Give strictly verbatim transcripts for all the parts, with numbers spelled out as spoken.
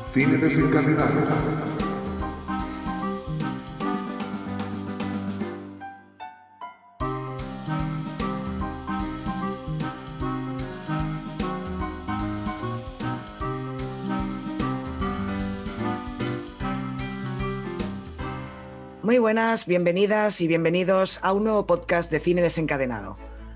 Cine desencadenado. Muy buenas, bienvenidas y bienvenidos a un nuevo podcast de Cine Desencadenado.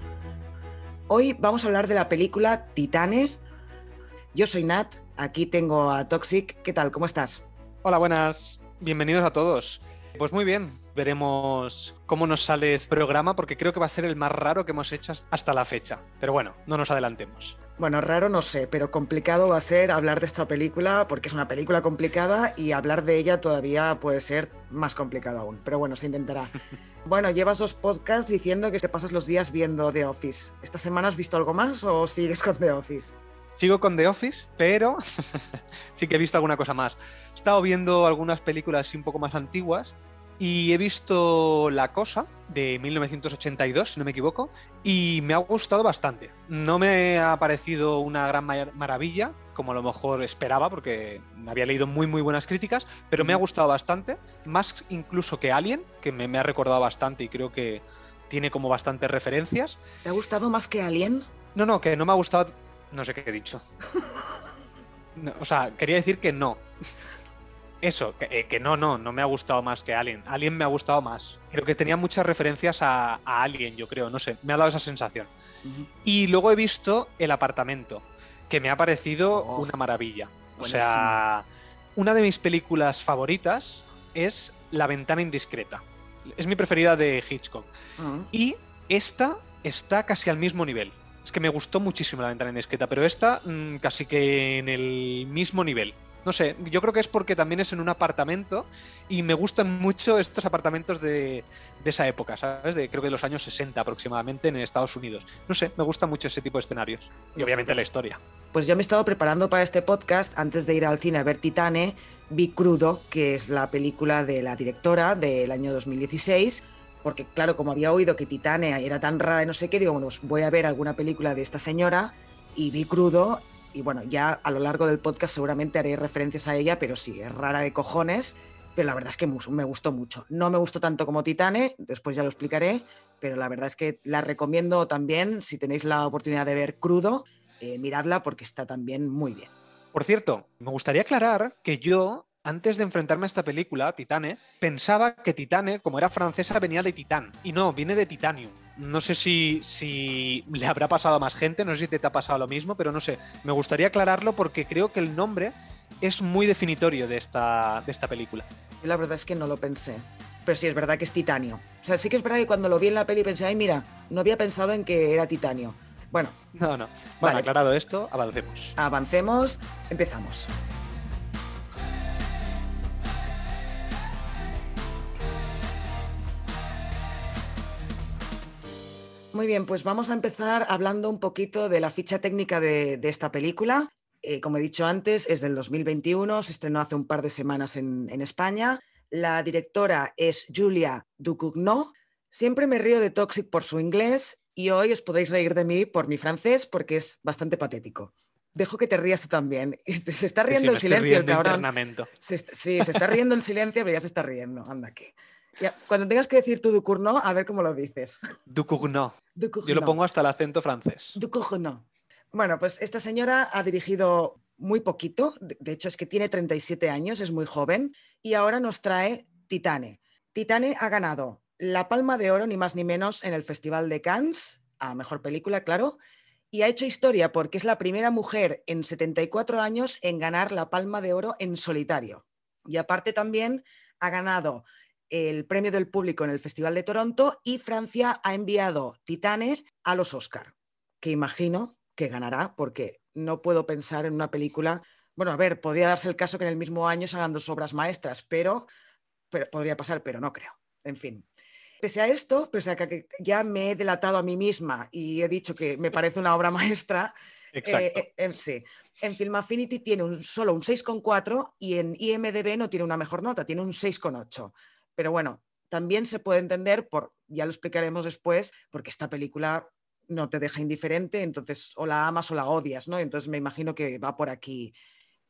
Hoy vamos a hablar de la película Titane. Yo soy Nat, aquí tengo a Toxic. ¿Qué tal? ¿Cómo estás? Hola, buenas. Bienvenidos a todos. Pues muy bien, veremos cómo nos sale este programa porque creo que va a ser el más raro que hemos hecho hasta la fecha. Pero bueno, no nos adelantemos. Bueno, raro no sé, pero complicado va a ser hablar de esta película porque es una película complicada y hablar de ella todavía puede ser más complicado aún. Pero bueno, se intentará. Bueno, llevas dos podcasts diciendo que te pasas los días viendo The Office. ¿Esta semana has visto algo más o sigues con The Office? Sigo con The Office, pero sí que he visto alguna cosa más. He estado viendo algunas películas así un poco más antiguas y he visto La Cosa de mil novecientos ochenta y dos, si no me equivoco, y me ha gustado bastante. No me ha parecido una gran maravilla, como a lo mejor esperaba, porque había leído muy muy buenas críticas, pero me ha gustado bastante, más incluso que Alien, que me, me ha recordado bastante y creo que tiene como bastantes referencias. ¿Te ha gustado más que Alien? No, no, que no me ha gustado... No sé qué he dicho. No, o sea, quería decir que no. Eso, que, eh, que no, no, no me ha gustado más que Alien. Alien me ha gustado más. Creo que tenía muchas referencias a, a Alien, yo creo, no sé, me ha dado esa sensación. Uh-huh. Y luego he visto El Apartamento, que me ha parecido oh, una maravilla. Buenísimo. O sea, una de mis películas favoritas es La Ventana Indiscreta. Es mi preferida de Hitchcock. Uh-huh. Y esta está casi al mismo nivel. Es que me gustó muchísimo La Ventana Indiscreta, pero esta mmm, casi que en el mismo nivel. No sé, yo creo que es porque también es en un apartamento y me gustan mucho estos apartamentos de, de esa época, ¿sabes? De, creo que de los años sesenta aproximadamente en Estados Unidos. No sé, me gusta mucho ese tipo de escenarios. Y obviamente la historia. Pues yo me he estado preparando para este podcast. Antes de ir al cine a ver Titane, vi Crudo, que es la película de la directora del año dos mil dieciséis. Porque claro, como había oído que Titane era tan rara y no sé qué, digo, bueno, pues voy a ver alguna película de esta señora y vi Crudo y bueno, ya a lo largo del podcast seguramente haré referencias a ella, pero sí, es rara de cojones, pero la verdad es que me gustó mucho. No me gustó tanto como Titane, después ya lo explicaré, pero la verdad es que la recomiendo también, si tenéis la oportunidad de ver Crudo, eh, miradla porque está también muy bien. Por cierto, me gustaría aclarar que yo... Antes de enfrentarme a esta película, Titane, pensaba que Titane, como era francesa, venía de Titán. Y no, viene de Titanium. No sé si, si le habrá pasado a más gente, no sé si te, te ha pasado lo mismo, pero no sé. Me gustaría aclararlo porque creo que el nombre es muy definitorio de esta, de esta película. Yo la verdad es que no lo pensé. Pero sí, es verdad que es titanio. O sea, sí que es verdad que cuando lo vi en la peli pensé, ay, mira, no había pensado en que era titanio. Bueno. No, no. Bueno, vale. Aclarado esto, avancemos. Avancemos, empezamos. Muy bien, pues vamos a empezar hablando un poquito de la ficha técnica de, de esta película. Eh, como he dicho antes, es del dos mil veintiuno, se estrenó hace un par de semanas en, en España. La directora es Julia Ducournau. Siempre me río de Toxic por su inglés y hoy os podéis reír de mí por mi francés porque es bastante patético. Dejo que te rías tú también. Se está riendo sí, el silencio, el cabrón. Se sí, se está riendo en silencio, pero ya se está riendo. Anda que... Ya, cuando tengas que decir tu Ducournau, a ver cómo lo dices. Ducournau. Ducournau. Yo lo pongo hasta el acento francés. Ducournau. Bueno, pues esta señora ha dirigido muy poquito, de hecho es que tiene treinta y siete años, es muy joven, y ahora nos trae Titane. Titane ha ganado la Palma de Oro, ni más ni menos, en el Festival de Cannes, a Mejor Película, claro, y ha hecho historia porque es la primera mujer en setenta y cuatro años en ganar la Palma de Oro en solitario. Y aparte también ha ganado el premio del público en el Festival de Toronto y Francia ha enviado Titane a los Oscar, que imagino que ganará porque no puedo pensar en una película... Bueno, a ver, podría darse el caso que en el mismo año se hagan dos obras maestras, pero, pero podría pasar, pero no creo. En fin. Pese a esto, pese a que ya me he delatado a mí misma y he dicho que me parece una obra maestra, Exacto. Eh, eh, sí. En Film Affinity tiene un, solo un seis coma cuatro y en I M D B no tiene una mejor nota, tiene un seis coma ocho. Pero bueno, también se puede entender, por, ya lo explicaremos después, porque esta película no te deja indiferente, entonces o la amas o la odias, ¿no? Entonces me imagino que va por aquí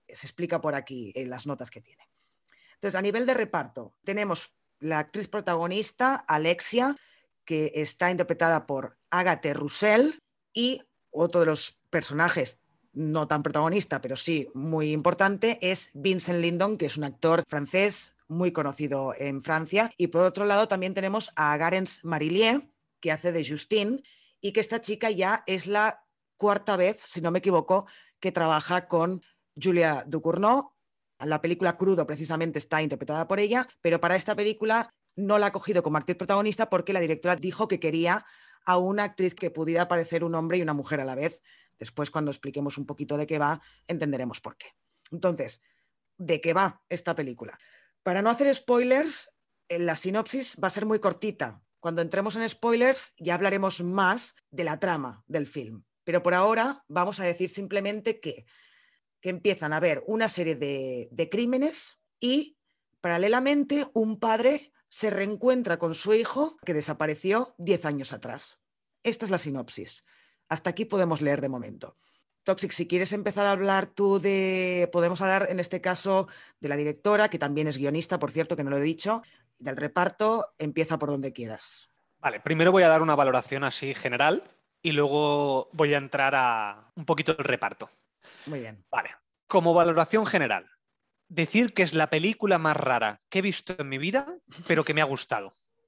se explica por aquí en las notas que tiene. Entonces, a nivel de reparto, tenemos la actriz protagonista, Alexia, que está interpretada por Agathe Roussel, y otro de los personajes, no tan protagonista, pero sí muy importante, es Vincent Lindon, que es un actor francés muy conocido en Francia. Y por otro lado también tenemos a Garence Marillier, que hace de Justine, y que esta chica ya es la cuarta vez, si no me equivoco, que trabaja con Julia Ducournau. La película Crudo precisamente está interpretada por ella, pero para esta película no la ha cogido como actriz protagonista porque la directora dijo que quería a una actriz que pudiera parecer un hombre y una mujer a la vez. Después, cuando expliquemos un poquito de qué va, entenderemos por qué. Entonces, ¿de qué va esta película? Para no hacer spoilers, la sinopsis va a ser muy cortita. Cuando entremos en spoilers ya hablaremos más de la trama del film. Pero por ahora vamos a decir simplemente que, que empiezan a haber una serie de, de crímenes y, paralelamente, un padre se reencuentra con su hijo que desapareció diez años atrás. Esta es la sinopsis. Hasta aquí podemos leer de momento. Toxic, si quieres empezar a hablar tú de... Podemos hablar en este caso de la directora, que también es guionista, por cierto, que no lo he dicho. Del reparto, empieza por donde quieras. Vale, primero voy a dar una valoración así general y luego voy a entrar a un poquito el reparto. Muy bien. Vale, como valoración general, decir que es la película más rara que he visto en mi vida, pero que me ha gustado.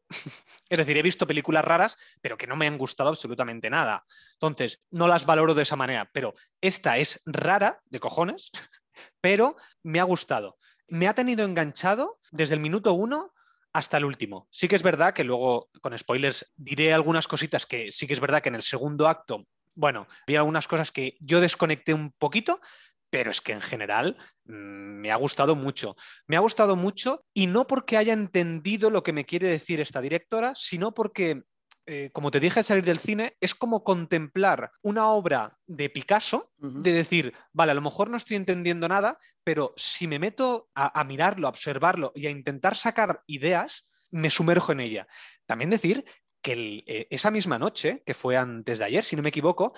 Es decir, he visto películas raras, pero que no me han gustado absolutamente nada. Entonces, no las valoro de esa manera, pero esta es rara, de cojones, pero me ha gustado. Me ha tenido enganchado desde el minuto uno hasta el último. Sí que es verdad que luego, con spoilers, diré algunas cositas que sí que es verdad que en el segundo acto, bueno, había algunas cosas que yo desconecté un poquito, pero es que en general mmm, me ha gustado mucho. Me ha gustado mucho y no porque haya entendido lo que me quiere decir esta directora, sino porque, eh, como te dije al salir del cine, es como contemplar una obra de Picasso, uh-huh. de decir, vale, a lo mejor no estoy entendiendo nada, pero si me meto a, a mirarlo, a observarlo y a intentar sacar ideas, me sumerjo en ella. También decir que el, eh, esa misma noche, que fue antes de ayer, si no me equivoco,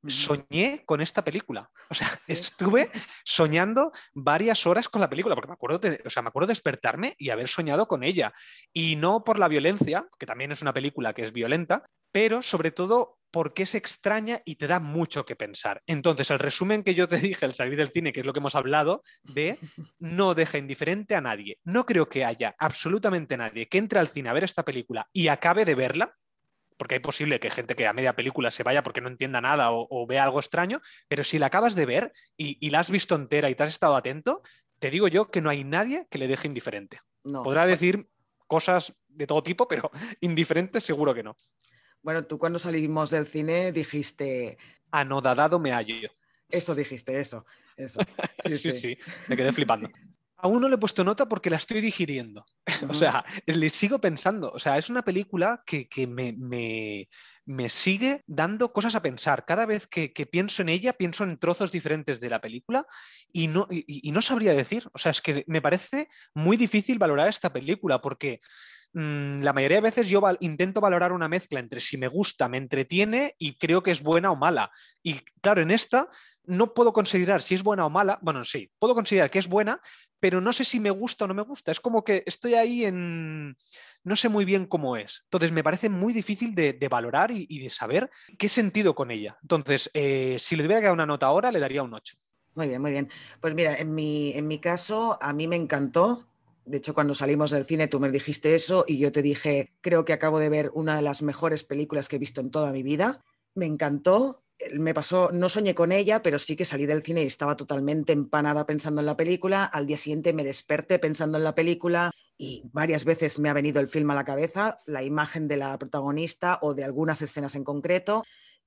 soñé con esta película. O sea, ¿sí? Estuve soñando varias horas con la película, porque me acuerdo, de, o sea, me acuerdo despertarme y haber soñado con ella. Y no por la violencia, que también es una película que es violenta, pero sobre todo porque es extraña y te da mucho que pensar. Entonces, el resumen que yo te dije al salir del cine, que es lo que hemos hablado, de no deja indiferente a nadie. No creo que haya absolutamente nadie que entre al cine a ver esta película y acabe de verla, porque hay posible que gente que a media película se vaya porque no entienda nada o, o vea algo extraño, pero si la acabas de ver y, y la has visto entera y te has estado atento, te digo yo que no hay nadie que le deje indiferente. No. Podrá decir cosas de todo tipo, pero indiferente seguro que no. Bueno, tú cuando salimos del cine dijiste... Anodadado me hallo yo. Eso dijiste, eso. eso. Sí, sí, sí, sí, me quedé flipando. Aún no le he puesto nota porque la estoy digiriendo. Uh-huh. O sea, le sigo pensando. O sea, es una película que, que me, me, me sigue dando cosas a pensar. Cada vez que, que pienso en ella, pienso en trozos diferentes de la película y no, y, y no sabría decir. O sea, es que me parece muy difícil valorar esta película porque mmm, la mayoría de veces yo val- intento valorar una mezcla entre si me gusta, me entretiene y creo que es buena o mala. Y claro, en esta no puedo considerar si es buena o mala. Bueno, sí, puedo considerar que es buena, pero no sé si me gusta o no me gusta. Es como que estoy ahí en... No sé muy bien cómo es. Entonces me parece muy difícil de, de valorar y, y de saber qué sentido con ella. Entonces, eh, si le tuviera que dar una nota ahora, le daría un ocho. Muy bien, muy bien. Pues mira, en mi, en mi caso, a mí me encantó. De hecho, cuando salimos del cine tú me dijiste eso y yo te dije, creo que acabo de ver una de las mejores películas que he visto en toda mi vida. Me encantó. Me pasó, no soñé con ella, pero sí que salí del cine y estaba totalmente empanada pensando en la película. Al día siguiente me desperté pensando en la película y varias veces me ha venido el film a la cabeza, la imagen de la protagonista o de algunas escenas en concreto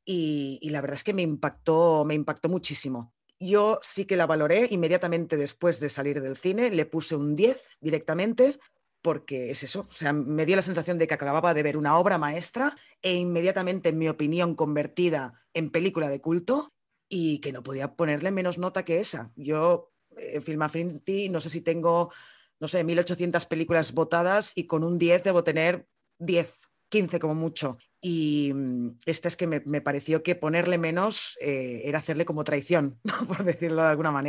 y, y la verdad es que me impactó, me impactó muchísimo. Yo sí que la valoré inmediatamente después de salir del cine, le puse un diez directamente, porque es eso, o sea, me dio la sensación de que acababa de ver una obra maestra e inmediatamente, en mi opinión, convertida en película de culto y que no podía ponerle menos nota que esa. Yo, en Film Affinity, no sé si tengo, no sé, mil ochocientas películas votadas y con un diez debo tener diez, quince como mucho. Y esta es que me, me pareció que ponerle menos eh, era hacerle como traición, ¿no? Por decirlo de alguna manera.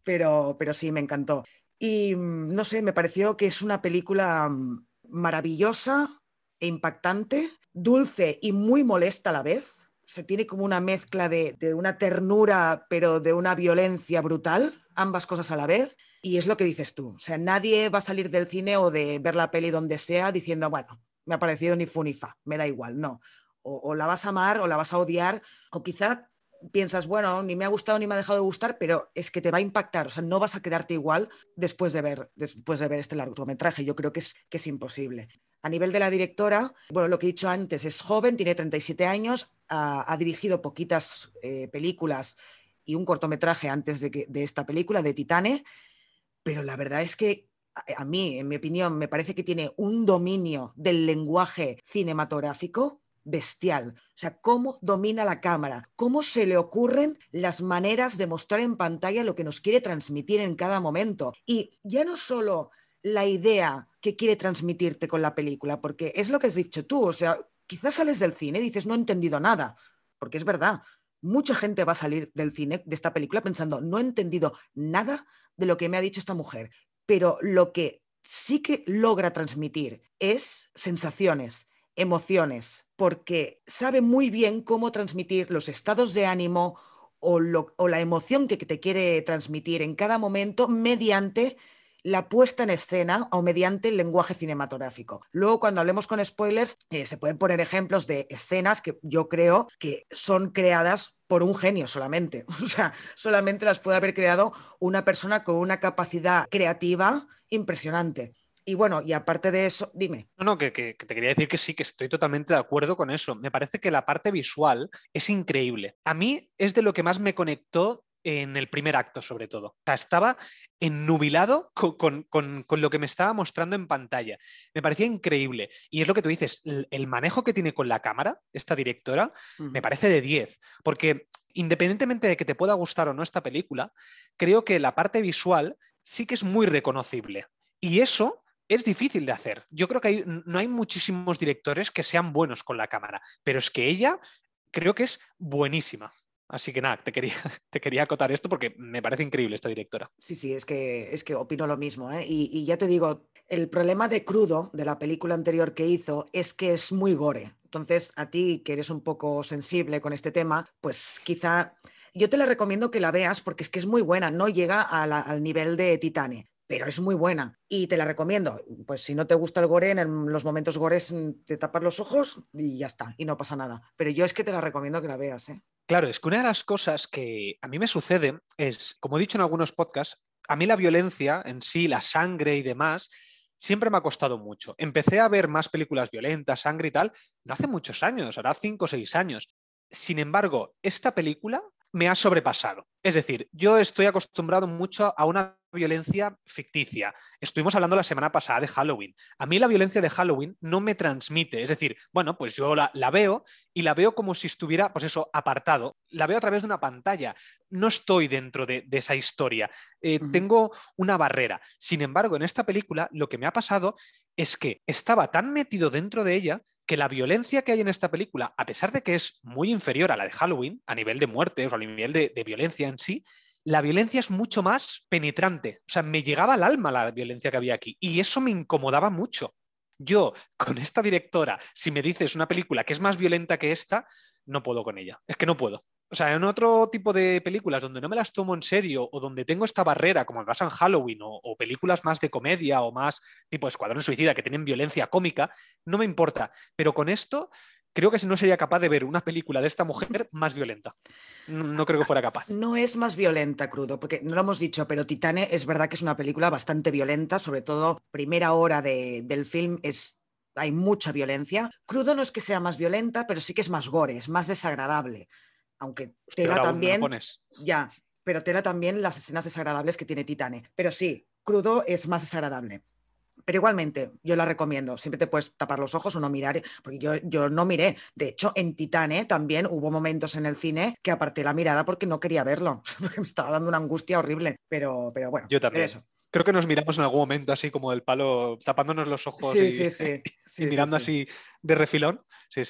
pero, pero sí, me encantó. Y no sé, me pareció que es una película maravillosa e impactante, dulce y muy molesta a la vez. Se tiene como una mezcla de, de una ternura, pero de una violencia brutal, ambas cosas a la vez. Y es lo que dices tú. O sea, nadie va a salir del cine o de ver la peli donde sea diciendo, bueno, me ha parecido ni fu ni fa, me da igual, no. O, o la vas a amar o la vas a odiar, o quizá piensas, bueno, ni me ha gustado ni me ha dejado de gustar, pero es que te va a impactar, o sea, no vas a quedarte igual después de ver, después de ver este largometraje. Yo creo que es, que es imposible. A nivel de la directora, bueno, lo que he dicho antes, es joven, tiene treinta y siete años, ha, ha dirigido poquitas eh, películas y un cortometraje antes de, que, de esta película, de Titane, pero la verdad es que a, a mí, en mi opinión, me parece que tiene un dominio del lenguaje cinematográfico bestial. O sea, cómo domina la cámara, cómo se le ocurren las maneras de mostrar en pantalla lo que nos quiere transmitir en cada momento. Y ya no solo la idea que quiere transmitirte con la película, porque es lo que has dicho tú, o sea, quizás sales del cine y dices, no he entendido nada, porque es verdad. Mucha gente va a salir del cine de esta película pensando, no he entendido nada de lo que me ha dicho esta mujer, pero lo que sí que logra transmitir es sensaciones, emociones, porque sabe muy bien cómo transmitir los estados de ánimo o, lo, o la emoción que te quiere transmitir en cada momento mediante la puesta en escena o mediante el lenguaje cinematográfico. Luego, cuando hablemos con spoilers, eh, se pueden poner ejemplos de escenas que yo creo que son creadas por un genio solamente. O sea, solamente las puede haber creado una persona con una capacidad creativa impresionante. Y bueno, y aparte de eso, dime. No, no, que, que, que te quería decir que sí, que estoy totalmente de acuerdo con eso. Me parece que la parte visual es increíble. A mí es de lo que más me conectó en el primer acto, sobre todo. O sea, estaba ennubilado con, con, con, con lo que me estaba mostrando en pantalla. Me parecía increíble. Y es lo que tú dices, el, el manejo que tiene con la cámara, esta directora, uh-huh. me parece de diez. Porque independientemente de que te pueda gustar o no esta película, creo que la parte visual sí que es muy reconocible. Y eso es difícil de hacer. Yo creo que hay, no hay muchísimos directores que sean buenos con la cámara, pero es que ella creo que es buenísima. Así que nada, te quería, te quería acotar esto porque me parece increíble esta directora. Sí, sí, es que, es que opino lo mismo, ¿eh? Y, y ya te digo, el problema de Crudo, de la película anterior que hizo, es que es muy gore. Entonces, a ti, que eres un poco sensible con este tema, pues quizá yo te la recomiendo que la veas porque es que es muy buena, no llega a la, al nivel de Titane, pero es muy buena y te la recomiendo. Pues si no te gusta el gore, en los momentos gores te tapas los ojos y ya está, y no pasa nada. Pero yo es que te la recomiendo que la veas, ¿eh? Claro, es que una de las cosas que a mí me sucede es, como he dicho en algunos podcasts, a mí la violencia en sí, la sangre y demás, siempre me ha costado mucho. Empecé a ver más películas violentas, sangre y tal, no hace muchos años, hará cinco o seis años. Sin embargo, esta película me ha sobrepasado. Es decir, yo estoy acostumbrado mucho a una violencia ficticia. Estuvimos hablando la semana pasada de Halloween. A mí la violencia de Halloween no me transmite. Es decir, bueno, pues yo la, la veo y la veo como si estuviera, pues eso, apartado. La veo a través de una pantalla. No estoy dentro de, de esa historia. Eh, uh-huh. Tengo una barrera. Sin embargo, en esta película lo que me ha pasado es que estaba tan metido dentro de ella que la violencia que hay en esta película, a pesar de que es muy inferior a la de Halloween, a nivel de muertes o a nivel de, de violencia en sí, la violencia es mucho más penetrante. O sea, me llegaba al alma la violencia que había aquí y eso me incomodaba mucho. Yo, con esta directora, si me dices una película que es más violenta que esta, no puedo con ella. Es que no puedo. O sea, en otro tipo de películas donde no me las tomo en serio o donde tengo esta barrera, como me pasa en Halloween, o, o películas más de comedia o más tipo Escuadrón Suicida que tienen violencia cómica, no me importa. Pero con esto, creo que no sería capaz de ver una película de esta mujer más violenta. No, no creo que fuera capaz. No es más violenta, Crudo, porque no lo hemos dicho, pero Titane es verdad que es una película bastante violenta, sobre todo primera hora de, del film es... hay mucha violencia. Crudo no es que sea más violenta, pero sí que es más gore, es más desagradable. Aunque tela también, ya, pero tela también las escenas desagradables que tiene Titane. Pero sí, Crudo es más desagradable. Pero igualmente, yo la recomiendo. Siempre te puedes tapar los ojos o no mirar, porque yo, yo no miré. De hecho, en Titane también hubo momentos en el cine que aparté la mirada porque no quería verlo, porque me estaba dando una angustia horrible. Pero, pero bueno, yo también. Eso. Creo que nos miramos en algún momento así como del palo, tapándonos los ojos sí, y, sí, sí. y sí, mirando sí, sí. así de refilón. Sí, sí.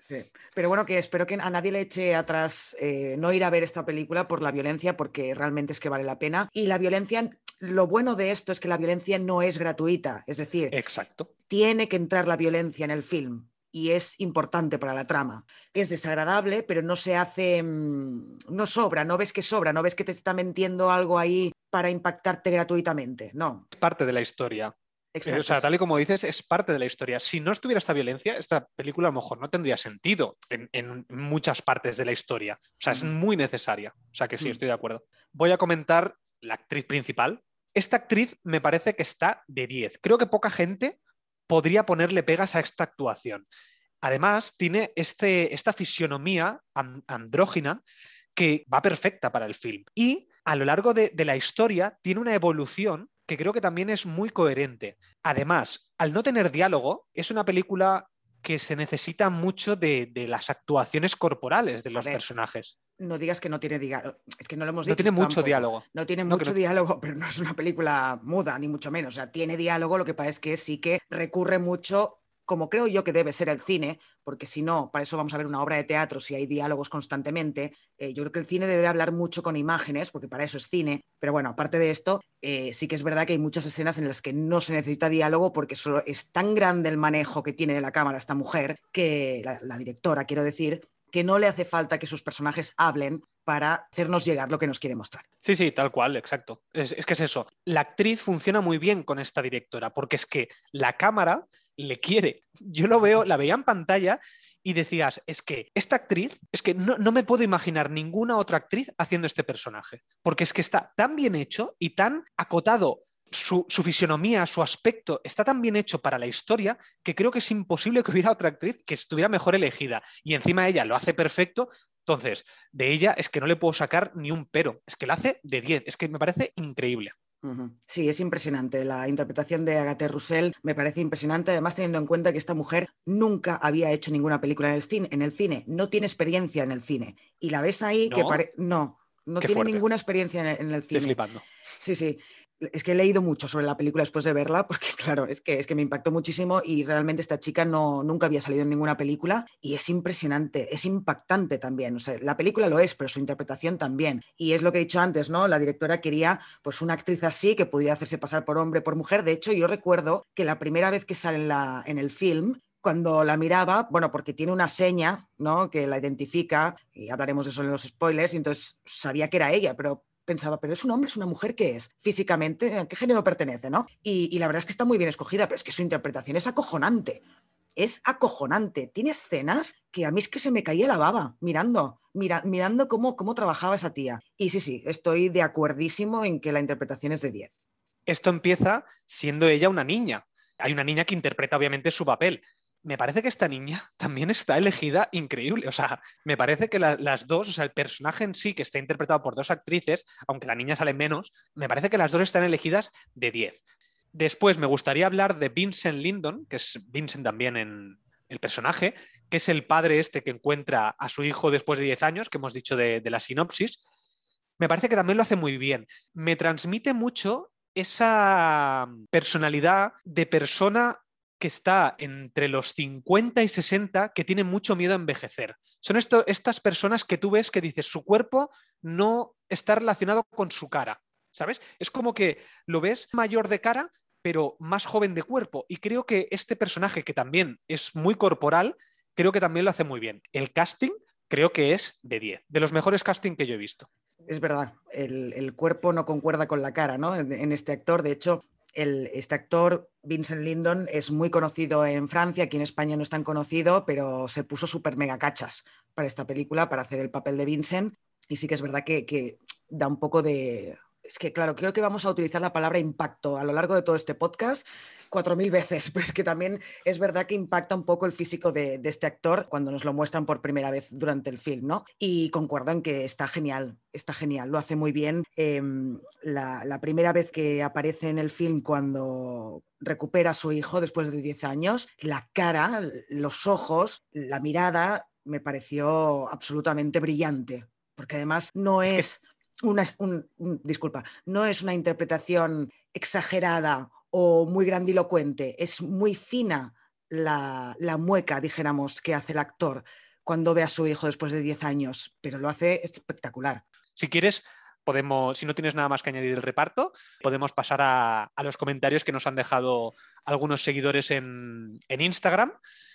Sí, pero bueno, que espero que a nadie le eche atrás eh, no ir a ver esta película por la violencia, porque realmente es que vale la pena. Y la violencia, lo bueno de esto es que la violencia no es gratuita, es decir, Exacto. tiene que entrar la violencia en el film y es importante para la trama. Es desagradable, pero no se hace, mmm, no sobra, no ves que sobra, no ves que te está metiendo algo ahí para impactarte gratuitamente, no. Es parte de la historia. Eh, O Exacto. sea, tal y como dices, es parte de la historia. Si no estuviera esta violencia, esta película a lo mejor no tendría sentido en, en muchas partes de la historia. O sea, es Mm, muy necesaria. O sea, que sí, mm. estoy de acuerdo. Voy a comentar la actriz principal. Esta actriz me parece que está de diez. Creo que poca gente podría ponerle pegas a esta actuación. Además, tiene este, esta fisionomía and- andrógina que va perfecta para el film. Y a lo largo de, de la historia tiene una evolución que creo que también es muy coherente. Además, al no tener diálogo, es una película que se necesita mucho de, de las actuaciones corporales de A los ver, personajes. no digas que no tiene diálogo, es que no lo hemos No dicho tiene esto mucho tampoco. diálogo. No tiene No, que mucho no, diálogo, pero no es una película muda, ni mucho menos. O sea, tiene diálogo, lo que pasa es que sí que recurre mucho, como creo yo que debe ser el cine, porque si no, para eso vamos a ver una obra de teatro si hay diálogos constantemente. Eh, yo creo que el cine debe hablar mucho con imágenes, porque para eso es cine. Pero bueno, aparte de esto, eh, sí que es verdad que hay muchas escenas en las que no se necesita diálogo porque solo es tan grande el manejo que tiene de la cámara esta mujer, que la, la directora, quiero decir, que no le hace falta que sus personajes hablen para hacernos llegar lo que nos quiere mostrar. Sí, sí, tal cual, exacto. Es, es que es eso. La actriz funciona muy bien con esta directora, porque es que la cámara le quiere. Yo lo veo, la veía en pantalla y decías, es que esta actriz, es que no, no me puedo imaginar ninguna otra actriz haciendo este personaje, porque es que está tan bien hecho y tan acotado. Su, su fisionomía, su aspecto está tan bien hecho para la historia que creo que es imposible que hubiera otra actriz que estuviera mejor elegida. Y encima ella lo hace perfecto. Entonces, de ella es que no le puedo sacar ni un pero. Es que la hace de diez. Es que me parece increíble. Uh-huh. Sí, es impresionante. La interpretación de Agathe Roussel me parece impresionante, además teniendo en cuenta que esta mujer nunca había hecho ninguna película en el cine, en el cine. No tiene experiencia en el cine. Y la ves ahí que ¿No? pare... no, no Qué tiene fuerte. ninguna experiencia en el, en el Estoy cine. flipando. Sí, sí. Es que he leído mucho sobre la película después de verla, porque claro, es que, es que me impactó muchísimo y realmente esta chica no, nunca había salido en ninguna película y es impresionante, es impactante también. O sea, la película lo es, pero su interpretación también. Y es lo que he dicho antes, ¿no? La directora quería pues una actriz así que pudiera hacerse pasar por hombre, por mujer. De hecho, yo recuerdo que la primera vez que sale en, la, en el film, cuando la miraba, bueno, porque tiene una seña, ¿no? Que la identifica, y hablaremos de eso en los spoilers, y entonces sabía que era ella, pero pensaba, pero es un hombre, es una mujer, ¿qué es? Físicamente, ¿a qué género pertenece, no? Y, y la verdad es que está muy bien escogida, pero es que su interpretación es acojonante. Es acojonante. Tiene escenas que a mí es que se me caía la baba mirando, mira, mirando cómo, cómo trabajaba esa tía. Y sí, sí, estoy de acuerdísimo en que la interpretación es de diez. Esto empieza siendo ella una niña. Hay una niña que interpreta obviamente su papel. Me parece que esta niña también está elegida increíble. O sea, me parece que la, las dos, o sea, el personaje en sí, que está interpretado por dos actrices, aunque la niña sale menos, me parece que las dos están elegidas de diez. Después me gustaría hablar de Vincent Lindon, que es Vincent también en el personaje, que es el padre este que encuentra a su hijo después de diez años, que hemos dicho de, de la sinopsis. Me parece que también lo hace muy bien. Me transmite mucho esa personalidad de persona que está entre los cincuenta y sesenta, que tiene mucho miedo a envejecer. Son esto, estas personas que tú ves que dices, su cuerpo no está relacionado con su cara, ¿sabes? Es como que lo ves mayor de cara, pero más joven de cuerpo. Y creo que este personaje, que también es muy corporal, creo que también lo hace muy bien. El casting creo que es de diez, de los mejores casting que yo he visto. Es verdad, el, el cuerpo no concuerda con la cara, ¿no? En, en este actor, de hecho, el, este actor, Vincent Lindon, es muy conocido en Francia, aquí en España no es tan conocido, pero se puso súper mega cachas para esta película, para hacer el papel de Vincent, y sí que es verdad que, que da un poco de... Es que, claro, creo que vamos a utilizar la palabra impacto a lo largo de todo este podcast cuatro mil veces, pero es que también es verdad que impacta un poco el físico de, de este actor cuando nos lo muestran por primera vez durante el film, ¿no? Y concuerdo en que está genial, está genial, lo hace muy bien. Eh, la, la primera vez que aparece en el film cuando recupera a su hijo después de diez años, la cara, los ojos, la mirada me pareció absolutamente brillante, porque además no Es que es una, un, un, disculpa, no es una interpretación exagerada o muy grandilocuente, es muy fina, la, la mueca, dijéramos, que hace el actor cuando ve a su hijo después de diez años, pero lo hace espectacular. Si quieres, podemos, si no tienes nada más que añadir del reparto, podemos pasar a, a los comentarios que nos han dejado algunos seguidores en, en Instagram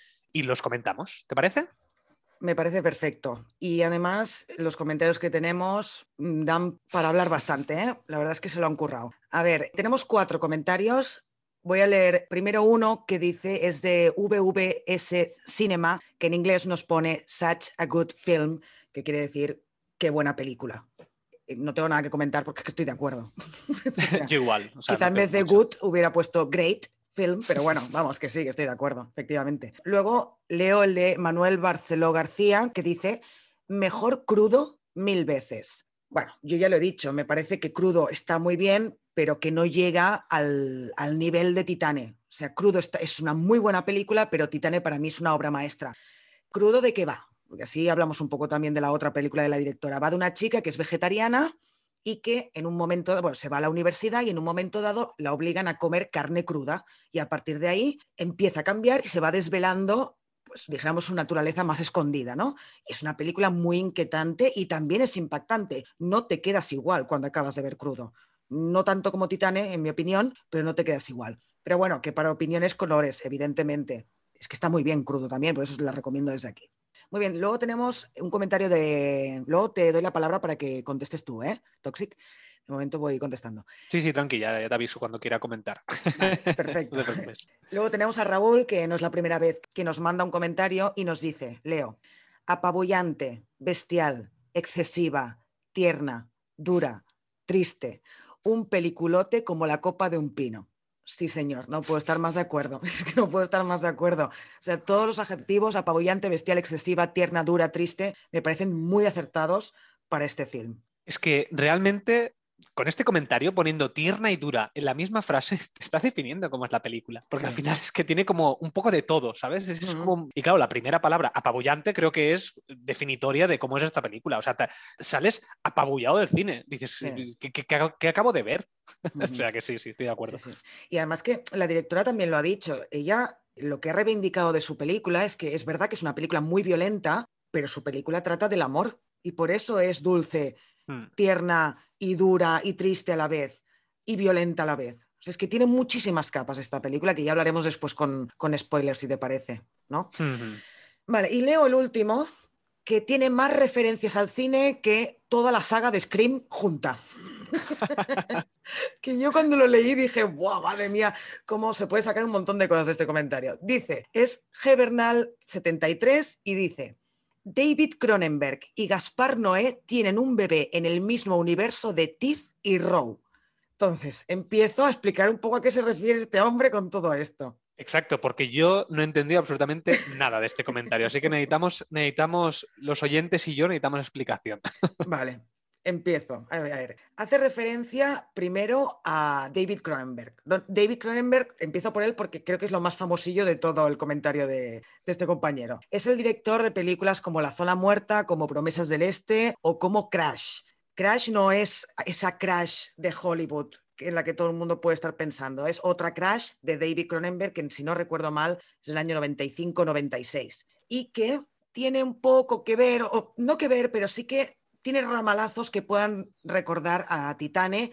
y los comentamos. ¿Te parece? Me parece perfecto. Y además, los comentarios que tenemos dan para hablar bastante, ¿eh? La verdad es que se lo han currado. A ver, tenemos cuatro comentarios. Voy a leer primero uno que dice, es de V V S Cinema, que en inglés nos pone Such a good film, que quiere decir qué buena película. No tengo nada que comentar porque estoy de acuerdo. O sea, yo igual. O sea, quizá no en vez de mucho. good hubiera puesto great film, pero bueno, vamos, que sí, que estoy de acuerdo, efectivamente. Luego leo el de Manuel Barceló García, que dice, mejor crudo mil veces. Bueno, yo ya lo he dicho, me parece que Crudo está muy bien, pero que no llega al, al nivel de Titane. O sea, Crudo está, es una muy buena película, pero Titane para mí es una obra maestra. ¿Crudo de qué va? Porque así hablamos un poco también de la otra película de la directora. Va de una chica que es vegetariana y que en un momento, bueno, se va a la universidad y en un momento dado la obligan a comer carne cruda y a partir de ahí empieza a cambiar y se va desvelando, pues dijéramos, su naturaleza más escondida, ¿no? Es una película muy inquietante y también es impactante. No te quedas igual cuando acabas de ver Crudo. No tanto como Titane, en mi opinión, pero no te quedas igual. Pero bueno, que para opiniones colores, evidentemente. Es que está muy bien Crudo también, por eso la recomiendo desde aquí. Muy bien, luego tenemos un comentario de... Luego te doy la palabra para que contestes tú, ¿eh? Toxic. De momento voy contestando. Sí, sí, tranquila, ya te aviso cuando quiera comentar. Vale, perfecto. No te preocupes. Luego tenemos a Raúl, que no es la primera vez que nos manda un comentario y nos dice, leo, apabullante, bestial, excesiva, tierna, dura, triste, un peliculote como la copa de un pino. Sí, señor, no puedo estar más de acuerdo. Es que no puedo estar más de acuerdo. O sea, todos los adjetivos, apabullante, bestial, excesiva, tierna, dura, triste, me parecen muy acertados para este film. Es que realmente, con este comentario, poniendo tierna y dura en la misma frase, te está definiendo cómo es la película. Porque Sí. al final es que tiene como un poco de todo, ¿sabes? Es, es Uh-huh. como... Y claro, la primera palabra, apabullante, creo que es definitoria de cómo es esta película. O sea, te... sales apabullado del cine. Dices, Sí. ¿qué, qué, qué, qué acabo de ver? Uh-huh. O sea, que sí, sí, estoy de acuerdo. Sí, sí. Y además que la directora también lo ha dicho. Ella lo que ha reivindicado de su película es que es verdad que es una película muy violenta, pero su película trata del amor. Y por eso es dulce, Hmm. tierna y dura y triste a la vez y violenta a la vez. O sea, es que tiene muchísimas capas esta película, que ya hablaremos después con, con spoilers, si te parece, ¿no? Uh-huh. Vale, y leo el último, que tiene más referencias al cine que toda la saga de Scream junta. Que yo cuando lo leí dije, ¡buah, madre mía! ¿Cómo se puede sacar un montón de cosas de este comentario? Dice, es Gebernal setenta y tres y dice, David Cronenberg y Gaspar Noé tienen un bebé en el mismo universo de Teeth y Row. Entonces, empiezo a explicar un poco a qué se refiere este hombre con todo esto. Exacto, porque yo no he entendido absolutamente nada de este comentario, así que necesitamos, necesitamos los oyentes y yo necesitamos explicación. Vale, empiezo. A ver, a ver. Hace referencia primero a David Cronenberg. David Cronenberg, empiezo por él porque creo que es lo más famosillo de todo el comentario de, de este compañero. Es el director de películas como La Zona Muerta, como Promesas del Este o como Crash. Crash no es esa Crash de Hollywood en la que todo el mundo puede estar pensando. Es otra Crash de David Cronenberg, que si no recuerdo mal es del año noventa y cinco noventa y seis. Y que tiene un poco que ver, o no que ver, pero sí que tiene ramalazos que puedan recordar a Titane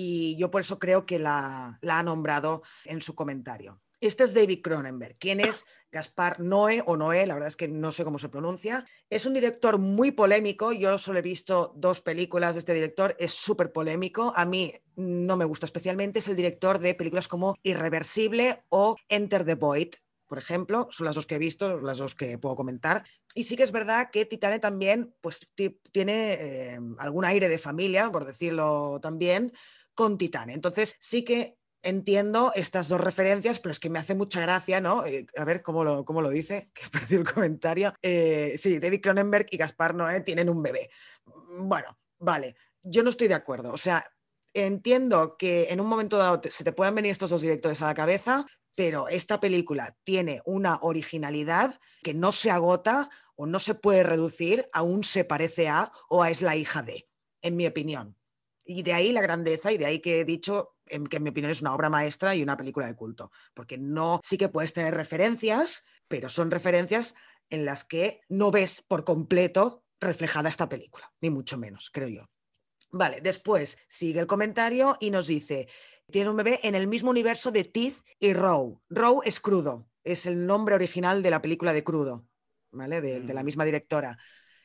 y yo por eso creo que la, la ha nombrado en su comentario. Este es David Cronenberg. ¿Quién es Gaspar Noé o Noé? La verdad es que no sé cómo se pronuncia. Es un director muy polémico. Yo solo he visto dos películas de este director. Es súper polémico. A mí no me gusta especialmente. Es el director de películas como Irreversible o Enter the Void, por ejemplo. Son las dos que he visto, las dos que puedo comentar. Y sí que es verdad que Titane también pues, tiene eh, algún aire de familia, por decirlo también, con Titane. Entonces sí que entiendo estas dos referencias, pero es que me hace mucha gracia, ¿no? Eh, a ver cómo lo, cómo lo dice, que perdí el comentario. Eh, sí, David Cronenberg y Gaspar Noé tienen un bebé. Bueno, vale, yo no estoy de acuerdo. O sea, entiendo que en un momento dado te, se te puedan venir estos dos directores a la cabeza, pero esta película tiene una originalidad que no se agota o no se puede reducir a un se parece a o a es la hija de, en mi opinión. Y de ahí la grandeza y de ahí que he dicho en, que en mi opinión es una obra maestra y una película de culto. Porque no, sí que puedes tener referencias, pero son referencias en las que no ves por completo reflejada esta película, ni mucho menos, creo yo. Vale, después sigue el comentario y nos dice, tiene un bebé en el mismo universo de Teeth y Row. Row es Crudo, es el nombre original de la película de Crudo, ¿vale? De, de la misma directora.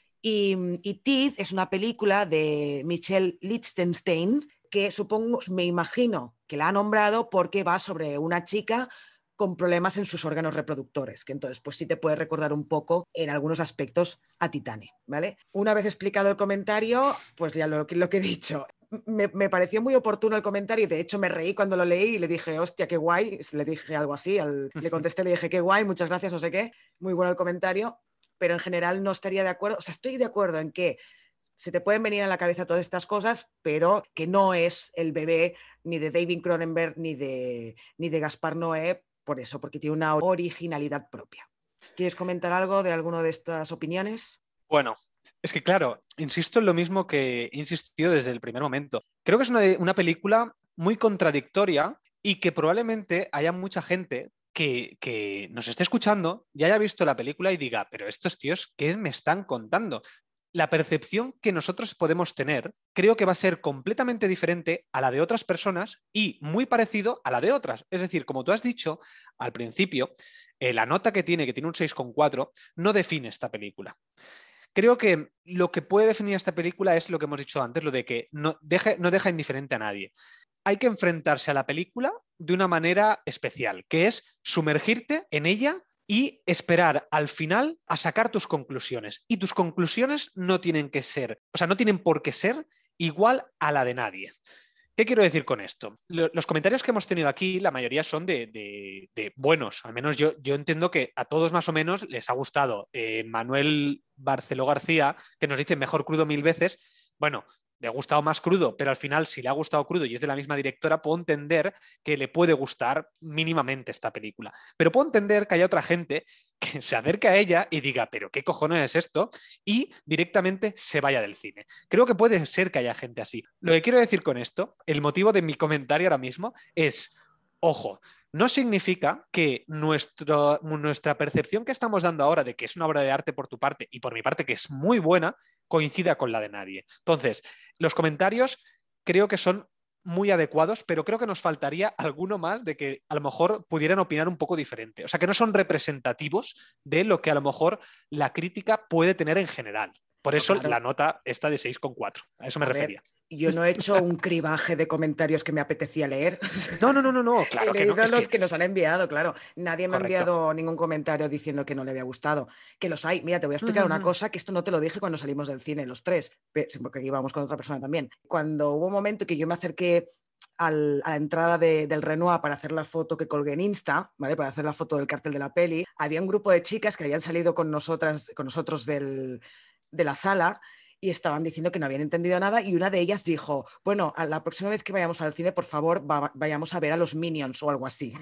Y, y Teeth es una película de Michelle Lichtenstein que supongo, me imagino que la ha nombrado porque va sobre una chica con problemas en sus órganos reproductores, que entonces pues sí te puede recordar un poco en algunos aspectos a Titane, ¿vale? Una vez explicado el comentario, pues ya lo, lo que he dicho. Me, me pareció muy oportuno el comentario y de hecho me reí cuando lo leí y le dije, hostia, qué guay, le dije algo así, al, le contesté, le dije, qué guay, muchas gracias, no sé qué, muy bueno el comentario, pero en general no estaría de acuerdo, o sea, estoy de acuerdo en que se te pueden venir a la cabeza todas estas cosas, pero que no es el bebé ni de David Cronenberg ni de, ni de Gaspar Noé, por eso, porque tiene una originalidad propia. ¿Quieres comentar algo de alguna de estas opiniones? Bueno, es que claro, insisto en lo mismo que he insistido desde el primer momento. Creo que es una, una película muy contradictoria y que probablemente haya mucha gente que, que nos esté escuchando y haya visto la película y diga, pero estos tíos, ¿qué me están contando? La percepción que nosotros podemos tener creo que va a ser completamente diferente a la de otras personas y muy parecido a la de otras. Es decir, como tú has dicho al principio, eh, la nota que tiene, que tiene un seis coma cuatro, no define esta película. Creo que lo que puede definir esta película es lo que hemos dicho antes, lo de que no deja, no deja indiferente a nadie. Hay que enfrentarse a la película de una manera especial, que es sumergirte en ella y esperar al final a sacar tus conclusiones. Y tus conclusiones no tienen que ser, o sea, no tienen por qué ser igual a la de nadie. ¿Qué quiero decir con esto? Los comentarios que hemos tenido aquí, la mayoría son de, de, de buenos. Al menos yo, yo entiendo que a todos más o menos les ha gustado. Eh, Manuel Barceló García, que nos dice mejor crudo mil veces. Bueno, le ha gustado más crudo, pero al final, si le ha gustado crudo y es de la misma directora, puedo entender que le puede gustar mínimamente esta película. Pero puedo entender que haya otra gente que se acerque a ella y diga, pero ¿qué cojones es esto? Y directamente se vaya del cine. Creo que puede ser que haya gente así. Lo que quiero decir con esto, el motivo de mi comentario ahora mismo es, ojo, no significa que nuestro, nuestra percepción que estamos dando ahora de que es una obra de arte por tu parte y por mi parte que es muy buena, coincida con la de nadie. Entonces, los comentarios creo que son muy adecuados, pero creo que nos faltaría alguno más de que a lo mejor pudieran opinar un poco diferente. O sea, que no son representativos de lo que a lo mejor la crítica puede tener en general. Por eso, claro, la nota está de seis coma cuatro. A eso me a refería. Ver, yo no he hecho un cribaje de comentarios que me apetecía leer. No, no, no, no, no. Claro he leído que no. los Es que... que nos han enviado, claro. Nadie me Correcto. ha enviado ningún comentario diciendo que no le había gustado. Que los hay. Mira, te voy a explicar uh-huh. una cosa que esto no te lo dije cuando salimos del cine, los tres, porque íbamos con otra persona también. Cuando hubo un momento que yo me acerqué Al, a la entrada de, del Renoir para hacer la foto que colgué en Insta, ¿vale? Para hacer la foto del cartel de la peli, había un grupo de chicas que habían salido con nosotras, con nosotros del, de la sala y estaban diciendo que no habían entendido nada y una de ellas dijo, bueno, a la próxima vez que vayamos al cine, por favor, va, vayamos a ver a los Minions o algo así.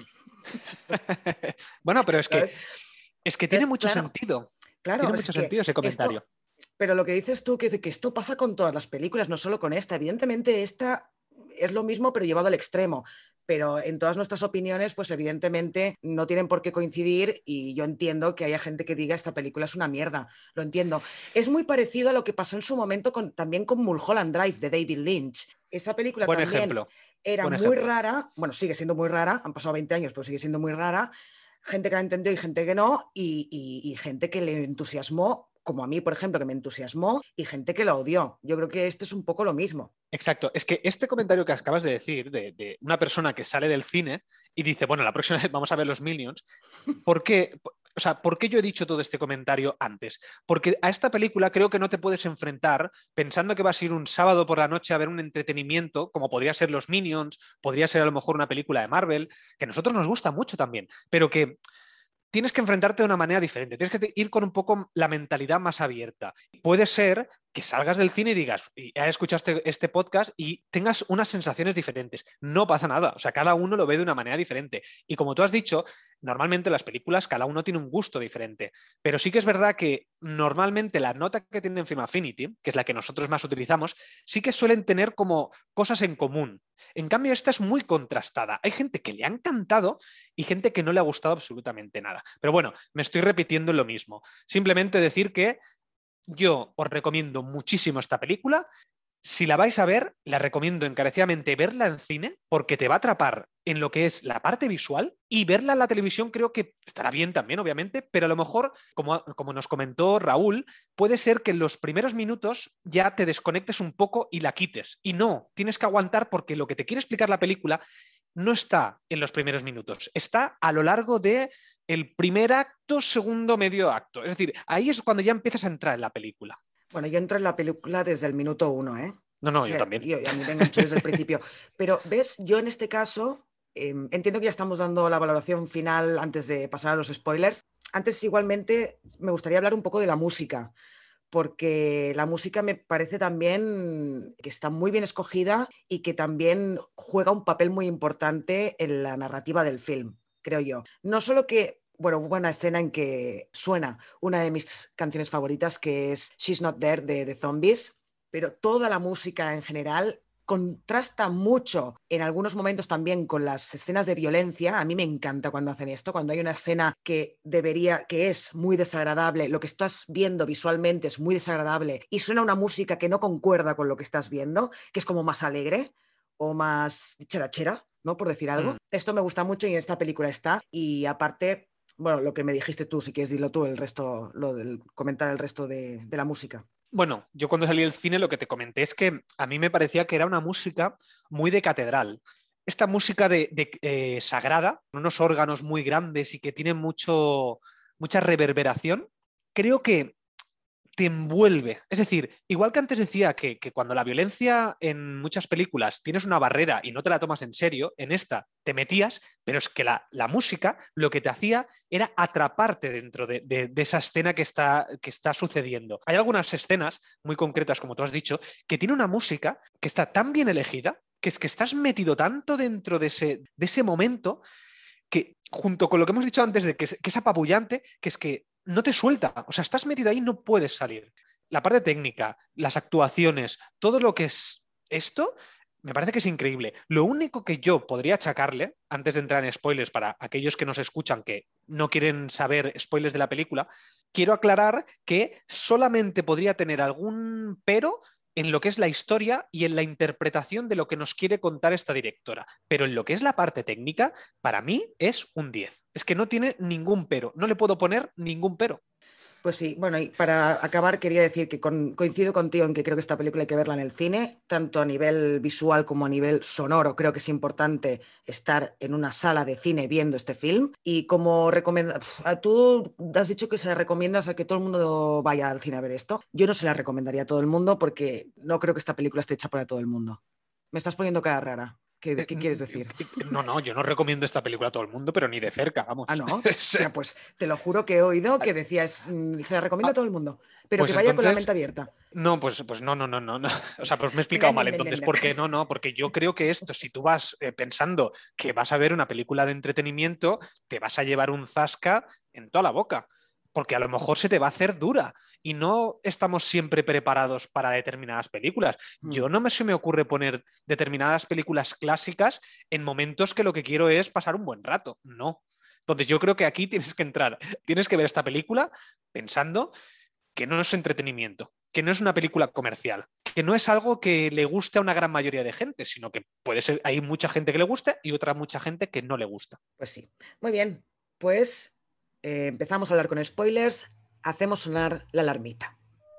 Bueno, pero es que, es que tiene Entonces, mucho claro, sentido. Claro, tiene mucho sentido ese comentario. Esto, pero lo que dices tú, que, que esto pasa con todas las películas, no solo con esta. Evidentemente, esta es lo mismo, pero llevado al extremo. Pero en todas nuestras opiniones, pues evidentemente no tienen por qué coincidir y yo entiendo que haya gente que diga esta película es una mierda, lo entiendo. Es muy parecido a lo que pasó en su momento con, también con Mulholland Drive de David Lynch. Esa película Buen también ejemplo. era Buen muy ejemplo. rara, bueno, sigue siendo muy rara, han pasado veinte años, pero sigue siendo muy rara. Gente que la entendió y gente que no, y, y, y gente que le entusiasmó, como a mí, por ejemplo, que me entusiasmó, y gente que la odió. Yo creo que esto es un poco lo mismo. Exacto, es que este comentario que acabas de decir, de, de una persona que sale del cine y dice, bueno, la próxima vez vamos a ver los Minions, ¿por qué? O sea, ¿por qué yo he dicho todo este comentario antes? Porque a esta película creo que no te puedes enfrentar pensando que vas a ir un sábado por la noche a ver un entretenimiento, como podría ser los Minions, podría ser a lo mejor una película de Marvel, que a nosotros nos gusta mucho también, pero que tienes que enfrentarte de una manera diferente, tienes que ir con un poco la mentalidad más abierta. Puede ser que salgas del cine y digas, y has escuchado este, este podcast y tengas unas sensaciones diferentes. No pasa nada, o sea, cada uno lo ve de una manera diferente. Y como tú has dicho, normalmente las películas cada uno tiene un gusto diferente, pero sí que es verdad que normalmente la nota que tienen Film Affinity, que es la que nosotros más utilizamos, sí que suelen tener como cosas en común. En cambio, esta es muy contrastada. Hay gente que le ha encantado y gente que no le ha gustado absolutamente nada. Pero bueno, me estoy repitiendo en lo mismo. Simplemente decir que yo os recomiendo muchísimo esta película. Si la vais a ver, la recomiendo encarecidamente verla en cine porque te va a atrapar en lo que es la parte visual, y verla en la televisión creo que estará bien también, obviamente, pero a lo mejor, como, como nos comentó Raúl, puede ser que en los primeros minutos ya te desconectes un poco y la quites. Y no, tienes que aguantar porque lo que te quiere explicar la película no está en los primeros minutos, está a lo largo de el primer acto, segundo, medio acto. Es decir, ahí es cuando ya empiezas a entrar en la película. Bueno, yo entro en la película desde el minuto uno, ¿eh? No, no, O sea, yo también. yo, a mí me enganchó desde el principio. Pero, ¿ves? Yo en este caso, eh, entiendo que ya estamos dando la valoración final antes de pasar a los spoilers. Antes, igualmente, me gustaría hablar un poco de la música, porque la música me parece también que está muy bien escogida y que también juega un papel muy importante en la narrativa del film, creo yo. No solo que, bueno, hubo una escena en que suena una de mis canciones favoritas, que es She's Not There de The Zombies, pero toda la música en general contrasta mucho en algunos momentos también con las escenas de violencia. A mí me encanta cuando hacen esto, cuando hay una escena que debería, que es muy desagradable, lo que estás viendo visualmente es muy desagradable y suena una música que no concuerda con lo que estás viendo, que es como más alegre o más cherachera, ¿no? Por decir algo. Mm. Esto me gusta mucho y en esta película está. Y aparte, bueno, lo que me dijiste tú, si quieres dilo tú, el resto, lo del comentar el resto de, de la música. Bueno, yo cuando salí del cine lo que te comenté es que a mí me parecía que era una música muy de catedral. Esta música de, de eh, sagrada, con unos órganos muy grandes y que tiene mucho, mucha reverberación, creo que te envuelve. Es decir, igual que antes decía que, que cuando la violencia en muchas películas tienes una barrera y no te la tomas en serio, en esta te metías, pero es que la, la música lo que te hacía era atraparte dentro de, de, de esa escena que está, que está sucediendo. Hay algunas escenas muy concretas, como tú has dicho, que tiene una música que está tan bien elegida, que es que estás metido tanto dentro de ese, de ese momento, que junto con lo que hemos dicho antes de que es, que es apabullante, que es que no te suelta. O sea, estás metido ahí, no puedes salir. La parte técnica, las actuaciones, todo lo que es esto, me parece que es increíble. Lo único que yo podría achacarle, antes de entrar en spoilers para aquellos que nos escuchan que no quieren saber spoilers de la película, quiero aclarar que solamente podría tener algún pero en lo que es la historia y en la interpretación de lo que nos quiere contar esta directora. Pero en lo que es la parte técnica, para mí es un diez. Es que no tiene ningún pero. No le puedo poner ningún pero. Pues sí, bueno, y para acabar quería decir que con, coincido contigo en que creo que esta película hay que verla en el cine, tanto a nivel visual como a nivel sonoro. Creo que es importante estar en una sala de cine viendo este film. Y como recomienda, tú has dicho que se la recomiendas a que todo el mundo vaya al cine a ver esto. Yo no se la recomendaría a todo el mundo porque no creo que esta película esté hecha para todo el mundo. Me estás poniendo cara rara. ¿Qué, ¿Qué quieres decir? No, no, yo no recomiendo esta película a todo el mundo, pero ni de cerca, vamos. Ah, ¿no? O sea, pues te lo juro que he oído que decías, se la recomiendo a todo el mundo, pero pues que vaya entonces, con la mente abierta. No, pues, pues no, no, no, no, no. O sea, pues me he explicado mal entonces. ¿Por qué no? No, porque yo creo que esto, si tú vas eh, pensando que vas a ver una película de entretenimiento, te vas a llevar un zasca en toda la boca. Porque a lo mejor se te va a hacer dura y no estamos siempre preparados para determinadas películas. Yo no me, se me ocurre poner determinadas películas clásicas en momentos que lo que quiero es pasar un buen rato. No. Entonces yo creo que aquí tienes que entrar, tienes que ver esta película pensando que no es entretenimiento, que no es una película comercial, que no es algo que le guste a una gran mayoría de gente, sino que puede ser, hay mucha gente que le gusta y otra mucha gente que no le gusta. Pues sí. Muy bien, pues eh, empezamos a hablar con spoilers, hacemos sonar la alarmita.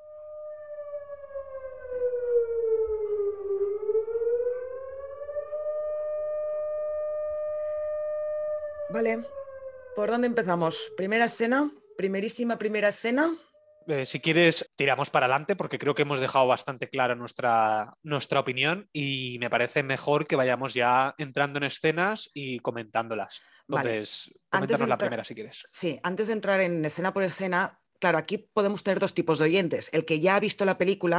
Vale, ¿por dónde empezamos? ¿Primera escena? ¿Primerísima primera escena? Eh, si quieres, tiramos para adelante porque creo que hemos dejado bastante clara nuestra, nuestra opinión y me parece mejor que vayamos ya entrando en escenas y comentándolas. Entonces, vale. Coméntanos la primera si quieres. Sí, antes de entrar en escena por escena, claro, aquí podemos tener dos tipos de oyentes. El que ya ha visto la película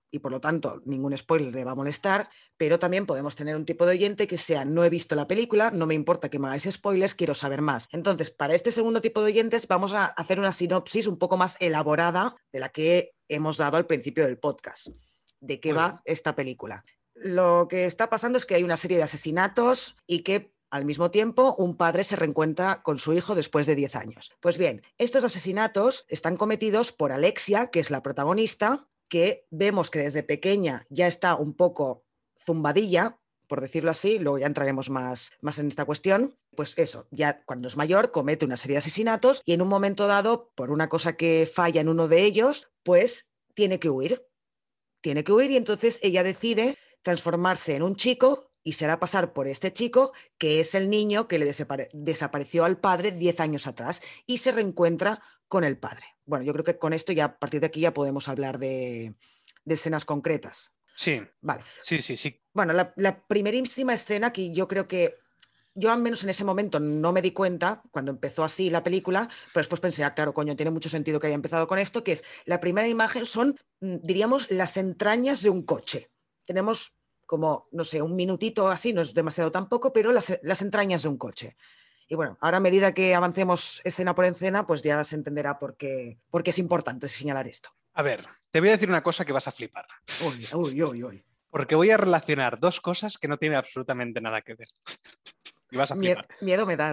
y por lo tanto ningún spoiler le va a molestar, pero también podemos tener un tipo de oyente que sea no he visto la película, no me importa que me hagáis spoilers, quiero saber más. Entonces, para este segundo tipo de oyentes vamos a hacer una sinopsis un poco más elaborada de la que hemos dado al principio del podcast. ¿De qué Muy va bien. esta película? Lo que está pasando es que hay una serie de asesinatos y que al mismo tiempo un padre se reencuentra con su hijo después de diez años. Pues bien, estos asesinatos están cometidos por Alexia, que es la protagonista, que vemos que desde pequeña ya está un poco zumbadilla, por decirlo así, luego ya entraremos más, más en esta cuestión. Pues eso, ya cuando es mayor comete una serie de asesinatos y en un momento dado, por una cosa que falla en uno de ellos, pues tiene que huir. Tiene que huir y entonces ella decide transformarse en un chico y se hará pasar por este chico que es el niño que le desapare- desapareció al padre diez años atrás y se reencuentra con el padre. Bueno, yo creo que con esto ya a partir de aquí ya podemos hablar de, de escenas concretas. Sí, Vale. sí, sí, sí. Bueno, la, la primerísima escena que yo creo que yo al menos en ese momento no me di cuenta cuando empezó así la película, pero después pensé, ah, claro, coño, tiene mucho sentido que haya empezado con esto, que es la primera imagen son, mm, diríamos, las entrañas de un coche. Tenemos como, no sé, un minutito así, no es demasiado tampoco, pero las, las entrañas de un coche. Y bueno, ahora a medida que avancemos escena por escena, pues ya se entenderá por qué, por qué es importante señalar esto. A ver, te voy a decir una cosa que vas a flipar. Uy, uy, uy, uy. Porque voy a relacionar dos cosas que no tienen absolutamente nada que ver. Y vas a Mie- flipar. miedo me da.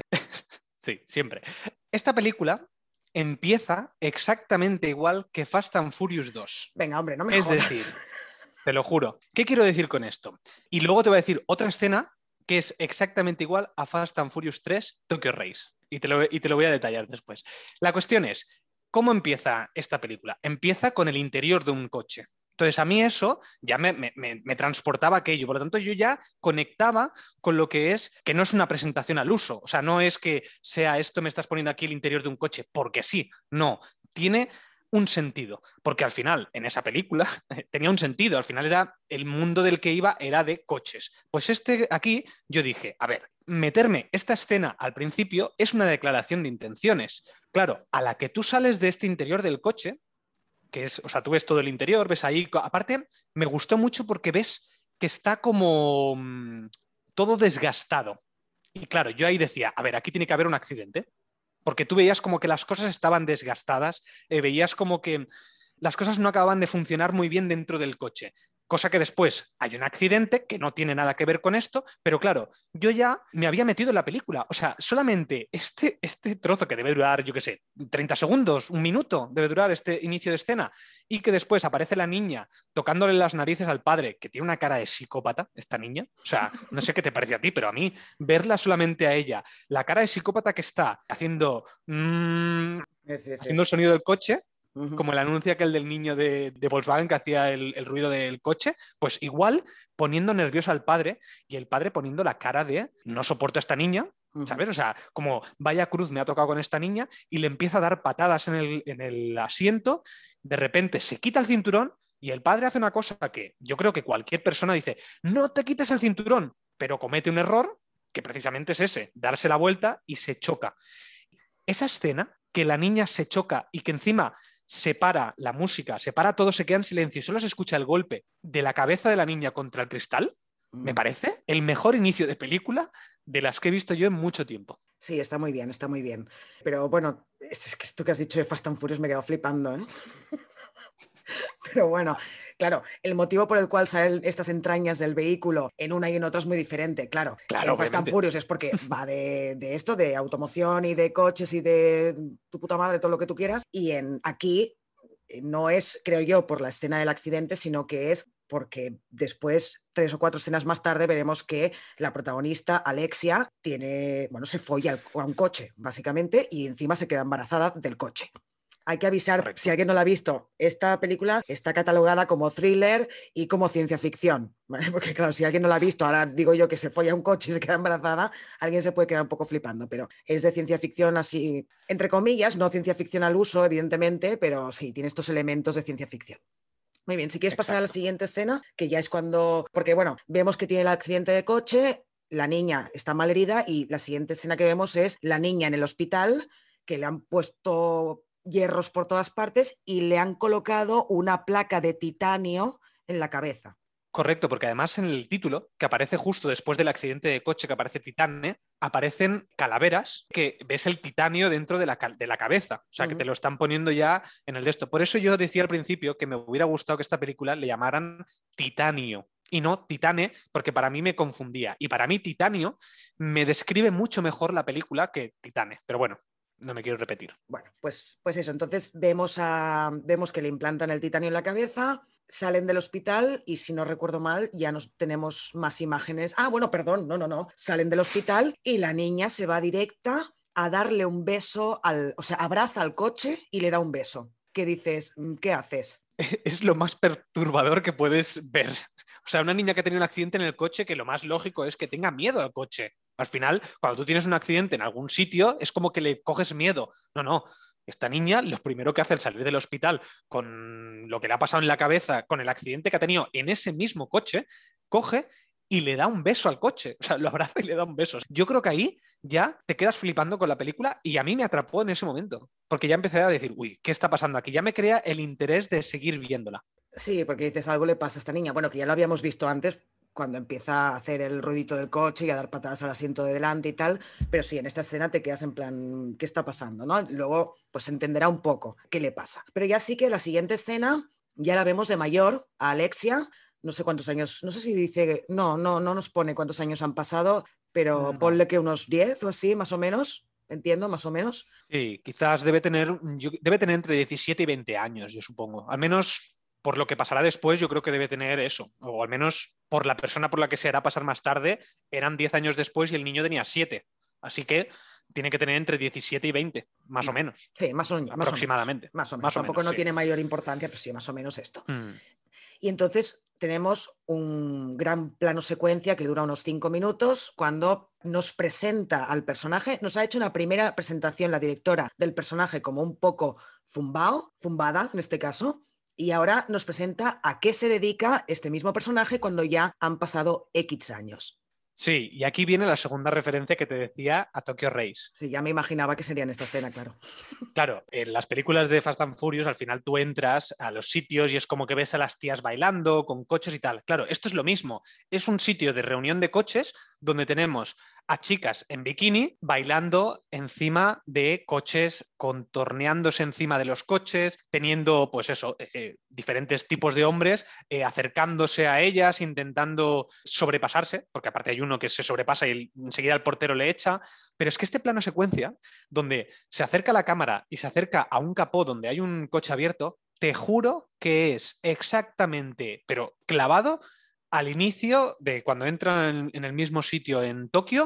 Sí, siempre. Esta película empieza exactamente igual que Fast and Furious dos. Venga, hombre, no me Es jodas. decir, te lo juro. ¿Qué quiero decir con esto? Y luego te voy a decir otra escena que es exactamente igual a Fast and Furious tres Tokyo Race. Y te lo, y te lo voy a detallar después. La cuestión es, ¿cómo empieza esta película? Empieza con el interior de un coche. Entonces, a mí eso ya me, me, me, transportaba aquello. Por lo tanto, yo ya conectaba con lo que es, que no es una presentación al uso. O sea, no es que sea esto, me estás poniendo aquí el interior de un coche, porque sí. No, tiene un sentido, porque al final, en esa película, tenía un sentido. Al final era el mundo del que iba era de coches. Pues este aquí, yo dije, a ver, meterme esta escena al principio es una declaración de intenciones. Claro, a la que tú sales de este interior del coche, que es, o sea, tú ves todo el interior, ves ahí, aparte me gustó mucho porque ves que está como mmm, todo desgastado. Y claro, yo ahí decía, a ver, aquí tiene que haber un accidente, porque tú veías como que las cosas estaban desgastadas, eh, veías como que las cosas no acababan de funcionar muy bien dentro del coche. Cosa que después hay un accidente que no tiene nada que ver con esto, pero claro, yo ya me había metido en la película. O sea, solamente este, este trozo que debe durar, yo qué sé, treinta segundos, un minuto debe durar este inicio de escena, y que después aparece la niña tocándole las narices al padre, que tiene una cara de psicópata, esta niña. O sea, no sé qué te parece a ti, pero a mí verla solamente a ella, la cara de psicópata que está haciendo, mmm, Sí, sí. haciendo el sonido del coche, Uh-huh. como el anuncio aquel del niño de, de Volkswagen que hacía el, el ruido del coche, pues igual poniendo nervioso al padre y el padre poniendo la cara de no soporto a esta niña, ¿sabes? O sea, como vaya cruz me ha tocado con esta niña, y le empieza a dar patadas en el, en el asiento, de repente se quita el cinturón y el padre hace una cosa que yo creo que cualquier persona dice, no te quites el cinturón, pero comete un error que precisamente es ese, darse la vuelta y se choca. Esa escena, que la niña se choca y que encima se para la música, se para todo, se queda en silencio y solo se escucha el golpe de la cabeza de la niña contra el cristal, me parece el mejor inicio de película de las que he visto yo en mucho tiempo. Sí, está muy bien, está muy bien. Pero bueno, es que esto que has dicho de Fast and Furious me he quedado flipando, ¿eh? Pero bueno, claro, el motivo por el cual salen estas entrañas del vehículo en una y en otra es muy diferente. Claro, Claro, en Fast and obviamente. Furious es porque va de, de esto, de automoción y de coches y de tu puta madre, todo lo que tú quieras. Y en aquí no es, creo yo, por la escena del accidente, sino que es porque después, tres o cuatro escenas más tarde, veremos que la protagonista, Alexia, tiene, bueno, se folla a un coche, básicamente, y encima se queda embarazada del coche. Hay que avisar, Correcto. si alguien no la ha visto, esta película está catalogada como thriller y como ciencia ficción, ¿vale? Porque claro, si alguien no la ha visto, ahora digo yo que se folla un coche y se queda embarazada, alguien se puede quedar un poco flipando, pero es de ciencia ficción así, entre comillas, no ciencia ficción al uso, evidentemente, pero sí, tiene estos elementos de ciencia ficción. Muy bien, si quieres pasar Exacto. a la siguiente escena, que ya es cuando, porque bueno, vemos que tiene el accidente de coche, la niña está mal herida y la siguiente escena que vemos es la niña en el hospital, que le han puesto hierros por todas partes y le han colocado una placa de titanio en la cabeza. Correcto, porque además en el título, que aparece justo después del accidente de coche que aparece Titane, aparecen calaveras que ves el titanio dentro de la, de la cabeza. O sea, uh-huh. que te lo están poniendo ya en el de esto. Por eso yo decía al principio que me hubiera gustado que esta película le llamaran Titanio y no Titane, porque para mí me confundía. Y para mí Titanio me describe mucho mejor la película que Titane. Pero bueno, no me quiero repetir. Bueno, pues, pues eso. Entonces vemos, a, vemos que le implantan el titanio en la cabeza, salen del hospital y, si no recuerdo mal, ya nos tenemos más imágenes. Ah, bueno, perdón, no, no, no. Salen del hospital y la niña se va directa a darle un beso al... O sea, abraza al coche y le da un beso. ¿Qué dices? ¿Qué haces? Es lo más perturbador que puedes ver. O sea, una niña que ha tenido un accidente en el coche, que lo más lógico es que tenga miedo al coche. Al final, cuando tú tienes un accidente en algún sitio, es como que le coges miedo. No, no. Esta niña, lo primero que hace al salir del hospital con lo que le ha pasado en la cabeza, con el accidente que ha tenido en ese mismo coche, coge y le da un beso al coche. O sea, lo abraza y le da un beso. Yo creo que ahí ya te quedas flipando con la película y a mí me atrapó en ese momento. Porque ya empecé a decir, uy, ¿qué está pasando aquí? Ya me crea el interés de seguir viéndola. Sí, porque dices, algo le pasa a esta niña. Bueno, que ya lo habíamos visto antes, cuando empieza a hacer el ruidito del coche y a dar patadas al asiento de delante y tal, pero sí, en esta escena te quedas en plan, ¿qué está pasando? ¿No? Luego, pues se entenderá un poco qué le pasa. Pero ya sí que la siguiente escena ya la vemos de mayor, a Alexia, no sé cuántos años, no sé si dice, no, no, no nos pone cuántos años han pasado, pero no. Ponle que unos diez o así, más o menos, entiendo, más o menos. Sí, quizás debe tener, debe tener entre diecisiete y veinte años, yo supongo, al menos... Por lo que pasará después, yo creo que debe tener eso. O al menos por la persona por la que se hará pasar más tarde, eran diez años después y el niño tenía siete. Así que tiene que tener entre diecisiete y veinte, más o menos. Sí, más o menos. Aproximadamente. Más o menos. Más o Tampoco menos, no sí. tiene mayor importancia, pero sí, más o menos esto. Hmm. Y entonces tenemos un gran plano secuencia que dura unos cinco minutos, cuando nos presenta al personaje. Nos ha hecho una primera presentación la directora del personaje como un poco zumbao, zumbada en este caso. Y ahora nos presenta a qué se dedica este mismo personaje cuando ya han pasado X años. Sí, y aquí viene la segunda referencia que te decía a Tokyo Race. Sí, ya me imaginaba que sería en esta escena, claro. Claro, en las películas de Fast and Furious al final tú entras a los sitios y es como que ves a las tías bailando con coches y tal. Claro, esto es lo mismo. Es un sitio de reunión de coches donde tenemos a chicas en bikini bailando encima de coches, contorneándose encima de los coches, teniendo, pues eso, eh, diferentes tipos de hombres eh, acercándose a ellas, intentando sobrepasarse, porque aparte hay uno que se sobrepasa y enseguida el portero le echa. Pero es que este plano secuencia, donde se acerca la cámara y se acerca a un capó donde hay un coche abierto, te juro que es exactamente, pero clavado al inicio de cuando entran en el mismo sitio en Tokio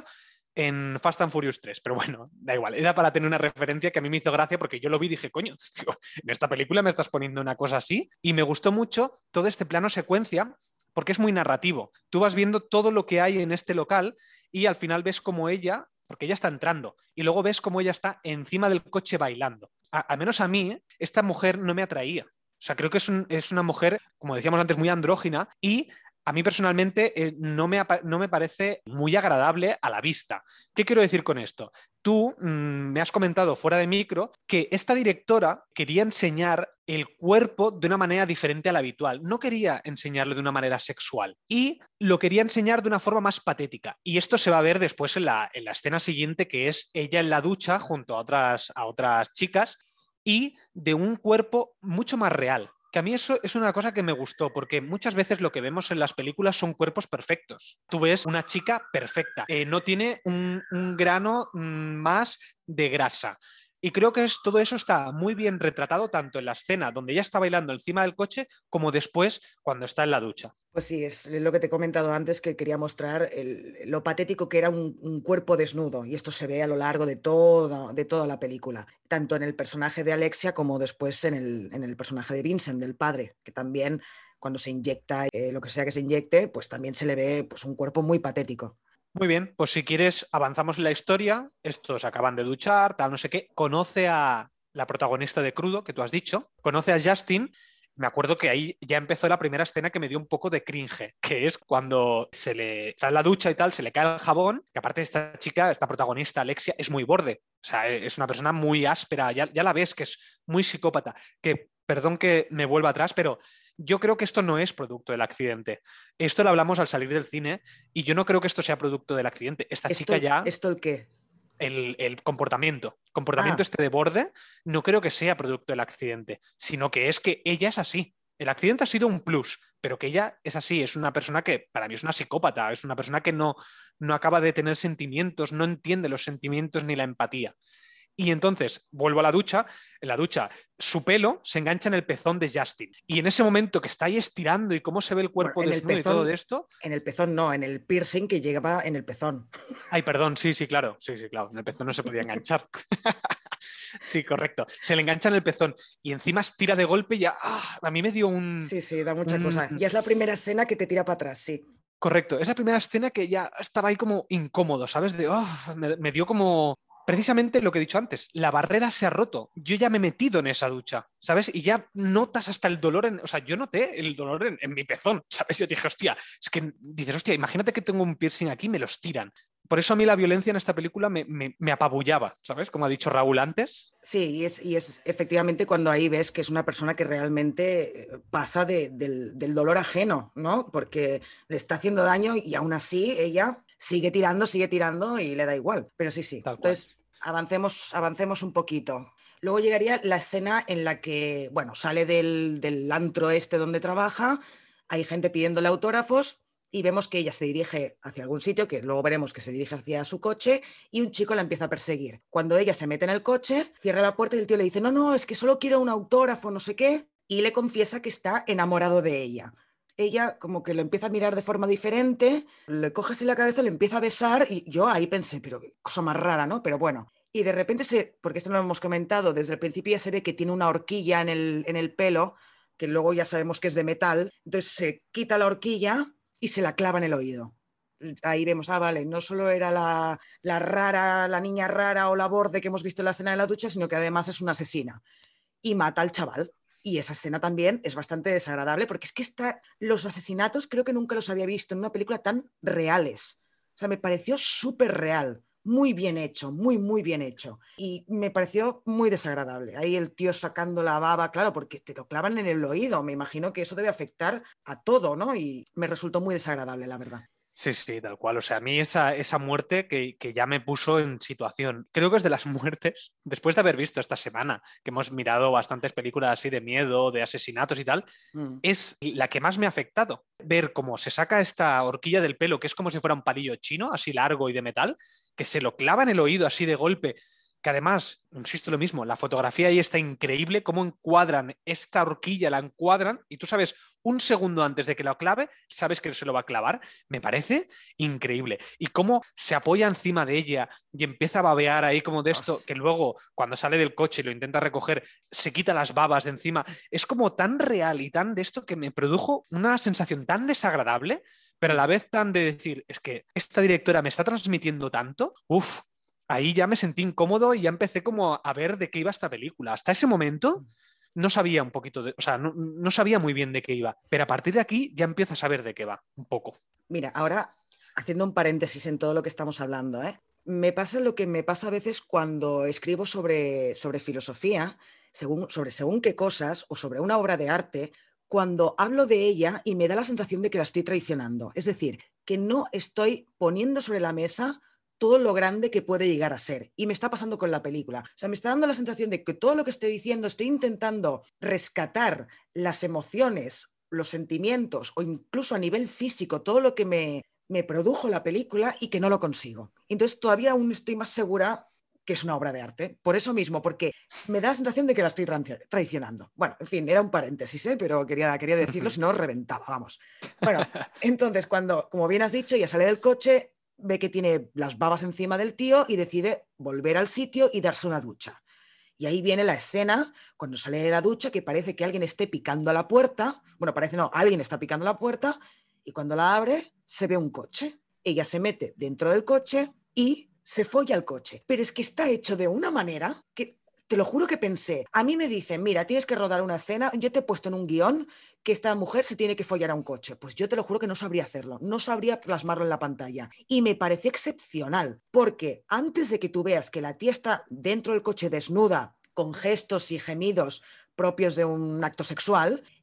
en Fast and Furious tres, pero bueno, da igual, era para tener una referencia que a mí me hizo gracia porque yo lo vi y dije, coño, tío, en esta película me estás poniendo una cosa así, y me gustó mucho todo este plano secuencia porque es muy narrativo. Tú vas viendo todo lo que hay en este local y al final ves como ella, porque ella está entrando, y luego ves como ella está encima del coche bailando. A, al menos a mí, esta mujer no me atraía. O sea, creo que es, un, es una mujer, como decíamos antes, muy andrógina y a mí personalmente eh, no, me, no me parece muy agradable a la vista. ¿Qué quiero decir con esto? Tú mmm, me has comentado fuera de micro que esta directora quería enseñar el cuerpo de una manera diferente a la habitual. No quería enseñarlo de una manera sexual y lo quería enseñar de una forma más patética. Y esto se va a ver después en la, en la escena siguiente, que es ella en la ducha junto a otras, a otras chicas y de un cuerpo mucho más real. Que a mí eso es una cosa que me gustó, porque muchas veces lo que vemos en las películas son cuerpos perfectos. Tú ves una chica perfecta, eh, no tiene un, un grano mm, más de grasa. Y creo que es, todo eso está muy bien retratado tanto en la escena donde ella está bailando encima del coche como después cuando está en la ducha. Pues sí, es lo que te he comentado antes, que quería mostrar el, lo patético que era un, un cuerpo desnudo, y esto se ve a lo largo de toda, de toda la película, tanto en el personaje de Alexia como después en el, en el personaje de Vincent, del padre, que también cuando se inyecta eh, lo que sea que se inyecte, pues también se le ve pues, un cuerpo muy patético. Muy bien, pues si quieres avanzamos en la historia. Estos acaban de duchar, tal, no sé qué. Conoce a la protagonista de Crudo, que tú has dicho. Conoce a Justin. Me acuerdo que ahí ya empezó la primera escena que me dio un poco de cringe, que es cuando se le está en la ducha y tal, se le cae el jabón, que aparte esta chica, esta protagonista, Alexia, es muy borde. O sea, es una persona muy áspera, ya, ya la ves que es muy psicópata. Que, perdón que me vuelva atrás, pero Yo creo que esto no es producto del accidente. Esto lo hablamos al salir del cine y yo no creo que esto sea producto del accidente. Esta ¿Esto, chica ya... ¿Esto el qué? El, el comportamiento, comportamiento Ah, este de borde, no creo que sea producto del accidente, sino que es que ella es así. El accidente ha sido un plus, pero que ella es así, es una persona que para mí es una psicópata, es una persona que no, no acaba de tener sentimientos, no entiende los sentimientos ni la empatía. Y entonces vuelvo a la ducha, en la ducha su pelo se engancha en el pezón de Justin. Y en ese momento que está ahí estirando y cómo se ve el bueno, cuerpo en el desnudo y todo pezón, de esto... en el pezón no, en el piercing que llegaba en el pezón. Ay, perdón, sí, sí, claro, sí, sí, claro, en el pezón no se podía enganchar. Sí, correcto. Se le engancha en el pezón y encima estira de golpe y ya... ¡ah! A mí me dio un, Sí, sí, da mucha un... cosa. Ya es la primera escena que te tira para atrás, sí. Correcto, es la primera escena que ya estaba ahí como incómodo, ¿sabes? De, oh, me, me dio como... Precisamente lo que he dicho antes, la barrera se ha roto. Yo ya me he metido en esa ducha, ¿sabes? Y ya notas hasta el dolor en... O sea, yo noté el dolor en, en mi pezón, ¿sabes? Yo dije, hostia, es que dices, hostia, imagínate que tengo un piercing aquí y me los tiran. Por eso a mí la violencia en esta película me, me, me apabullaba, ¿sabes? Como ha dicho Raúl antes. Sí, y es, y es efectivamente cuando ahí ves que es una persona que realmente pasa de, del, del dolor ajeno, ¿no? Porque le está haciendo daño y aún así ella sigue tirando, sigue tirando y le da igual. Pero sí, sí. Tal cual. Entonces, avancemos, avancemos un poquito. Luego llegaría la escena en la que, bueno, sale del, del antro este donde trabaja, hay gente pidiéndole autógrafos y vemos que ella se dirige hacia algún sitio, que luego veremos que se dirige hacia su coche, y un chico la empieza a perseguir. Cuando ella se mete en el coche, cierra la puerta y el tío le dice, no, no, es que solo quiero un autógrafo, no sé qué, y le confiesa que está enamorado de ella. Ella como que lo empieza a mirar de forma diferente, le coge así la cabeza, le empieza a besar, y yo ahí pensé, pero qué cosa más rara, ¿no? Pero bueno. Y de repente, se, porque esto no lo hemos comentado, desde el principio ya se ve que tiene una horquilla en el, en el pelo, que luego ya sabemos que es de metal, entonces se quita la horquilla y se la clava en el oído. Ahí vemos, ah, vale, no solo era la, la rara, la niña rara o la borde que hemos visto en la escena de la ducha, sino que además es una asesina. Y mata al chaval. Y esa escena también es bastante desagradable porque es que está, los asesinatos creo que nunca los había visto en una película tan reales. O sea, me pareció súper real, muy bien hecho, muy, muy bien hecho. Y me pareció muy desagradable. Ahí el tío sacando la baba, claro, porque te lo clavan en el oído. Me imagino que eso debe afectar a todo, ¿no? Y me resultó muy desagradable, la verdad. Sí, sí, tal cual. O sea, a mí esa, esa muerte que, que ya me puso en situación, creo que es de las muertes, después de haber visto esta semana, que hemos mirado bastantes películas así de miedo, de asesinatos y tal, Mm. es la que más me ha afectado. Ver cómo se saca esta horquilla del pelo, que es como si fuera un palillo chino, así largo y de metal, que se lo clava en el oído así de golpe, que además, insisto lo mismo, la fotografía ahí está increíble, cómo encuadran esta horquilla, la encuadran, y tú sabes, un segundo antes de que lo clave, sabes que se lo va a clavar. Me parece increíble. Y cómo se apoya encima de ella y empieza a babear ahí como de esto, que luego, cuando sale del coche y lo intenta recoger, se quita las babas de encima. Es como tan real y tan de esto que me produjo una sensación tan desagradable, pero a la vez tan de decir, es que esta directora me está transmitiendo tanto, uff. Ahí ya me sentí incómodo y ya empecé como a ver de qué iba esta película. Hasta ese momento no sabía un poquito de, o sea, no, no sabía muy bien de qué iba, pero a partir de aquí ya empiezo a saber de qué va, un poco. Mira, ahora haciendo un paréntesis en todo lo que estamos hablando, ¿eh? Me pasa lo que me pasa a veces cuando escribo sobre, sobre filosofía, según, sobre según qué cosas o sobre una obra de arte, cuando hablo de ella y me da la sensación de que la estoy traicionando. Es decir, que no estoy poniendo sobre la mesa todo lo grande que puede llegar a ser. Y me está pasando con la película. O sea, me está dando la sensación de que todo lo que estoy diciendo, estoy intentando rescatar las emociones, los sentimientos o incluso a nivel físico, todo lo que me, me produjo la película y que no lo consigo. Entonces todavía aún estoy más segura que es una obra de arte. Por eso mismo, porque me da la sensación de que la estoy traicionando. Bueno, en fin, era un paréntesis, ¿eh? Pero quería, quería decirlo, si no reventaba, vamos. Bueno, entonces cuando, como bien has dicho, ya sale del coche, ve que tiene las babas encima del tío y decide volver al sitio y darse una ducha. Y ahí viene la escena, cuando sale de la ducha, que parece que alguien esté picando a la puerta. Bueno, parece no, alguien está picando a la puerta y cuando la abre se ve un coche. Ella se mete dentro del coche y se folla al coche. Pero es que está hecho de una manera que... Te lo juro que pensé, a mí me dicen, mira, tienes que rodar una escena, yo te he puesto en un guión que esta mujer se tiene que follar a un coche. Pues yo te lo juro que no sabría hacerlo, no sabría plasmarlo en la pantalla. Y me pareció excepcional, porque antes de que tú veas que la tía está dentro del coche desnuda, con gestos y gemidos propios de un acto sexual,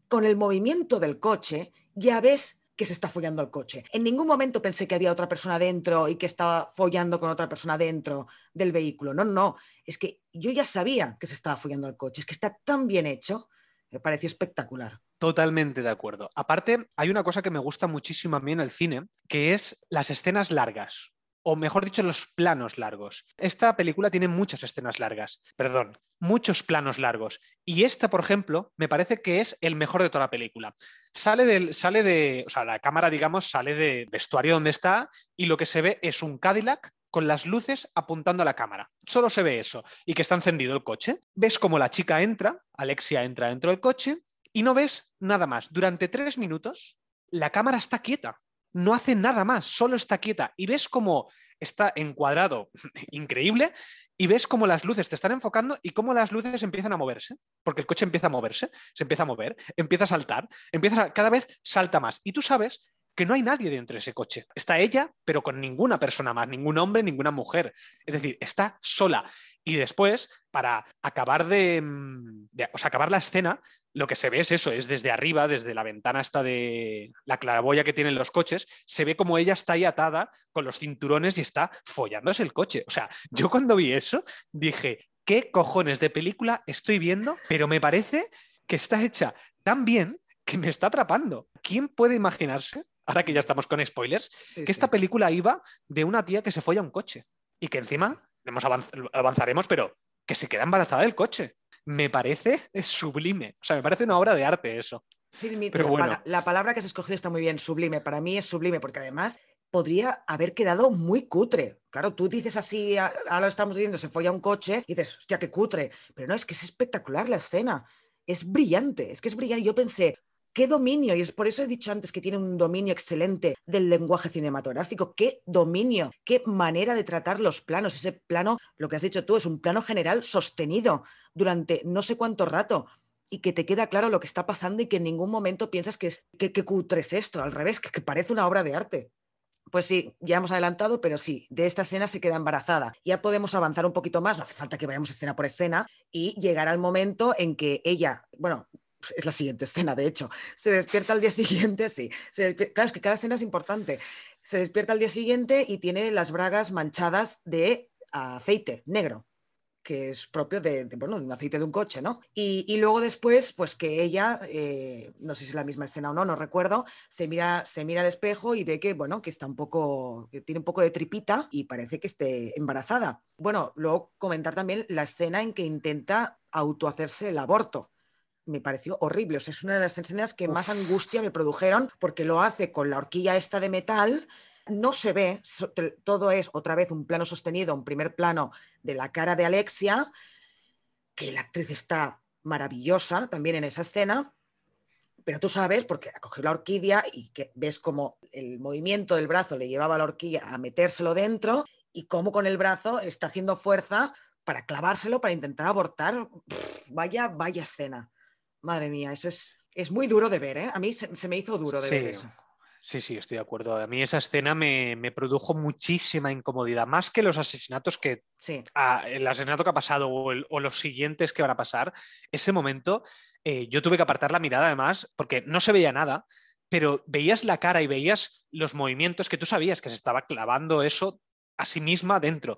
con el movimiento del coche ya ves que se está follando el coche. En ningún momento pensé que había otra persona dentro y que estaba follando con otra persona dentro del vehículo. No, no, es que yo ya sabía que se estaba follando el coche. Es que está tan bien hecho, me pareció espectacular. Totalmente de acuerdo. Aparte, hay una cosa que me gusta muchísimo a mí en el cine, que es las escenas largas. O mejor dicho, los planos largos. Esta película tiene muchas escenas largas, perdón, muchos planos largos. Y esta, por ejemplo, me parece que es el mejor de toda la película. Sale, del, sale de, o sea, la cámara, digamos, sale de vestuario donde está y lo que se ve es un Cadillac con las luces apuntando a la cámara. Solo se ve eso y que está encendido el coche. Ves como la chica entra, Alexia entra dentro del coche y no ves nada más. Durante tres minutos la cámara está quieta. No hace nada más, solo está quieta y ves cómo está encuadrado increíble y ves cómo las luces te están enfocando y cómo las luces empiezan a moverse, porque el coche empieza a moverse, se empieza a mover, empieza a saltar, empieza a, cada vez salta más y tú sabes que no hay nadie dentro de ese coche. Está ella, pero con ninguna persona más, ningún hombre, ninguna mujer. Es decir, está sola. Y después, para acabar de, de o sea, acabar la escena, lo que se ve es eso, es desde arriba, desde la ventana esta de la claraboya que tienen los coches, se ve como ella está ahí atada con los cinturones y está follándose el coche. O sea, yo cuando vi eso dije, ¿qué cojones de película estoy viendo? Pero me parece que está hecha tan bien que me está atrapando. ¿Quién puede imaginarse, ahora que ya estamos con spoilers, Sí, que sí. esta película iba de una tía que se folla un coche y que encima, hemos avanz avanzaremos, pero que se queda embarazada del coche? Me parece sublime. O sea, me parece una obra de arte eso. Sí, mi, Pero la, bueno. pala la palabra que has escogido está muy bien, sublime. Para mí es sublime porque además podría haber quedado muy cutre. Claro, tú dices así, a, ahora lo estamos diciendo, se folla un coche y dices, hostia, qué cutre. Pero no, es que es espectacular la escena. Es brillante, es que es brillante. Yo pensé, qué dominio, y es por eso he dicho antes que tiene un dominio excelente del lenguaje cinematográfico. Qué dominio, qué manera de tratar los planos. Ese plano, lo que has dicho tú, es un plano general sostenido durante no sé cuánto rato y que te queda claro lo que está pasando y que en ningún momento piensas que es que, que cutre es esto, al revés, que, que parece una obra de arte. Pues sí, ya hemos adelantado, pero sí, de esta escena se queda embarazada. Ya podemos avanzar un poquito más, no hace falta que vayamos escena por escena, y llegar al momento en que ella, bueno, es la siguiente escena, de hecho, se despierta al día siguiente, sí, se claro, es que cada escena es importante, se despierta al día siguiente y tiene las bragas manchadas de aceite negro, que es propio de, de, bueno, de un aceite de un coche, ¿no? Y, y luego después, pues que ella, eh, no sé si es la misma escena o no, no recuerdo, se mira, se mira al espejo y ve que, bueno, que está un poco, que tiene un poco de tripita y parece que esté embarazada. Bueno, luego comentar también la escena en que intenta autohacerse el aborto. Me pareció horrible, o sea, es una de las escenas que Uf. más angustia me produjeron porque lo hace con la horquilla esta de metal. No se ve, todo es otra vez un plano sostenido, un primer plano de la cara de Alexia, que la actriz está maravillosa también en esa escena, pero tú sabes, porque ha cogido la horquilla y que ves como el movimiento del brazo le llevaba a la horquilla a metérselo dentro y cómo con el brazo está haciendo fuerza para clavárselo, para intentar abortar. Pff, vaya, vaya escena. Madre mía, eso es, es muy duro de ver, ¿eh? A mí se, se me hizo duro de ver Sí, eso. sí, sí, estoy de acuerdo. A mí esa escena me, me produjo muchísima incomodidad, más que los asesinatos que, Sí. ah, el asesinato que ha pasado o, el, o, los siguientes que van a pasar. Ese momento eh, yo tuve que apartar la mirada además porque no se veía nada, pero veías la cara y veías los movimientos que tú sabías que se estaba clavando eso a sí misma dentro.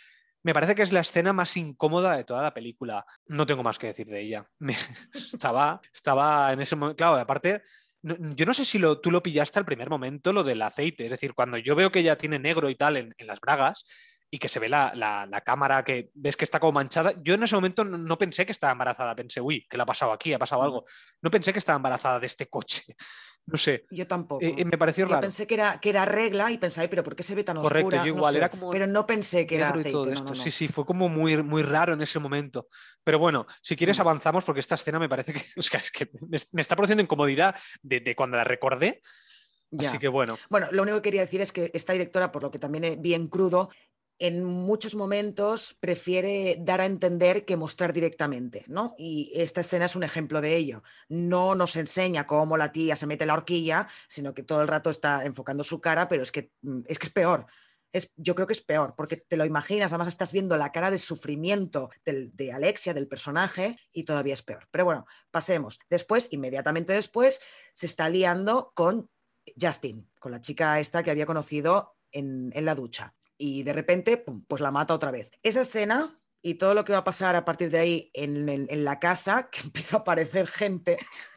Me parece que es la escena más incómoda de toda la película. No tengo más que decir de ella. Me, estaba, estaba en ese momento. Claro, aparte, no, yo no sé si lo, tú lo pillaste al primer momento, lo del aceite. Es decir, cuando yo veo que ella tiene negro y tal en, en las bragas y que se ve la, la, la, cámara que ves que está como manchada, yo en ese momento no, no pensé que estaba embarazada. Pensé, uy, ¿qué le ha pasado aquí? ¿Ha pasado algo? No pensé que estaba embarazada de este coche. No sé. Yo Eh, eh, tampoco. me pareció Yo raro. pensé que era, que era regla y pensaba, pero ¿por qué se ve tan Correcto, yo oscura? No igual, era sé, como pero no pensé que era negro y todo aceite, no, no, esto. Sí, no. sí, fue como muy, muy raro en ese momento. Pero bueno, si quieres Mm. avanzamos porque esta escena me parece que, o sea, es que me, me está produciendo incomodidad de, de cuando la recordé. Así Ya. que bueno. Bueno, lo único que quería decir es que esta directora, por lo que también vi en crudo, en muchos momentos prefiere dar a entender que mostrar directamente, ¿no? Y esta escena es un ejemplo de ello. No nos enseña cómo la tía se mete la horquilla, sino que todo el rato está enfocando su cara, pero es que es, que es peor. es, yo creo que es peor, porque te lo imaginas, además estás viendo la cara de sufrimiento del, de Alexia, del personaje, y todavía es peor. Pero bueno, pasemos. Después, inmediatamente después, se está liando con Justin, con la chica esta que había conocido en, en la ducha. Y de repente, pum, pues la mata otra vez. Esa escena y todo lo que va a pasar a partir de ahí en, en, en la casa, que empieza a aparecer gente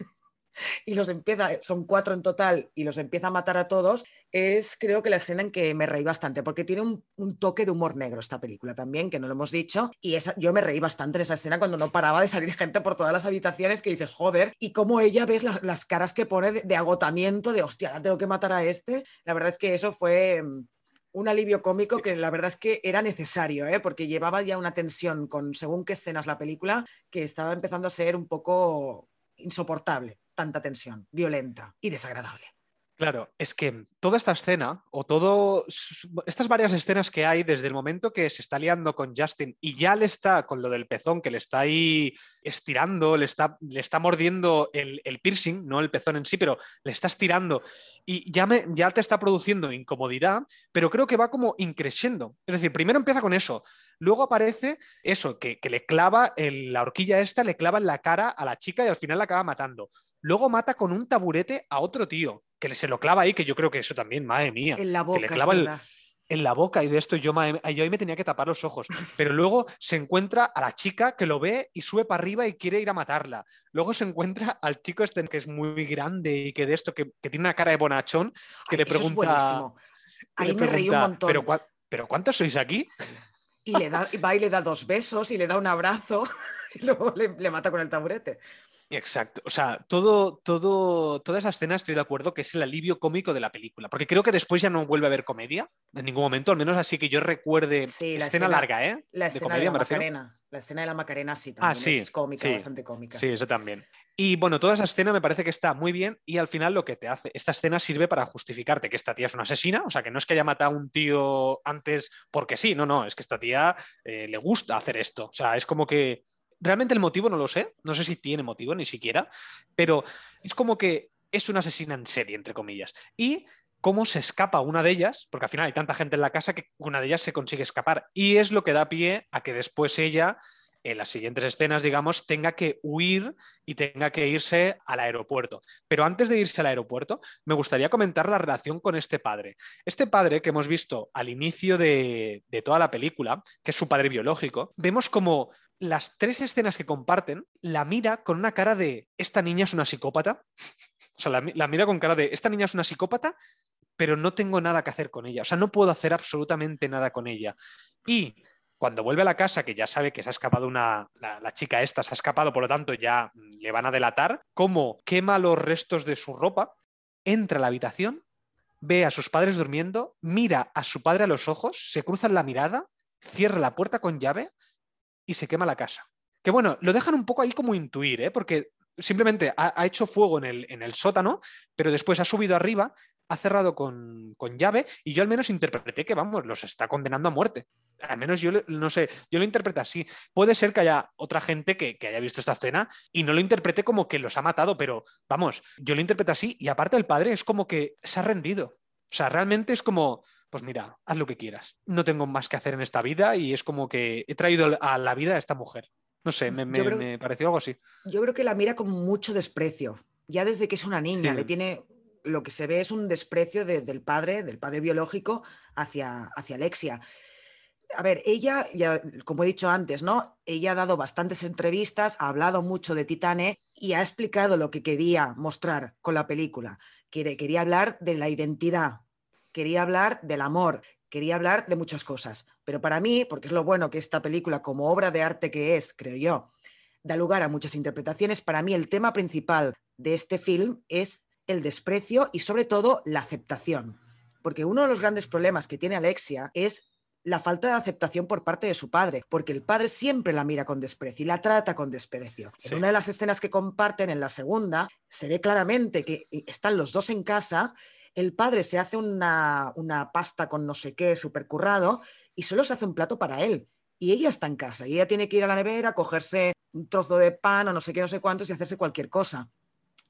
y los empieza, son cuatro en total, y los empieza a matar a todos, es creo que la escena en que me reí bastante, porque tiene un, un toque de humor negro esta película también, que no lo hemos dicho, y esa, yo me reí bastante en esa escena cuando no paraba de salir gente por todas las habitaciones, que dices, joder, y cómo ella ves la, las caras que pone de, de agotamiento, de hostia, ahora tengo que matar a este. La verdad es que eso fue un alivio cómico que la verdad es que era necesario, ¿eh? Porque llevaba ya una tensión con según qué escenas la película que estaba empezando a ser un poco insoportable, tanta tensión, violenta y desagradable. Claro, es que toda esta escena, o todo estas varias escenas que hay desde el momento que se está liando con Justin y ya le está con lo del pezón, que le está ahí estirando, le está, le está mordiendo el, el piercing, no el pezón en sí, pero le está estirando y ya, me, ya te está produciendo incomodidad, pero creo que va como increciendo. Es decir, primero empieza con eso, luego aparece eso, que, que le clava el, la horquilla esta, le clava en la cara a la chica y al final la acaba matando. Luego mata con un taburete a otro tío, que se lo clava ahí, que yo creo que eso también, madre mía, en la boca, que le clava es el, verdad. en la boca y de esto yo, madre, yo ahí me tenía que tapar los ojos. Pero luego se encuentra a la chica que lo ve y sube para arriba y quiere ir a matarla. Luego se encuentra al chico este que es muy grande y que de esto, que, que tiene una cara de bonachón, que Ay, le eso es pregunta, buenísimo. que Ahí le me reí un pregunta, ¿pero, montón. cua, ¿pero cuántos sois aquí? Sí. Y le da, y va y le da dos besos y le da un abrazo y luego le, le mata con el taburete. Exacto, o sea, todo, todo, toda esa escena estoy de acuerdo que es el alivio cómico de la película, porque creo que después ya no vuelve a haber comedia en ningún momento, al menos así que yo recuerde Sí, la escena escena, larga, ¿eh? la De escena de comedia la me refiero. Macarena. La escena de la Macarena sí Ah, también sí, es cómica, sí, bastante cómica, sí, sí. eso también. Y bueno, toda esa escena me parece que está muy bien y al final lo que te hace, esta escena sirve para justificarte que esta tía es una asesina, o sea, que no es que haya matado a un tío antes porque sí, no, no, es que esta tía eh, le gusta hacer esto, o sea, es como que realmente el motivo no lo sé, no sé si tiene motivo ni siquiera, pero es como que es una asesina en serie, entre comillas. Y cómo se escapa una de ellas, porque al final hay tanta gente en la casa que una de ellas se consigue escapar. Y es lo que da pie a que después ella, en las siguientes escenas, digamos, tenga que huir y tenga que irse al aeropuerto. Pero antes de irse al aeropuerto, me gustaría comentar la relación con este padre. Este padre que hemos visto al inicio de, de toda la película, que es su padre biológico, vemos como las tres escenas que comparten la mira con una cara de esta niña es una psicópata. O sea, la, la mira con cara de esta niña es una psicópata, pero no tengo nada que hacer con ella. O sea, no puedo hacer absolutamente nada con ella. Y cuando vuelve a la casa, que ya sabe que se ha escapado una, la, la chica esta, se ha escapado, por lo tanto ya le van a delatar, cómo quema los restos de su ropa, entra a la habitación, ve a sus padres durmiendo, mira a su padre a los ojos, se cruzan la mirada, cierra la puerta con llave y se quema la casa. Que bueno, lo dejan un poco ahí como intuir, ¿eh? Porque simplemente ha, ha hecho fuego en el, en el sótano, pero después ha subido arriba, ha cerrado con, con llave y yo al menos interpreté que, vamos, los está condenando a muerte. Al menos yo, no sé, yo lo interpreté así. Puede ser que haya otra gente que, que haya visto esta escena y no lo interprete como que los ha matado, pero vamos, yo lo interpreté así y aparte el padre es como que se ha rendido. O sea, realmente es como, pues mira, haz lo que quieras. No tengo más que hacer en esta vida y es como que he traído a la vida a esta mujer. No sé, me, Yo me, creo, me pareció algo así. yo creo que la mira con mucho desprecio. Ya desde que es una Sí, niña, le tiene. Lo que se ve es un desprecio de, del padre, del padre biológico, hacia, hacia Alexia. A ver, ella, ya, como he dicho antes, ¿no? Ella ha dado bastantes entrevistas, ha hablado mucho de Titane y ha explicado lo que quería mostrar con la película. Quiere, quería hablar de la identidad, quería hablar del amor, quería hablar de muchas cosas. Pero para mí, porque es lo bueno que esta película, como obra de arte que es, creo yo, da lugar a muchas interpretaciones, para mí el tema principal de este film es el desprecio y sobre todo la aceptación. Porque uno de los grandes problemas que tiene Alexia es la falta de aceptación por parte de su padre, porque el padre siempre la mira con desprecio y la trata con desprecio. Sí. En una de las escenas que comparten, en la segunda, se ve claramente que están los dos en casa, el padre se hace una, una pasta con no sé qué, súper currado, y solo se hace un plato para él. Y ella está en casa, y ella tiene que ir a la nevera, cogerse un trozo de pan o no sé qué, no sé cuántos, y hacerse cualquier cosa.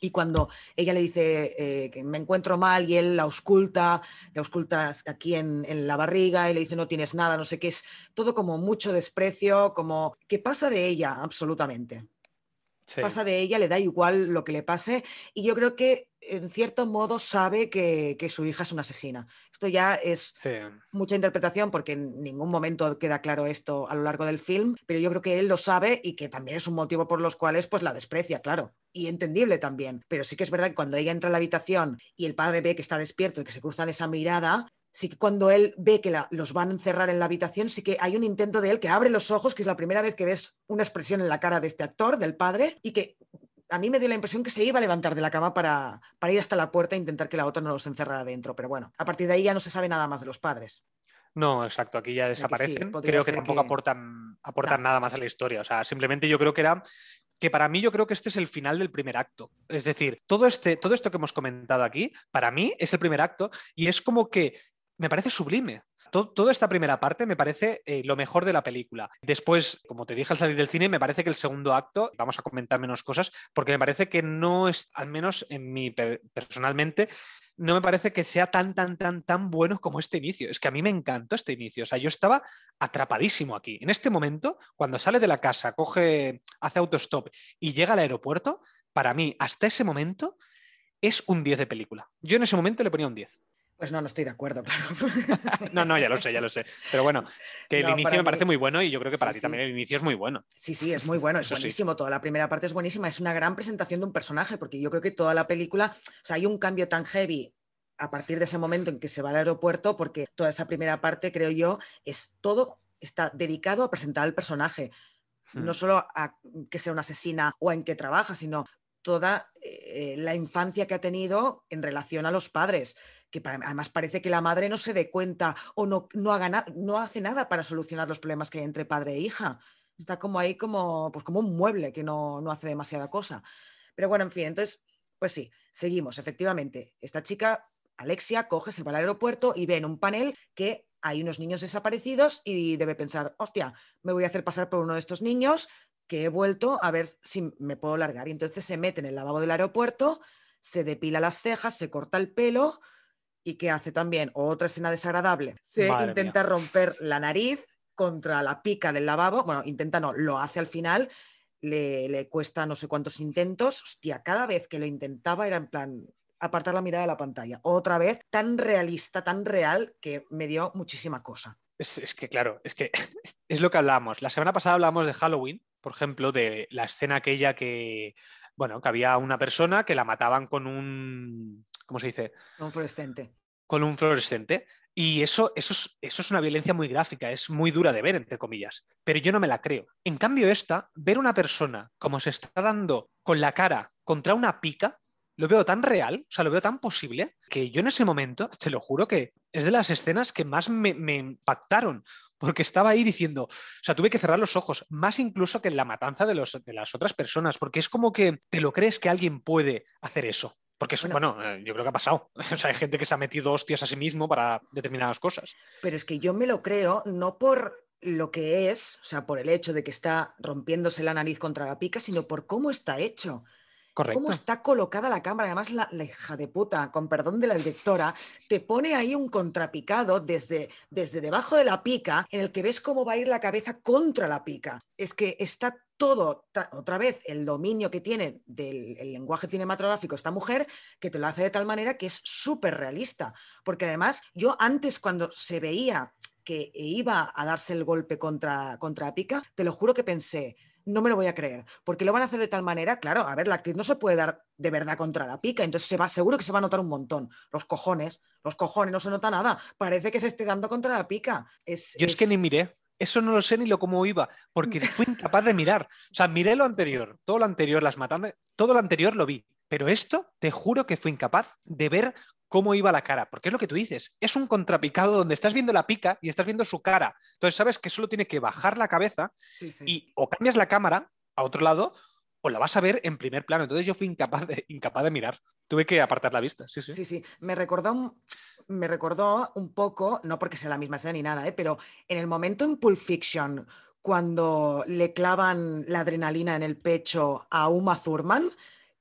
Y cuando ella le dice eh, que me encuentro mal y él la ausculta, la ausculta aquí en, en la barriga y le dice no tienes nada, no sé qué, es todo como mucho desprecio, como que pasa de ella absolutamente. Sí. Pasa de ella, le da igual lo que le pase y yo creo que en cierto modo sabe que, que su hija es una asesina. Esto ya es Sí. mucha interpretación porque en ningún momento queda claro esto a lo largo del film, pero yo creo que él lo sabe y que también es un motivo por los cuales pues la desprecia, claro, y entendible también. Pero sí que es verdad que cuando ella entra a la habitación y el padre ve que está despierto y que se cruzan esa mirada, sí que cuando él ve que la, los van a encerrar en la habitación, sí que hay un intento de él que abre los ojos, que es la primera vez que ves una expresión en la cara de este actor, del padre, y que a mí me dio la impresión que se iba a levantar de la cama para, para ir hasta la puerta e intentar que la otra no los encerrara dentro. Pero bueno, a partir de ahí ya no se sabe nada más de los padres. No, exacto, aquí ya O sea que sí, desaparecen. podría Creo que ser tampoco que... aportan, aportan No. nada más a la historia. O sea, simplemente yo creo que era que para mí yo creo que este es el final del primer acto. Es decir, todo, este, todo esto que hemos comentado aquí, para mí es el primer acto y es como que me parece sublime. Todo, toda esta primera parte me parece eh, lo mejor de la película. Después, como te dije al salir del cine, me parece que el segundo acto, vamos a comentar menos cosas, porque me parece que no es, al menos en mí personalmente, no me parece que sea tan, tan, tan, tan bueno como este inicio. Es que a mí me encantó este inicio. O sea, yo estaba atrapadísimo aquí. En este momento, cuando sale de la casa, coge, hace autostop y llega al aeropuerto, para mí, hasta ese momento, es un diez de película. Yo en ese momento le ponía un diez. Pues no, no estoy de acuerdo, claro. No, no, ya lo sé, ya lo sé. Pero bueno, que el No, inicio para me mí, parece muy bueno y yo creo que sí, para ti sí. también el inicio es muy bueno. Sí, sí, es muy bueno, es Eso sí. buenísimo. Toda la primera parte es buenísima, es una gran presentación de un personaje, porque yo creo que toda la película, o sea, hay un cambio tan heavy a partir de ese momento en que se va al aeropuerto, porque toda esa primera parte, creo yo, es todo está dedicado a presentar al personaje, Hmm. no solo a que sea una asesina o en qué trabaja, sino toda eh, la infancia que ha tenido en relación a los padres, que para, además parece que la madre no se dé cuenta o no, no, haga na, no hace nada para solucionar los problemas que hay entre padre e hija. Está como ahí como, pues como un mueble que no, no hace demasiada cosa. Pero bueno, en fin, entonces, pues sí, seguimos, efectivamente. Esta chica, Alexia, coge, se va al aeropuerto y ve en un panel que hay unos niños desaparecidos y debe pensar, hostia, me voy a hacer pasar por uno de estos niños que he vuelto a ver si me puedo largar. Y entonces se mete en el lavabo del aeropuerto, se depila las cejas, se corta el pelo y ¿qué hace también? Otra escena desagradable. Se Madre mía. intenta romper la nariz contra la pica del lavabo. Bueno, intenta no, lo hace al final. Le, le cuesta no sé cuántos intentos. Hostia, cada vez que lo intentaba era en plan apartar la mirada de la pantalla. Otra vez, tan realista, tan real, que me dio muchísima cosa. Es, es que, claro, es que es lo que hablamos. La semana pasada hablamos de Halloween, por ejemplo, de la escena aquella que, bueno, que había una persona que la mataban con un, ¿cómo se dice? Un fluorescente. Con un fluorescente. Y eso, eso, es, eso es una violencia muy gráfica, es muy dura de ver, entre comillas. Pero yo no me la creo. En cambio, esta, ver una persona como se está dando con la cara contra una pica, lo veo tan real, o sea, lo veo tan posible, que yo en ese momento, te lo juro que es de las escenas que más me, me impactaron, porque estaba ahí diciendo, o sea, tuve que cerrar los ojos, más incluso que en la matanza de, los, de las otras personas, porque es como que te lo crees que alguien puede hacer eso. Porque eso, bueno, bueno, yo creo que ha pasado. O sea, hay gente que se ha metido hostias a sí mismo para determinadas cosas. Pero es que yo me lo creo no por lo que es, o sea, por el hecho de que está rompiéndose la nariz contra la pica, sino por cómo está hecho. Cómo Correcto. está colocada la cámara. Además, la, la hija de puta, con perdón de la directora, te pone ahí un contrapicado desde, desde debajo de la pica, en el que ves cómo va a ir la cabeza contra la pica. Es que está todo, ta, otra vez, el dominio que tiene del el lenguaje cinematográfico esta mujer, que te lo hace de tal manera que es súper realista. Porque además, yo antes, cuando se veía que iba a darse el golpe contra, contra la pica, te lo juro que pensé, no me lo voy a creer, porque lo van a hacer de tal manera, claro, a ver, la actriz no se puede dar de verdad contra la pica, entonces se va, seguro que se va a notar un montón. Los cojones, los cojones, no se nota nada, parece que se esté dando contra la pica. Es, Yo es que ni es... miré. Eso no lo sé ni lo cómo iba, porque fui incapaz de mirar. O sea, miré lo anterior, todo lo anterior, las matanzas, todo lo anterior lo vi. Pero esto, te juro que fui incapaz de ver cómo iba la cara, porque es lo que tú dices, es un contrapicado donde estás viendo la pica y estás viendo su cara. Entonces sabes que solo tiene que bajar la cabeza Sí, sí. y o cambias la cámara a otro lado o la vas a ver en primer plano. Entonces yo fui incapaz de, incapaz de mirar. Tuve que apartar la vista, sí, sí. Sí, sí. Me recordó, me recordó un poco, no porque sea la misma escena ni nada, ¿eh? Pero en el momento en Pulp Fiction, cuando le clavan la adrenalina en el pecho a Uma Thurman,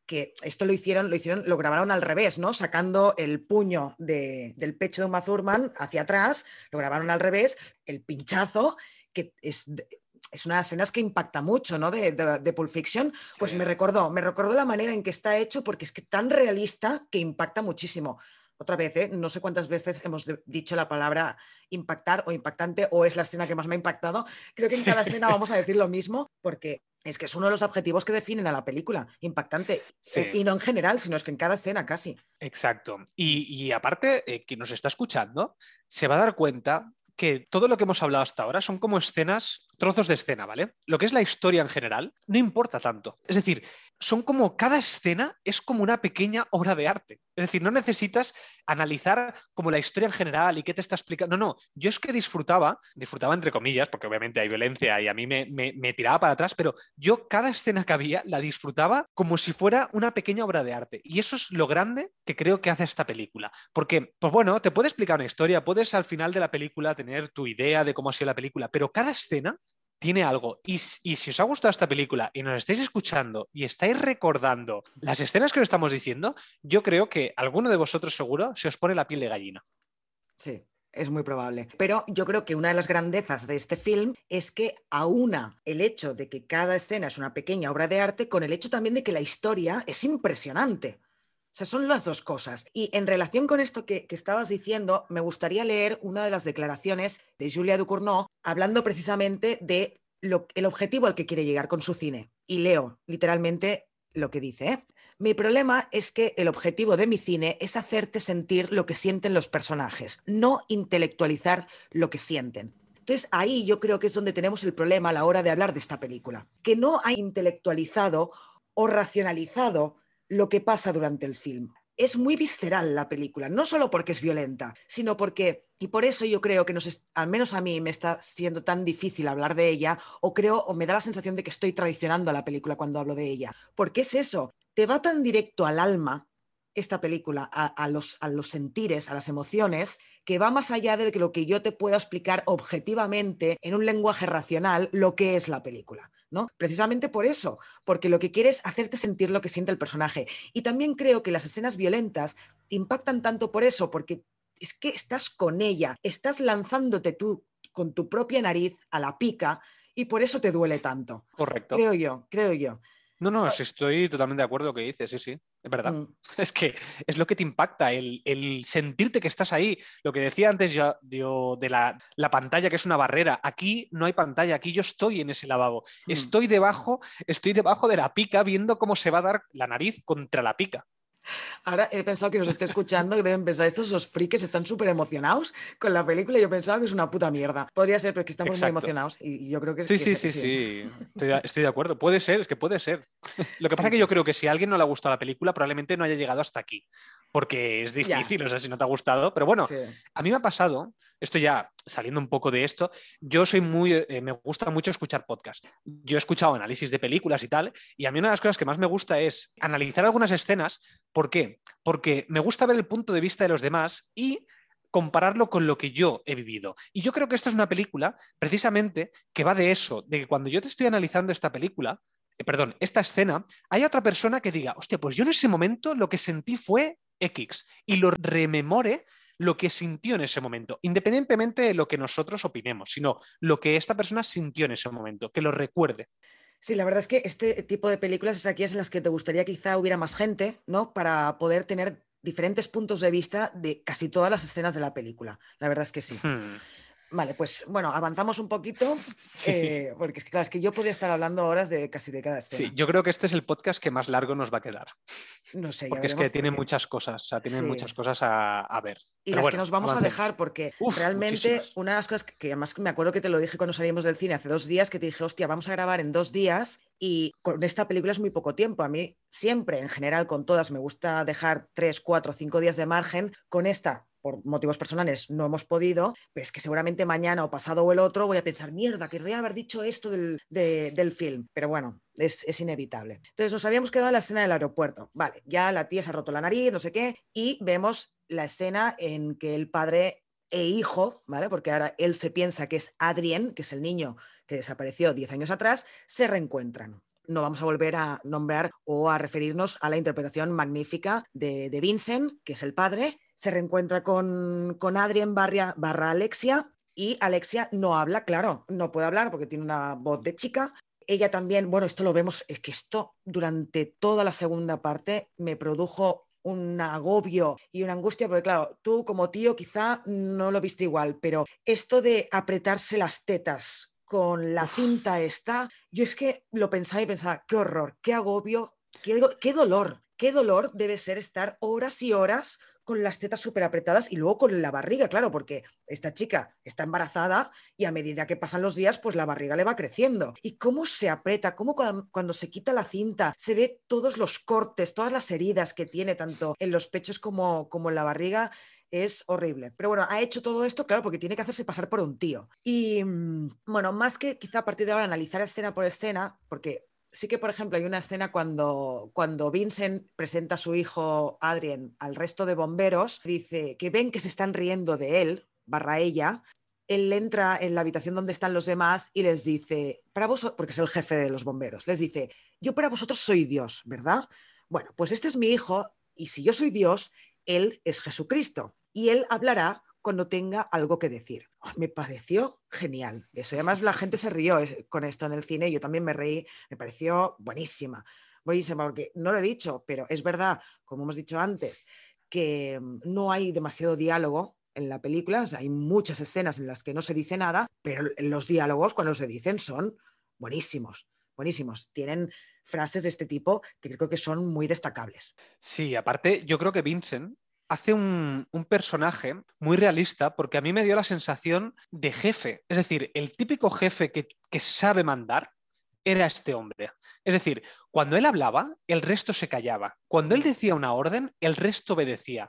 que esto lo hicieron, lo hicieron, lo grabaron al revés, ¿no? Sacando el puño de, del pecho de Uma Thurman hacia atrás, lo grabaron al revés, el pinchazo, que es, es una de las escenas que impacta mucho, ¿no? De, de, de Pulp Fiction, pues sí. me recordó, me recordó la manera en que está hecho, porque es que tan realista que impacta muchísimo. Otra vez, ¿eh? No sé cuántas veces hemos dicho la palabra impactar o impactante, o es la escena que más me ha impactado. Creo que en cada escena vamos a decir lo mismo, porque es que es uno de los adjetivos que definen a la película, impactante. Sí. Eh, y no en general, sino es que en cada escena casi. Exacto. Y, y aparte, eh, quien nos está escuchando se va a dar cuenta que todo lo que hemos hablado hasta ahora son como escenas, trozos de escena, ¿vale? Lo que es la historia en general no importa tanto. Es decir, son como, cada escena es como una pequeña obra de arte. Es decir, no necesitas analizar como la historia en general y qué te está explicando. No, no, yo es que disfrutaba, disfrutaba entre comillas, porque obviamente hay violencia y a mí me, me, me tiraba para atrás, pero yo cada escena que había la disfrutaba como si fuera una pequeña obra de arte. Y eso es lo grande que creo que hace esta película. Porque, pues bueno, te puede explicar una historia, puedes al final de la película tener tu idea de cómo ha sido la película, pero cada escena tiene algo. Y, y si os ha gustado esta película y nos estáis escuchando y estáis recordando las escenas que os estamos diciendo, yo creo que alguno de vosotros seguro se os pone la piel de gallina. Sí, es muy probable. Pero yo creo que una de las grandezas de este film es que aúna el hecho de que cada escena es una pequeña obra de arte con el hecho también de que la historia es impresionante. O sea, son las dos cosas. Y en relación con esto que, que estabas diciendo, me gustaría leer una de las declaraciones de Julia Ducournau hablando precisamente de lo, el objetivo al que quiere llegar con su cine. Y leo literalmente lo que dice, ¿eh? Mi problema es que el objetivo de mi cine es hacerte sentir lo que sienten los personajes, no intelectualizar lo que sienten. Entonces, ahí yo creo que es donde tenemos el problema a la hora de hablar de esta película, que no ha intelectualizado o racionalizado lo que pasa durante el film. Es muy visceral la película, no solo porque es violenta, sino porque, y por eso yo creo que nos es, al menos a mí me está siendo tan difícil hablar de ella, o creo, o me da la sensación de que estoy traicionando a la película cuando hablo de ella. Porque es eso, te va tan directo al alma esta película, a, a, los, a los sentires, a las emociones, que va más allá de lo que yo te pueda explicar objetivamente en un lenguaje racional lo que es la película, ¿no? Precisamente por eso, porque lo que quiere es hacerte sentir lo que siente el personaje. Y también creo que las escenas violentas impactan tanto por eso, porque es que estás con ella, estás lanzándote tú con tu propia nariz a la pica y por eso te duele tanto. Correcto. Creo yo, creo yo. No, no, estoy totalmente de acuerdo con lo que dices, sí, sí, es verdad. Mm. Es que es lo que te impacta, el, el sentirte que estás ahí. Lo que decía antes yo, yo de la, la pantalla, que es una barrera. Aquí no hay pantalla, aquí yo estoy en ese lavabo. Mm. Estoy debajo, estoy debajo de la pica viendo cómo se va a dar la nariz contra la pica. Ahora he pensado que nos esté escuchando y deben pensar, estos esos frikis están súper emocionados con la película y yo pensaba que es una puta mierda. Podría ser, pero es que estamos Exacto. muy emocionados y yo creo que... Sí, que sí, es, sí, sí, sí. Estoy, de, estoy de acuerdo. Puede ser, es que puede ser. Lo que pasa sí, es que sí. yo creo que si a alguien no le ha gustado la película, probablemente no haya llegado hasta aquí. Porque es difícil, ya. O sea, si no te ha gustado. Pero bueno, sí. A mí me ha pasado, esto ya saliendo un poco de esto, yo soy muy... Eh, me gusta mucho escuchar podcasts. Yo he escuchado análisis de películas y tal, y a mí una de las cosas que más me gusta es analizar algunas escenas. ¿Por qué? Porque me gusta ver el punto de vista de los demás y compararlo con lo que yo he vivido. Y yo creo que esta es una película, precisamente, que va de eso, de que cuando yo te estoy analizando esta película, eh, perdón, esta escena, hay otra persona que diga, hostia, pues yo en ese momento lo que sentí fue X, y lo rememore lo que sintió en ese momento, independientemente de lo que nosotros opinemos, sino lo que esta persona sintió en ese momento, que lo recuerde. Sí, la verdad es que este tipo de películas es aquellas en las que te gustaría quizá hubiera más gente, ¿no? Para poder tener diferentes puntos de vista de casi todas las escenas de la película. La verdad es que sí. Hmm. Vale, pues bueno, avanzamos un poquito, sí. eh, porque es que, claro, es que yo podría estar hablando horas de casi de cada escena. Sí, yo creo que este es el podcast que más largo nos va a quedar. No sé, porque ya es que tiene porque... muchas cosas, o sea, tiene sí. muchas cosas a, a ver. Y Pero las bueno, que nos vamos avancemos. a dejar, porque Uf, realmente muchísimas. Una de las cosas que, que además me acuerdo que te lo dije cuando salimos del cine hace dos días, que te dije, hostia, vamos a grabar en dos días y con esta película es muy poco tiempo. A mí siempre, en general, con todas, me gusta dejar tres, cuatro, cinco días de margen. Con esta, por motivos personales, no hemos podido, pero es que seguramente mañana o pasado o el otro voy a pensar, mierda, querría haber dicho esto del, de, del film. Pero bueno, es, es inevitable. Entonces nos habíamos quedado en la escena del aeropuerto. Vale, ya la tía se ha roto la nariz, no sé qué, y vemos la escena en que el padre e hijo, ¿vale? Porque ahora él se piensa que es Adrien, que es el niño que desapareció diez años atrás, se reencuentran. no vamos a volver a nombrar o a referirnos a la interpretación magnífica de, de Vincent, que es el padre. Se reencuentra con, con Adrien barra, barra Alexia, y Alexia no habla, claro, no puede hablar porque tiene una voz de chica. Ella también, bueno, esto lo vemos, es que esto durante toda la segunda parte me produjo un agobio y una angustia, porque claro, tú como tío quizá no lo viste igual, pero esto de apretarse las tetas con la Uf. cinta esta, yo es que lo pensaba y pensaba, qué horror, qué agobio, qué, qué dolor, qué dolor debe ser estar horas y horas con las tetas súper apretadas y luego con la barriga, claro, porque esta chica está embarazada y a medida que pasan los días, pues la barriga le va creciendo. Y cómo se aprieta, cómo cuando, cuando se quita la cinta, se ve todos los cortes, todas las heridas que tiene, tanto en los pechos como, como en la barriga. Es horrible. Pero bueno, ha hecho todo esto, claro, porque tiene que hacerse pasar por un tío. Y bueno, más que quizá a partir de ahora analizar escena por escena, porque sí que, por ejemplo, hay una escena cuando, cuando Vincent presenta a su hijo Adrien al resto de bomberos, dice que ven que se están riendo de él, barra ella. Él entra en la habitación donde están los demás y les dice, para vosotros, porque es el jefe de los bomberos, les dice, yo para vosotros soy Dios, ¿verdad? Bueno, pues este es mi hijo y si yo soy Dios, él es Jesucristo y él hablará cuando tenga algo que decir. Oh, me pareció genial eso. Y además la gente se rió con esto en el cine, yo también me reí, me pareció buenísima, buenísima, porque no lo he dicho, pero es verdad, como hemos dicho antes, que no hay demasiado diálogo en la película, o sea, hay muchas escenas en las que no se dice nada, pero los diálogos cuando se dicen son buenísimos, buenísimos. Tienen frases de este tipo que creo que son muy destacables. Sí, aparte, yo creo que Vincent hace un, un, personaje muy realista porque a mí me dio la sensación de jefe. Es decir, el típico jefe que, que sabe mandar era este hombre. Es decir, cuando él hablaba, el resto se callaba. Cuando él decía una orden, el resto obedecía.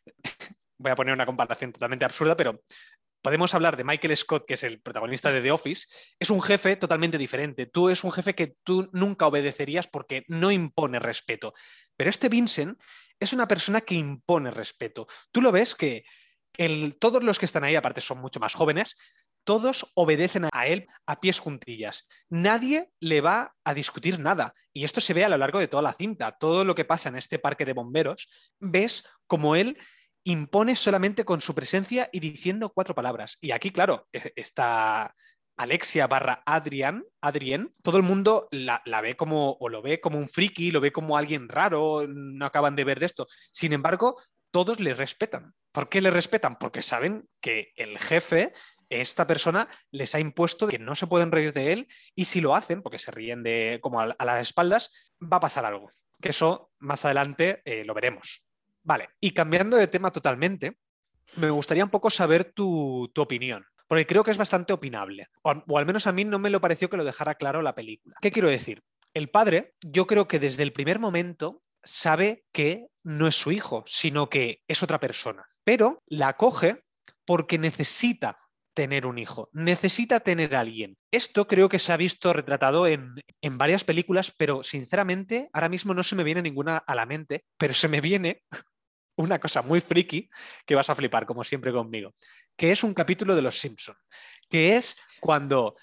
Voy a poner una comparación totalmente absurda, pero podemos hablar de Michael Scott, que es el protagonista de The Office. Es un jefe totalmente diferente. Tú es un jefe que tú nunca obedecerías porque no impone respeto. Pero este Vincent es una persona que impone respeto. Tú lo ves que el, todos los que están ahí, aparte son mucho más jóvenes, todos obedecen a él a pies juntillas. Nadie le va a discutir nada. Y esto se ve a lo largo de toda la cinta. Todo lo que pasa en este parque de bomberos, ves como él impone solamente con su presencia y diciendo cuatro palabras. Y aquí, claro, está Alexia barra Adrián, Adrien, todo el mundo la, la ve como, o lo ve como un friki, lo ve como alguien raro, no acaban de ver de esto. Sin embargo, todos le respetan. ¿Por qué le respetan? Porque saben que el jefe, esta persona, les ha impuesto que no se pueden reír de él y si lo hacen, porque se ríen de como a, a las espaldas, va a pasar algo. Que eso más adelante eh, lo veremos. Vale, y cambiando de tema totalmente, me gustaría un poco saber tu, tu opinión, porque creo que es bastante opinable, o, o al menos a mí no me lo pareció que lo dejara claro la película. ¿Qué quiero decir? El padre, yo creo que desde el primer momento sabe que no es su hijo, sino que es otra persona, pero la acoge porque necesita tener un hijo, necesita tener a alguien. Esto creo que se ha visto retratado en, en varias películas, pero sinceramente ahora mismo no se me viene ninguna a la mente, pero se me viene una cosa muy friki que vas a flipar, como siempre conmigo, que es un capítulo de Los Simpson, que es cuando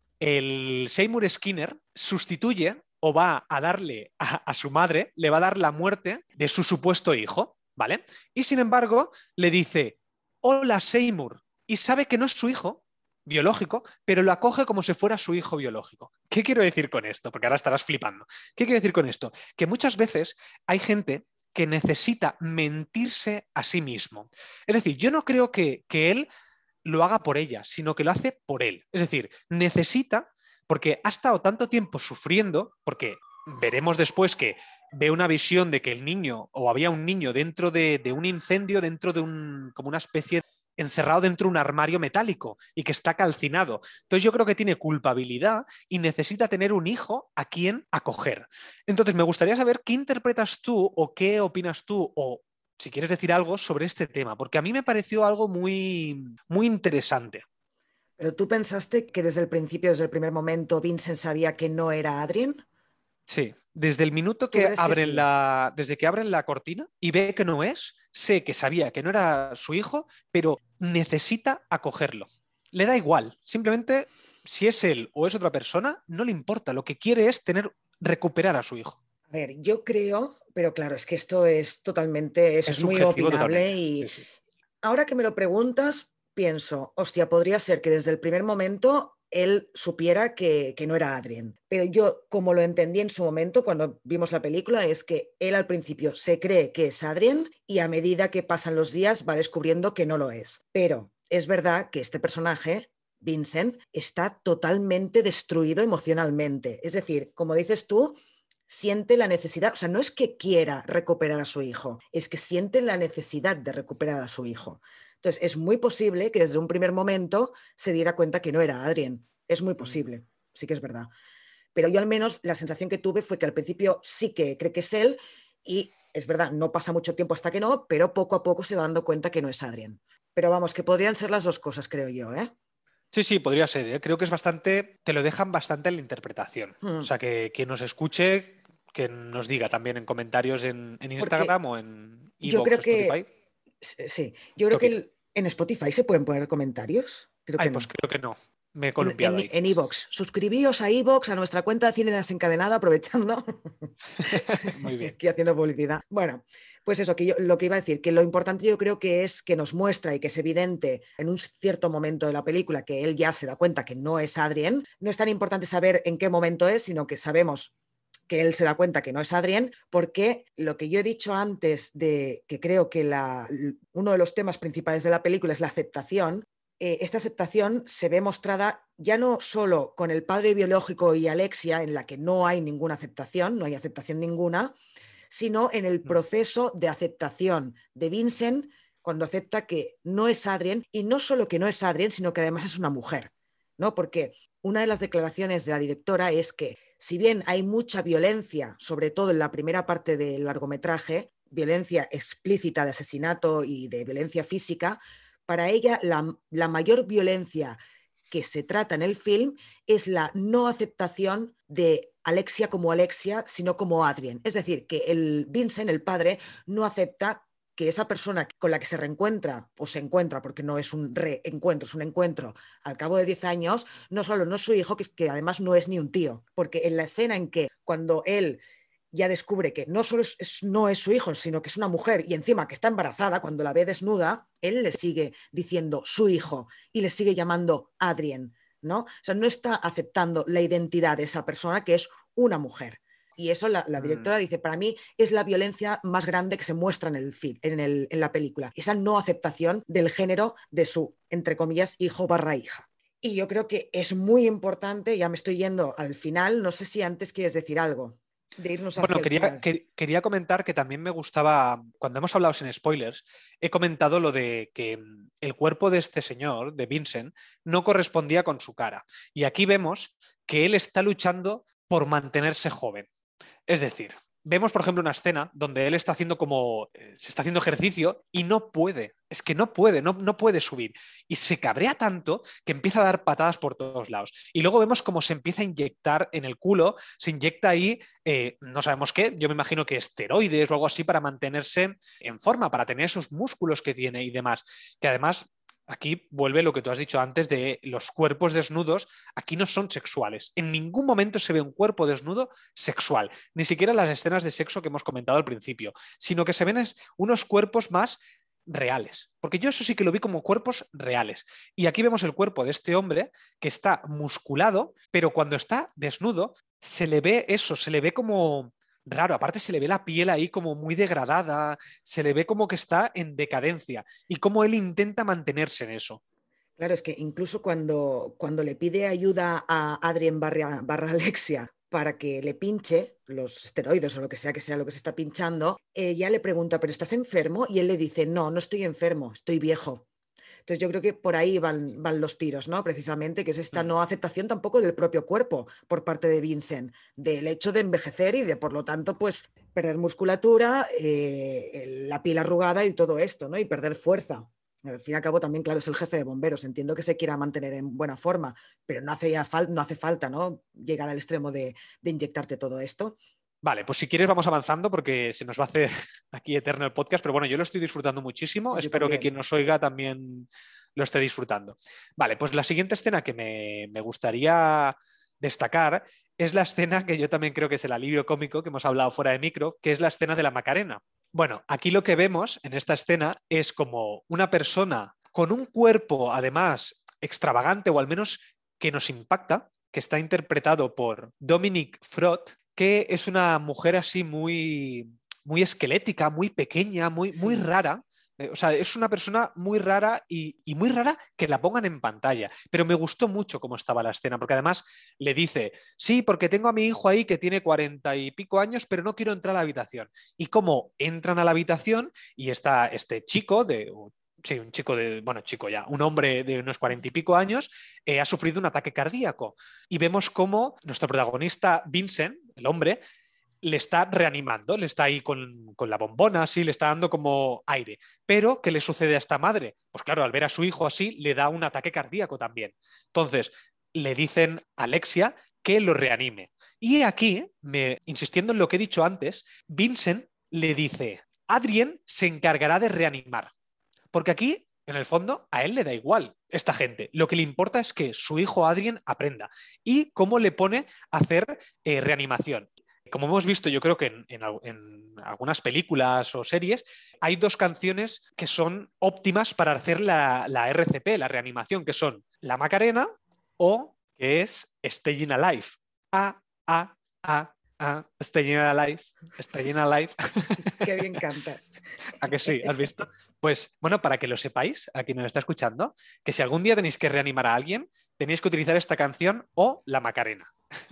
el Seymour Skinner sustituye o va a darle a, a su madre, le va a dar la muerte de su supuesto hijo, ¿vale? Y sin embargo, le dice, hola Seymour, y sabe que no es su hijo biológico, pero lo acoge como si fuera su hijo biológico. ¿Qué quiero decir con esto? Porque ahora estarás flipando. ¿Qué quiero decir con esto? Que muchas veces hay gente que necesita mentirse a sí mismo. Es decir, yo no creo que, que él lo haga por ella, sino que lo hace por él. Es decir, necesita, porque ha estado tanto tiempo sufriendo, porque veremos después que ve una visión de que el niño, o había un niño dentro de, de un incendio, dentro de un, como una especie de encerrado dentro de un armario metálico y que está calcinado. Entonces yo creo que tiene culpabilidad y necesita tener un hijo a quien acoger. Entonces me gustaría saber qué interpretas tú o qué opinas tú o si quieres decir algo sobre este tema, porque a mí me pareció algo muy, muy interesante. ¿Pero tú pensaste que desde el principio, desde el primer momento, Vincent sabía que no era Adrien? Sí, desde el minuto ¿Tú que crees que abren sí? la, desde que abren la cortina y ve que no es, sé que sabía que no era su hijo, pero necesita acogerlo. Le da igual, simplemente si es él o es otra persona, no le importa. Lo que quiere es tener recuperar a su hijo? A ver, yo creo, pero claro, es que esto es totalmente, eso Es es muy subjetivo opinable totalmente. y Sí, sí. ahora que me lo preguntas, pienso, hostia, podría ser que desde el primer momento él supiera que, que no era Adrien. Pero yo, como lo entendí en su momento, cuando vimos la película, es que él al principio se cree que es Adrien y a medida que pasan los días va descubriendo que no lo es. Pero es verdad que este personaje, Vincent, está totalmente destruido emocionalmente. Es decir, como dices tú, siente la necesidad, o sea, no es que quiera recuperar a su hijo, es que siente la necesidad de recuperar a su hijo. Entonces, es muy posible que desde un primer momento se diera cuenta que no era Adrien. Es muy posible, sí que es verdad. Pero yo al menos la sensación que tuve fue que al principio sí que cree que es él y es verdad, no pasa mucho tiempo hasta que no, pero poco a poco se va dando cuenta que no es Adrien. Pero vamos, que podrían ser las dos cosas, creo yo, ¿eh? Sí, sí, podría ser, ¿eh? Creo que es bastante, te lo dejan bastante en la interpretación. O Hmm. sea, que quien nos escuche, que nos diga también en comentarios en, en Porque Instagram o en yo iVoox, creo Spotify, que, sí, yo ¿qué creo que opinan? el- en Spotify se pueden poner comentarios, creo Ay, que pues no. creo que no. Me he En, columpiado en, ahí. en iVoox. Suscribíos a iVoox, a nuestra cuenta de Cine Desencadenado, aprovechando. Muy bien. Aquí haciendo publicidad. Bueno, pues eso, que yo, lo que iba a decir, que lo importante yo creo que es que nos muestra y que es evidente en un cierto momento de la película que él ya se da cuenta que no es Adrien. No es tan importante saber en qué momento es, sino que sabemos que él se da cuenta que no es Adrien, porque lo que yo he dicho antes de que creo que la, uno de los temas principales de la película es la aceptación. Eh, esta aceptación se ve mostrada ya no solo con el padre biológico y Alexia, en la que no hay ninguna aceptación, no hay aceptación ninguna, sino en el proceso de aceptación de Vincent cuando acepta que no es Adrien, y no solo que no es Adrien, sino que además es una mujer, ¿no? Porque una de las declaraciones de la directora es que si bien hay mucha violencia, sobre todo en la primera parte del largometraje, violencia explícita de asesinato y de violencia física, para ella la, la mayor violencia que se trata en el film es la no aceptación de Alexia como Alexia, sino como Adrien. Es decir, que el Vincent, el padre, no acepta que esa persona con la que se reencuentra, o se encuentra, porque no es un reencuentro, es un encuentro, al cabo de diez años, no solo no es su hijo, que, que además no es ni un tío, porque en la escena en que cuando él ya descubre que no solo es, es, no es su hijo, sino que es una mujer y encima que está embarazada, cuando la ve desnuda, él le sigue diciendo su hijo y le sigue llamando Adrien, ¿no? O sea, no está aceptando la identidad de esa persona que es una mujer. Y eso la, la directora dice, para mí es la violencia más grande que se muestra en, el film, en, el, en la película. Esa no aceptación del género de su, entre comillas, hijo barra hija. Y yo creo que es muy importante, ya me estoy yendo al final, no sé si antes quieres decir algo de irnos hacia Bueno, el quería, final. que- quería comentar que también me gustaba, cuando hemos hablado sin spoilers, he comentado lo de que mm, el cuerpo de este señor, de Vincent, no correspondía con su cara. Y aquí vemos que él está luchando por mantenerse joven. Es decir, vemos, por ejemplo, una escena donde él está haciendo como, eh, se está haciendo ejercicio y no puede, es que no puede, no, no puede subir. Y se cabrea tanto que empieza a dar patadas por todos lados. Y luego vemos cómo se empieza a inyectar en el culo, se inyecta ahí, eh, no sabemos qué, yo me imagino que esteroides o algo así para mantenerse en forma, para tener esos músculos que tiene y demás. Que además... Aquí vuelve lo que tú has dicho antes de los cuerpos desnudos, aquí no son sexuales. En ningún momento se ve un cuerpo desnudo sexual, ni siquiera las escenas de sexo que hemos comentado al principio, sino que se ven unos cuerpos más reales, porque yo eso sí que lo vi como cuerpos reales. Y aquí vemos el cuerpo de este hombre que está musculado, pero cuando está desnudo se le ve eso, se le ve como raro, aparte se le ve la piel ahí como muy degradada, se le ve como que está en decadencia y cómo él intenta mantenerse en eso. Claro, es que incluso cuando, cuando le pide ayuda a Adrien barra, barra Alexia para que le pinche los esteroides o lo que sea que sea lo que se está pinchando, ella le pregunta, ¿pero estás enfermo? Y él le dice, no, no estoy enfermo, estoy viejo. Entonces yo creo que por ahí van, van los tiros, ¿no? Precisamente, que es esta no aceptación tampoco del propio cuerpo por parte de Vincent, del hecho de envejecer y de, por lo tanto, pues perder musculatura, eh, la piel arrugada y todo esto, ¿no? Y perder fuerza. Al fin y al cabo también, claro, es el jefe de bomberos. Entiendo que se quiera mantener en buena forma, pero no hace, ya fal no hace falta, ¿no? Llegar al extremo de, de inyectarte todo esto. Vale, pues si quieres vamos avanzando porque se nos va a hacer aquí eterno el podcast, pero bueno, yo lo estoy disfrutando muchísimo, Yo espero que también. quien nos oiga también lo esté disfrutando. Vale, pues la siguiente escena que me, me gustaría destacar es la escena que yo también creo que es el alivio cómico que hemos hablado fuera de micro, que es la escena de la Macarena. Bueno, aquí lo que vemos en esta escena es como una persona con un cuerpo, además, extravagante, o al menos que nos impacta, que está interpretado por Dominique Frot, que es una mujer así muy, muy esquelética, muy pequeña, muy, Sí. muy rara. Eh, O sea, es una persona muy rara y, y muy rara que la pongan en pantalla. Pero me gustó mucho cómo estaba la escena, porque además le dice, sí, porque tengo a mi hijo ahí que tiene cuarenta y pico años, pero no quiero entrar a la habitación. Y cómo entran a la habitación y está este chico de... Sí, un chico de, bueno, chico ya, un hombre de unos cuarenta y pico años, eh, ha sufrido un ataque cardíaco. Y vemos cómo nuestro protagonista, Vincent, el hombre, le está reanimando, le está ahí con, con la bombona, así, le está dando como aire. Pero, ¿qué le sucede a esta madre? Pues claro, al ver a su hijo así, le da un ataque cardíaco también. Entonces, le dicen a Alexia que lo reanime. Y aquí, me, insistiendo en lo que he dicho antes, Vincent le dice, Adrien se encargará de reanimar. Porque aquí, en el fondo, a él le da igual esta gente. Lo que le importa es que su hijo Adrien aprenda. Y cómo le pone a hacer eh, reanimación. Como hemos visto, yo creo que en, en, en, algunas películas o series, hay dos canciones que son óptimas para hacer la, la R C P, la reanimación, que son La Macarena o que es Staying Alive. A, A, A, A, Staying Alive, Staying Alive. Qué bien cantas. ¿A que sí? ¿Has visto? Pues bueno, para que lo sepáis, a quien nos está escuchando, que si algún día tenéis que reanimar a alguien, tenéis que utilizar esta canción o La Macarena.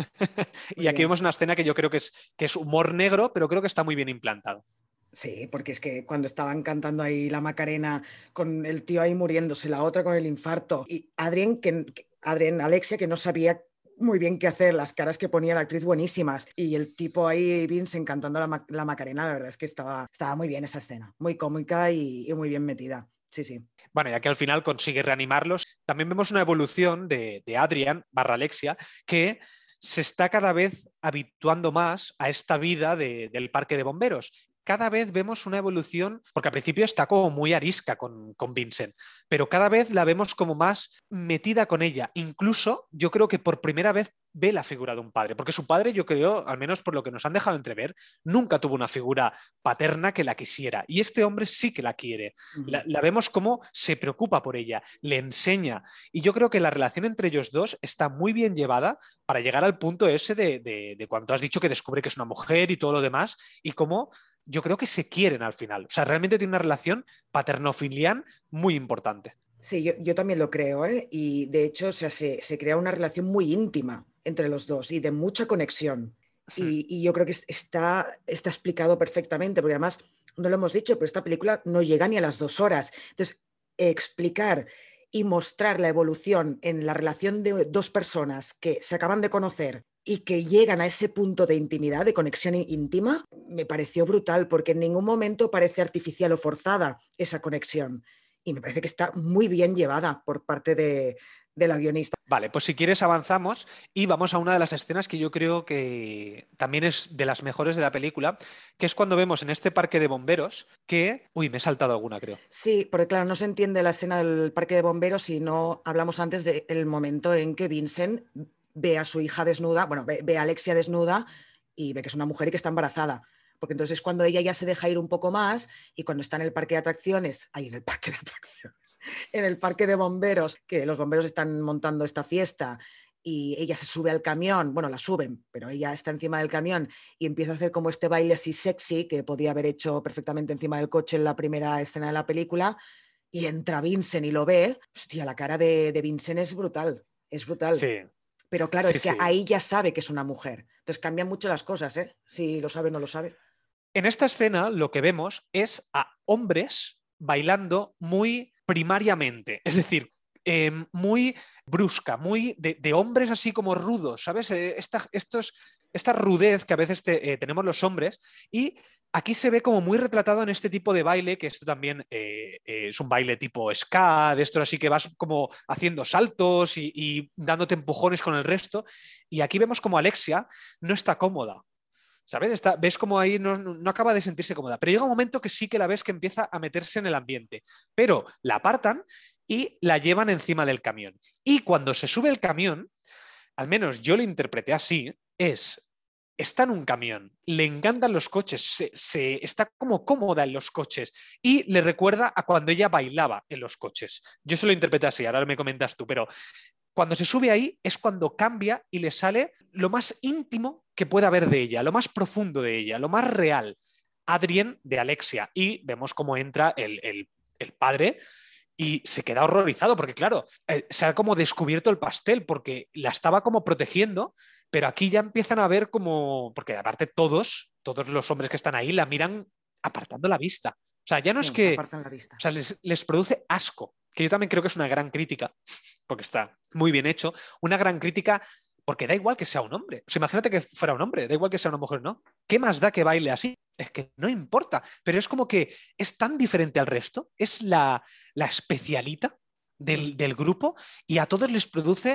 Y aquí bien. vemos una escena que yo creo que es, que es humor negro, pero creo que está muy bien implantado. Sí, porque es que cuando estaban cantando ahí la Macarena con el tío ahí muriéndose, la otra con el infarto, y Adrien, que, que Adrien, Alexia, que no sabía muy bien qué hacer, las caras que ponía la actriz buenísimas, y el tipo ahí, Vincent, cantando la, la Macarena, la verdad es que estaba, estaba muy bien esa escena, muy cómica y, y muy bien metida. Sí, sí. Bueno, ya que al final consigue reanimarlos, también vemos una evolución de, de Adrian barra Alexia, que se está cada vez habituando más a esta vida de, del parque de bomberos. Cada vez vemos una evolución, porque al principio está como muy arisca con, con Vincent, pero cada vez la vemos como más metida con ella. Incluso yo creo que por primera vez ve la figura de un padre, porque su padre, yo creo, al menos por lo que nos han dejado entrever, nunca tuvo una figura paterna que la quisiera. Y este hombre sí que la quiere. La, la vemos como se preocupa por ella, le enseña. Y yo creo que la relación entre ellos dos está muy bien llevada para llegar al punto ese de, de, de cuando has dicho que descubre que es una mujer y todo lo demás, y cómo yo creo que se quieren al final. O sea, realmente tiene una relación paterno-filial muy importante. Sí, yo, yo también lo creo, ¿eh? Y de hecho, o sea, se, se crea una relación muy íntima entre los dos y de mucha conexión. Y, y yo creo que está, está explicado perfectamente, porque además, no lo hemos dicho, pero esta película no llega ni a las dos horas. Entonces, explicar y mostrar la evolución en la relación de dos personas que se acaban de conocer y que llegan a ese punto de intimidad, de conexión íntima, me pareció brutal, porque en ningún momento parece artificial o forzada esa conexión. Y me parece que está muy bien llevada por parte de, de la guionista. Vale, pues si quieres avanzamos y vamos a una de las escenas que yo creo que también es de las mejores de la película, que es cuando vemos en este parque de bomberos que... Uy, me he saltado alguna, creo. Sí, porque claro, no se entiende la escena del parque de bomberos si no hablamos antes del momento en que Vincent ve a su hija desnuda, bueno, ve, ve a Alexia desnuda y ve que es una mujer y que está embarazada. Porque entonces es cuando ella ya se deja ir un poco más y cuando está en el parque de atracciones, ahí en el parque de atracciones, en el parque de bomberos, que los bomberos están montando esta fiesta y ella se sube al camión, bueno, la suben, pero ella está encima del camión y empieza a hacer como este baile así sexy que podía haber hecho perfectamente encima del coche en la primera escena de la película, y entra Vincent y lo ve, hostia, la cara de, de Vincent es brutal, es brutal. Sí. Pero claro, Sí, es que sí. ahí ya sabe que es una mujer. Entonces cambian mucho las cosas, ¿eh? Si lo sabe o no lo sabe. En esta escena lo que vemos es a hombres bailando muy primariamente, es decir, eh, muy brusca, muy de, de, hombres así como rudos, ¿sabes? Eh, esta, estos, esta rudez que a veces te, eh, tenemos los hombres, y aquí se ve como muy retratado en este tipo de baile, que esto también eh, eh, es un baile tipo ska, de esto así que vas como haciendo saltos y, y dándote empujones con el resto, y aquí vemos como Alexia no está cómoda. ¿Sabes? Está, ves como ahí no, no acaba de sentirse cómoda, pero llega un momento que sí que la ves que empieza a meterse en el ambiente, pero la apartan y la llevan encima del camión. Y cuando se sube el camión, al menos yo lo interpreté así, es, está en un camión, le encantan los coches, se, se, está como cómoda en los coches y le recuerda a cuando ella bailaba en los coches. Yo se lo interpreté así, ahora me comentas tú, pero cuando se sube ahí es cuando cambia y le sale lo más íntimo que pueda haber de ella, lo más profundo de ella, lo más real. Adrien de Alexia. Y vemos cómo entra el, el, el padre y se queda horrorizado porque, claro, eh, se ha como descubierto el pastel porque la estaba como protegiendo, pero aquí ya empiezan a ver como, porque aparte todos, todos los hombres que están ahí la miran apartando la vista. O sea, ya no Sí, es que, apartan la vista. o sea, les, les produce asco, que yo también creo que es una gran crítica, porque está muy bien hecho, una gran crítica porque da igual que sea un hombre. O sea, imagínate que fuera un hombre, da igual que sea una mujer, ¿no? ¿Qué más da que baile así? Es que no importa, pero es como que es tan diferente al resto, es la, la especialita del, Mm. del grupo y a todos les produce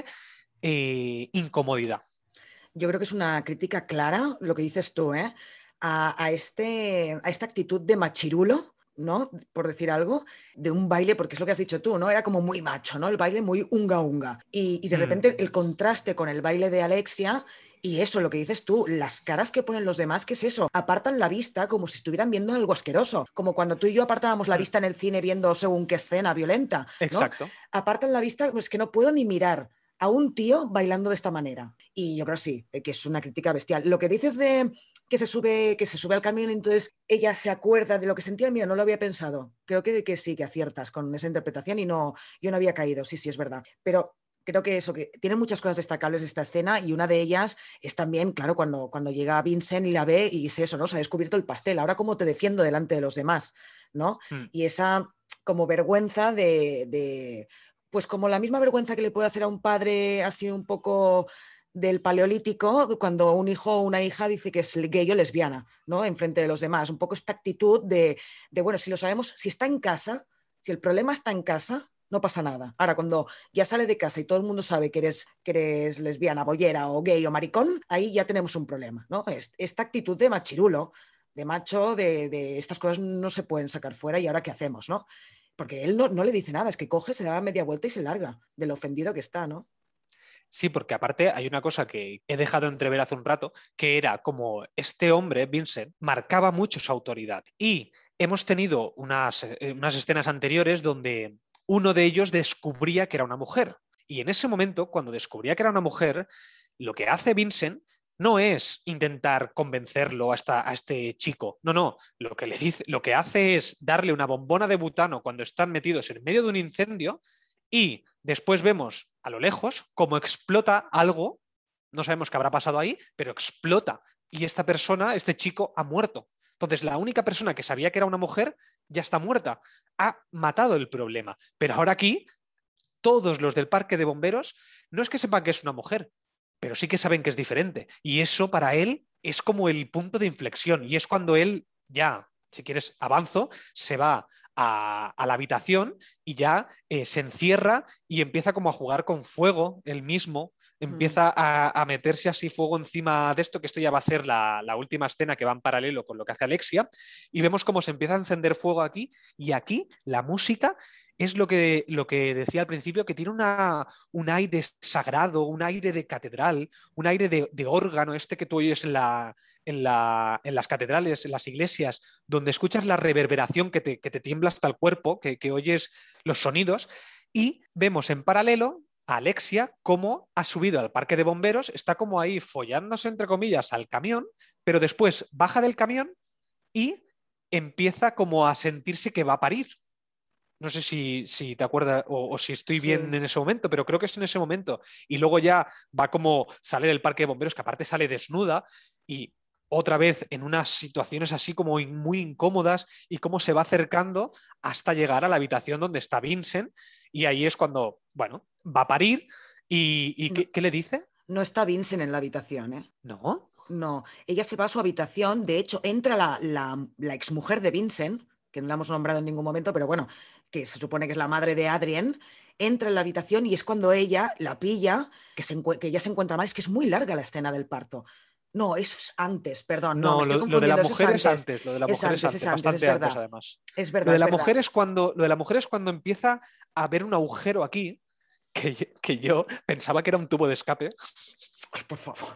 eh, incomodidad. Yo creo que es una crítica clara, lo que dices tú, ¿eh? a, a, este, a esta actitud de machirulo, ¿no? Por decir algo, de un baile, porque es lo que has dicho tú, ¿no? Era como muy macho, ¿no? El baile muy unga unga. Y, y de repente Mm. el contraste con el baile de Alexia y eso, lo que dices tú, las caras que ponen los demás, ¿qué es eso? Apartan la vista como si estuvieran viendo algo asqueroso, como cuando tú y yo apartábamos la Mm. vista en el cine viendo según qué escena violenta, ¿no? Exacto. Apartan la vista, pues que no puedo ni mirar a un tío bailando de esta manera. Y yo creo sí, que es una crítica bestial. Lo que dices de que se sube, que se sube al camión y entonces ella se acuerda de lo que sentía, mira, no lo había pensado. Creo que, que sí, que aciertas con esa interpretación y no, yo no había caído, sí, sí, es verdad. Pero creo que eso, que tiene muchas cosas destacables de esta escena y una de ellas es también, claro, cuando, cuando llega Vincent y la ve y es eso, ¿no? Se ha descubierto el pastel, ahora cómo te defiendo delante de los demás, ¿no? Mm. Y esa como vergüenza de, de pues como la misma vergüenza que le puede hacer a un padre así un poco del paleolítico, cuando un hijo o una hija dice que es gay o lesbiana, ¿no? Enfrente de los demás. Un poco esta actitud de, de, bueno, si lo sabemos, si está en casa, si el problema está en casa, no pasa nada. Ahora, cuando ya sale de casa y todo el mundo sabe que eres, que eres lesbiana, boyera o gay o maricón, ahí ya tenemos un problema, ¿no? Esta actitud de machirulo, de macho, de, de estas cosas no se pueden sacar fuera y ahora qué hacemos, ¿no? Porque él no, no le dice nada, es que coge, se da media vuelta y se larga de lo ofendido que está, ¿no? Sí, porque aparte hay una cosa que he dejado entrever hace un rato, que era como este hombre, Vincent, marcaba mucho su autoridad. Y hemos tenido unas, unas escenas anteriores donde uno de ellos descubría que era una mujer. Y en ese momento, cuando descubría que era una mujer, lo que hace Vincent no es intentar convencerlo a, esta, a este chico. No, no. Lo que, le dice, lo que hace es darle una bombona de butano cuando están metidos en medio de un incendio y después vemos a lo lejos cómo explota algo. No sabemos qué habrá pasado ahí, pero explota. Y esta persona, este chico, ha muerto. Entonces, la única persona que sabía que era una mujer ya está muerta. Ha matado el problema. Pero ahora aquí, todos los del parque de bomberos no es que sepan que es una mujer, pero sí que saben que es diferente. Y eso para él es como el punto de inflexión. Y es cuando él ya, si quieres, avanzo, se va a, a la habitación y ya eh, se encierra y empieza como a jugar con fuego él mismo, empieza a, a meterse así fuego encima de esto, que esto ya va a ser la, la última escena que va en paralelo con lo que hace Alexia, y vemos cómo se empieza a encender fuego aquí, y aquí la música es lo que, lo que decía al principio, que tiene una, un aire sagrado, un aire de catedral, un aire de, de órgano, este que tú oyes en, la, en, la, en las catedrales, en las iglesias, donde escuchas la reverberación que te, que te tiembla hasta el cuerpo, que, que oyes los sonidos, y vemos en paralelo a Alexia cómo ha subido al parque de bomberos, está como ahí follándose, entre comillas, al camión, pero después baja del camión y empieza como a sentirse que va a parir. No sé si, si te acuerdas o, o si estoy bien Sí. en ese momento, pero creo que es en ese momento. Y luego ya va como sale del parque de bomberos, que aparte sale desnuda y otra vez en unas situaciones así como muy incómodas y cómo se va acercando hasta llegar a la habitación donde está Vincent. Y ahí es cuando, bueno, va a parir. ¿Y, y No, ¿qué, qué le dice? no está Vincent en la habitación, ¿eh? No. No, ella se va a su habitación, de hecho entra la, la, la exmujer de Vincent, que no la hemos nombrado en ningún momento, pero bueno, que se supone que es la madre de Adrien, entra en la habitación y es cuando ella la pilla, que, se que ella se encuentra mal, es que es muy larga la escena del parto. No, eso es antes, perdón, no, me No, estoy lo, lo de la confundiendo, eso es mujer es antes, antes, lo de la es mujer es antes, es antes, antes, es bastante antes verdad, además. es Lo verdad, de es la verdad. mujer es cuando, lo de la mujer es cuando empieza a haber un agujero aquí, que, que yo pensaba que era un tubo de escape. Ay, por favor.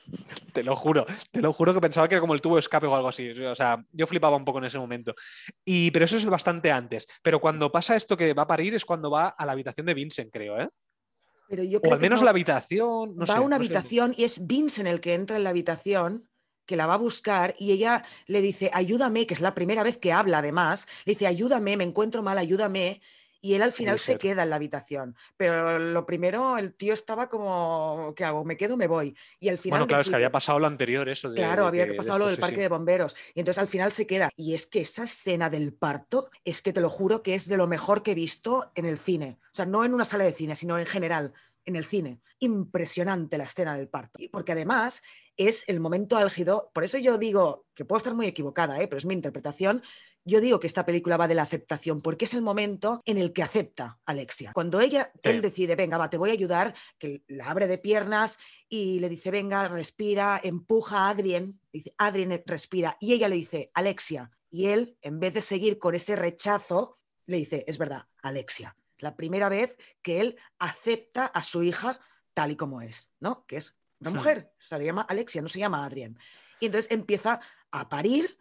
Te lo juro, te lo juro que pensaba que era como el tubo de escape o algo así. O sea, yo flipaba un poco en ese momento. Y, pero eso es bastante antes. Pero cuando pasa esto que va a parir es cuando va a la habitación de Vincent, creo, ¿eh? Pero yo O creo al que menos a la no. habitación, no Va a sé, una no sé. habitación y es Vincent el que entra en la habitación, que la va a buscar y ella le dice, ayúdame, que es la primera vez que habla además, le dice, ayúdame, me encuentro mal, ayúdame. Y él al Puede final se ser. queda en la habitación. Pero lo primero, el tío estaba como, ¿qué hago? ¿Me quedo o me voy? Y al final Bueno, claro, es que había decide, pasado lo anterior, eso de, claro, de había que de pasado lo esto, del sí, parque sí. de bomberos. Y entonces al final se queda. Y es que esa escena del parto, es que te lo juro que es de lo mejor que he visto en el cine. O sea, no en una sala de cine, sino en general, en el cine. Impresionante la escena del parto. Y porque además es el momento álgido. Por eso yo digo, que puedo estar muy equivocada, ¿eh? Pero es mi interpretación. Yo digo que esta película va de la aceptación, porque es el momento en el que acepta a Alexia. Cuando ella, él Sí. decide, venga, va, te voy a ayudar, que la abre de piernas y le dice, venga, respira, empuja a Adrien, dice, Adrien respira, y ella le dice, Alexia, y él, en vez de seguir con ese rechazo, le dice, es verdad, Alexia. La primera vez que él acepta a su hija tal y como es, ¿no? Que es una Hmm. mujer, se le llama Alexia, no se llama Adrien. Y entonces empieza a parir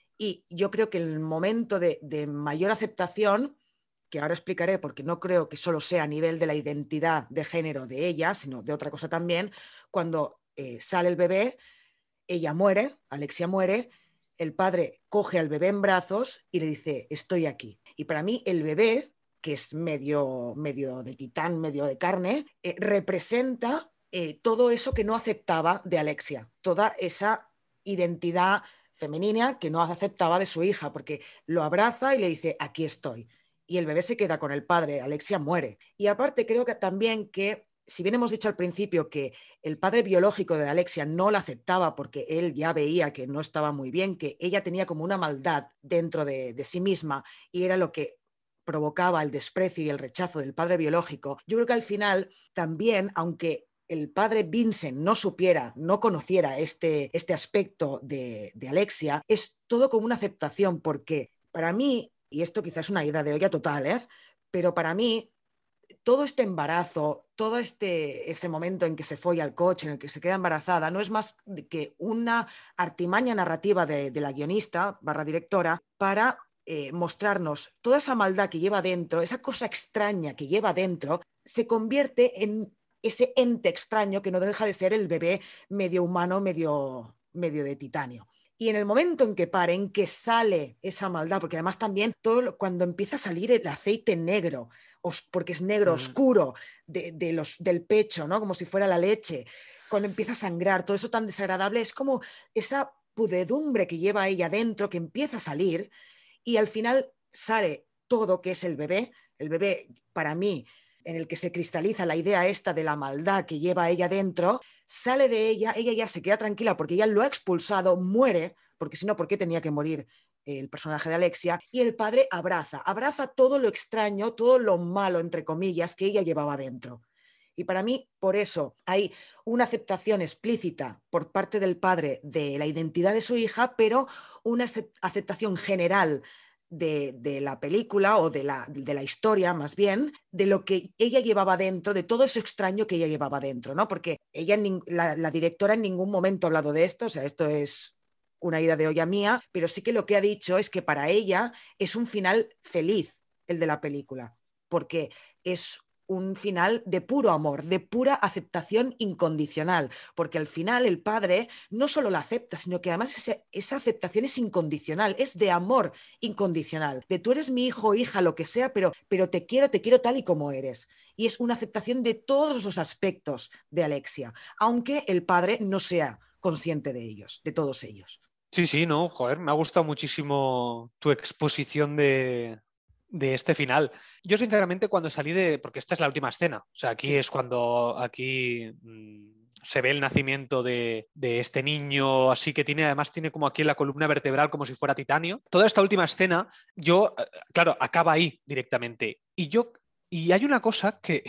y yo creo que el momento de, de mayor aceptación, que ahora explicaré porque no creo que solo sea a nivel de la identidad de género de ella, sino de otra cosa también, cuando eh, sale el bebé, ella muere, Alexia muere, el padre coge al bebé en brazos y le dice, estoy aquí. Y para mí el bebé, que es medio, medio de titán, medio de carne, eh, representa eh, todo eso que no aceptaba de Alexia, toda esa identidad femenina que no aceptaba de su hija, porque lo abraza y le dice, aquí estoy. Y el bebé se queda con el padre, Alexia muere. Y aparte creo que también que, si bien hemos dicho al principio que el padre biológico de Alexia no la aceptaba porque él ya veía que no estaba muy bien, que ella tenía como una maldad dentro de, de sí misma y era lo que provocaba el desprecio y el rechazo del padre biológico. Yo creo que al final también, aunque el padre Vincent no supiera, no conociera este, este aspecto de, de Alexia, es todo como una aceptación, porque para mí, y esto quizás es una ida de olla total, ¿eh? Pero para mí todo este embarazo, todo este ese momento en que se folla al coche, en el que se queda embarazada, no es más que una artimaña narrativa de, de la guionista barra directora para eh, mostrarnos toda esa maldad que lleva dentro, esa cosa extraña que lleva dentro, se convierte en ese ente extraño que no deja de ser el bebé medio humano, medio, medio de titanio. Y en el momento en que paren, que sale esa maldad, porque además también todo cuando empieza a salir el aceite negro, os, porque es negro Hmm. oscuro de, de los, del pecho, ¿no? Como si fuera la leche, cuando empieza a sangrar, todo eso tan desagradable, es como esa pudedumbre que lleva ella dentro, que empieza a salir y al final sale todo que es el bebé, el bebé para mí en el que se cristaliza la idea esta de la maldad que lleva ella dentro, sale de ella, ella ya se queda tranquila porque ella lo ha expulsado, muere, porque si no, ¿por qué tenía que morir el personaje de Alexia? Y el padre abraza, abraza todo lo extraño, todo lo malo, entre comillas, que ella llevaba dentro. Y para mí, por eso, hay una aceptación explícita por parte del padre de la identidad de su hija, pero una aceptación general de, de, la película o de la, de la historia más bien, de lo que ella llevaba dentro, de todo eso extraño que ella llevaba dentro, ¿no? Porque ella, la, la directora en ningún momento ha hablado de esto, o sea, esto es una ida de olla mía, pero sí que lo que ha dicho es que para ella es un final feliz el de la película, porque es un final de puro amor, de pura aceptación incondicional, porque al final el padre no solo la acepta, sino que además esa, esa aceptación es incondicional, es de amor incondicional, de tú eres mi hijo, hija, lo que sea, pero, pero te quiero, te quiero tal y como eres. Y es una aceptación de todos los aspectos de Alexia, aunque el padre no sea consciente de ellos, de todos ellos. Sí, sí, no, joder, me ha gustado muchísimo tu exposición de, de este final. Yo, sinceramente, cuando salí de. Porque esta es la última escena. O sea, aquí Sí. es cuando aquí mmm, se ve el nacimiento de, de este niño, así que tiene, además, tiene como aquí en la columna vertebral como si fuera titanio. Toda esta última escena, yo, claro, acaba ahí directamente. Y yo. Y hay una cosa que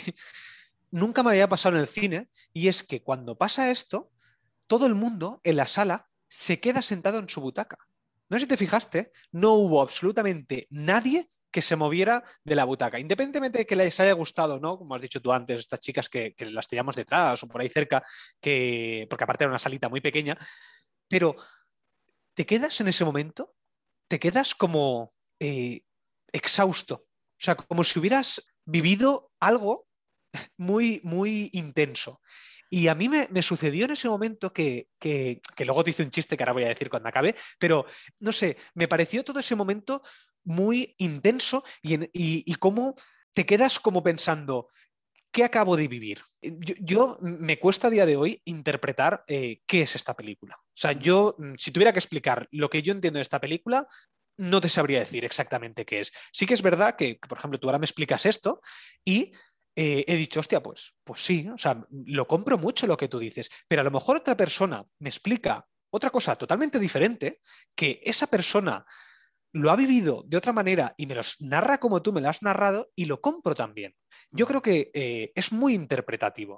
nunca me había pasado en el cine, y es que cuando pasa esto, todo el mundo en la sala se queda sentado en su butaca. No sé si te fijaste, no hubo absolutamente nadie que se moviera de la butaca, independientemente de que les haya gustado, ¿no? Como has dicho tú antes, estas chicas que, que las teníamos detrás o por ahí cerca, que, porque aparte era una salita muy pequeña, pero te quedas en ese momento, te quedas como eh, exhausto, o sea, como si hubieras vivido algo muy, muy intenso. Y a mí me, me sucedió en ese momento que, que, que luego te hice un chiste que ahora voy a decir cuando acabe, pero no sé, me pareció todo ese momento muy intenso y, en, y, y cómo te quedas como pensando, ¿qué acabo de vivir? Yo, yo me cuesta a día de hoy interpretar eh, qué es esta película. O sea, yo, si tuviera que explicar lo que yo entiendo de esta película, no te sabría decir exactamente qué es. Sí que es verdad que, por ejemplo, tú ahora me explicas esto y eh, he dicho, hostia, pues, pues sí, o sea, lo compro mucho lo que tú dices, pero a lo mejor otra persona me explica otra cosa totalmente diferente, que esa persona lo ha vivido de otra manera y me los narra como tú me lo has narrado y lo compro también. Yo creo que eh, es muy interpretativo.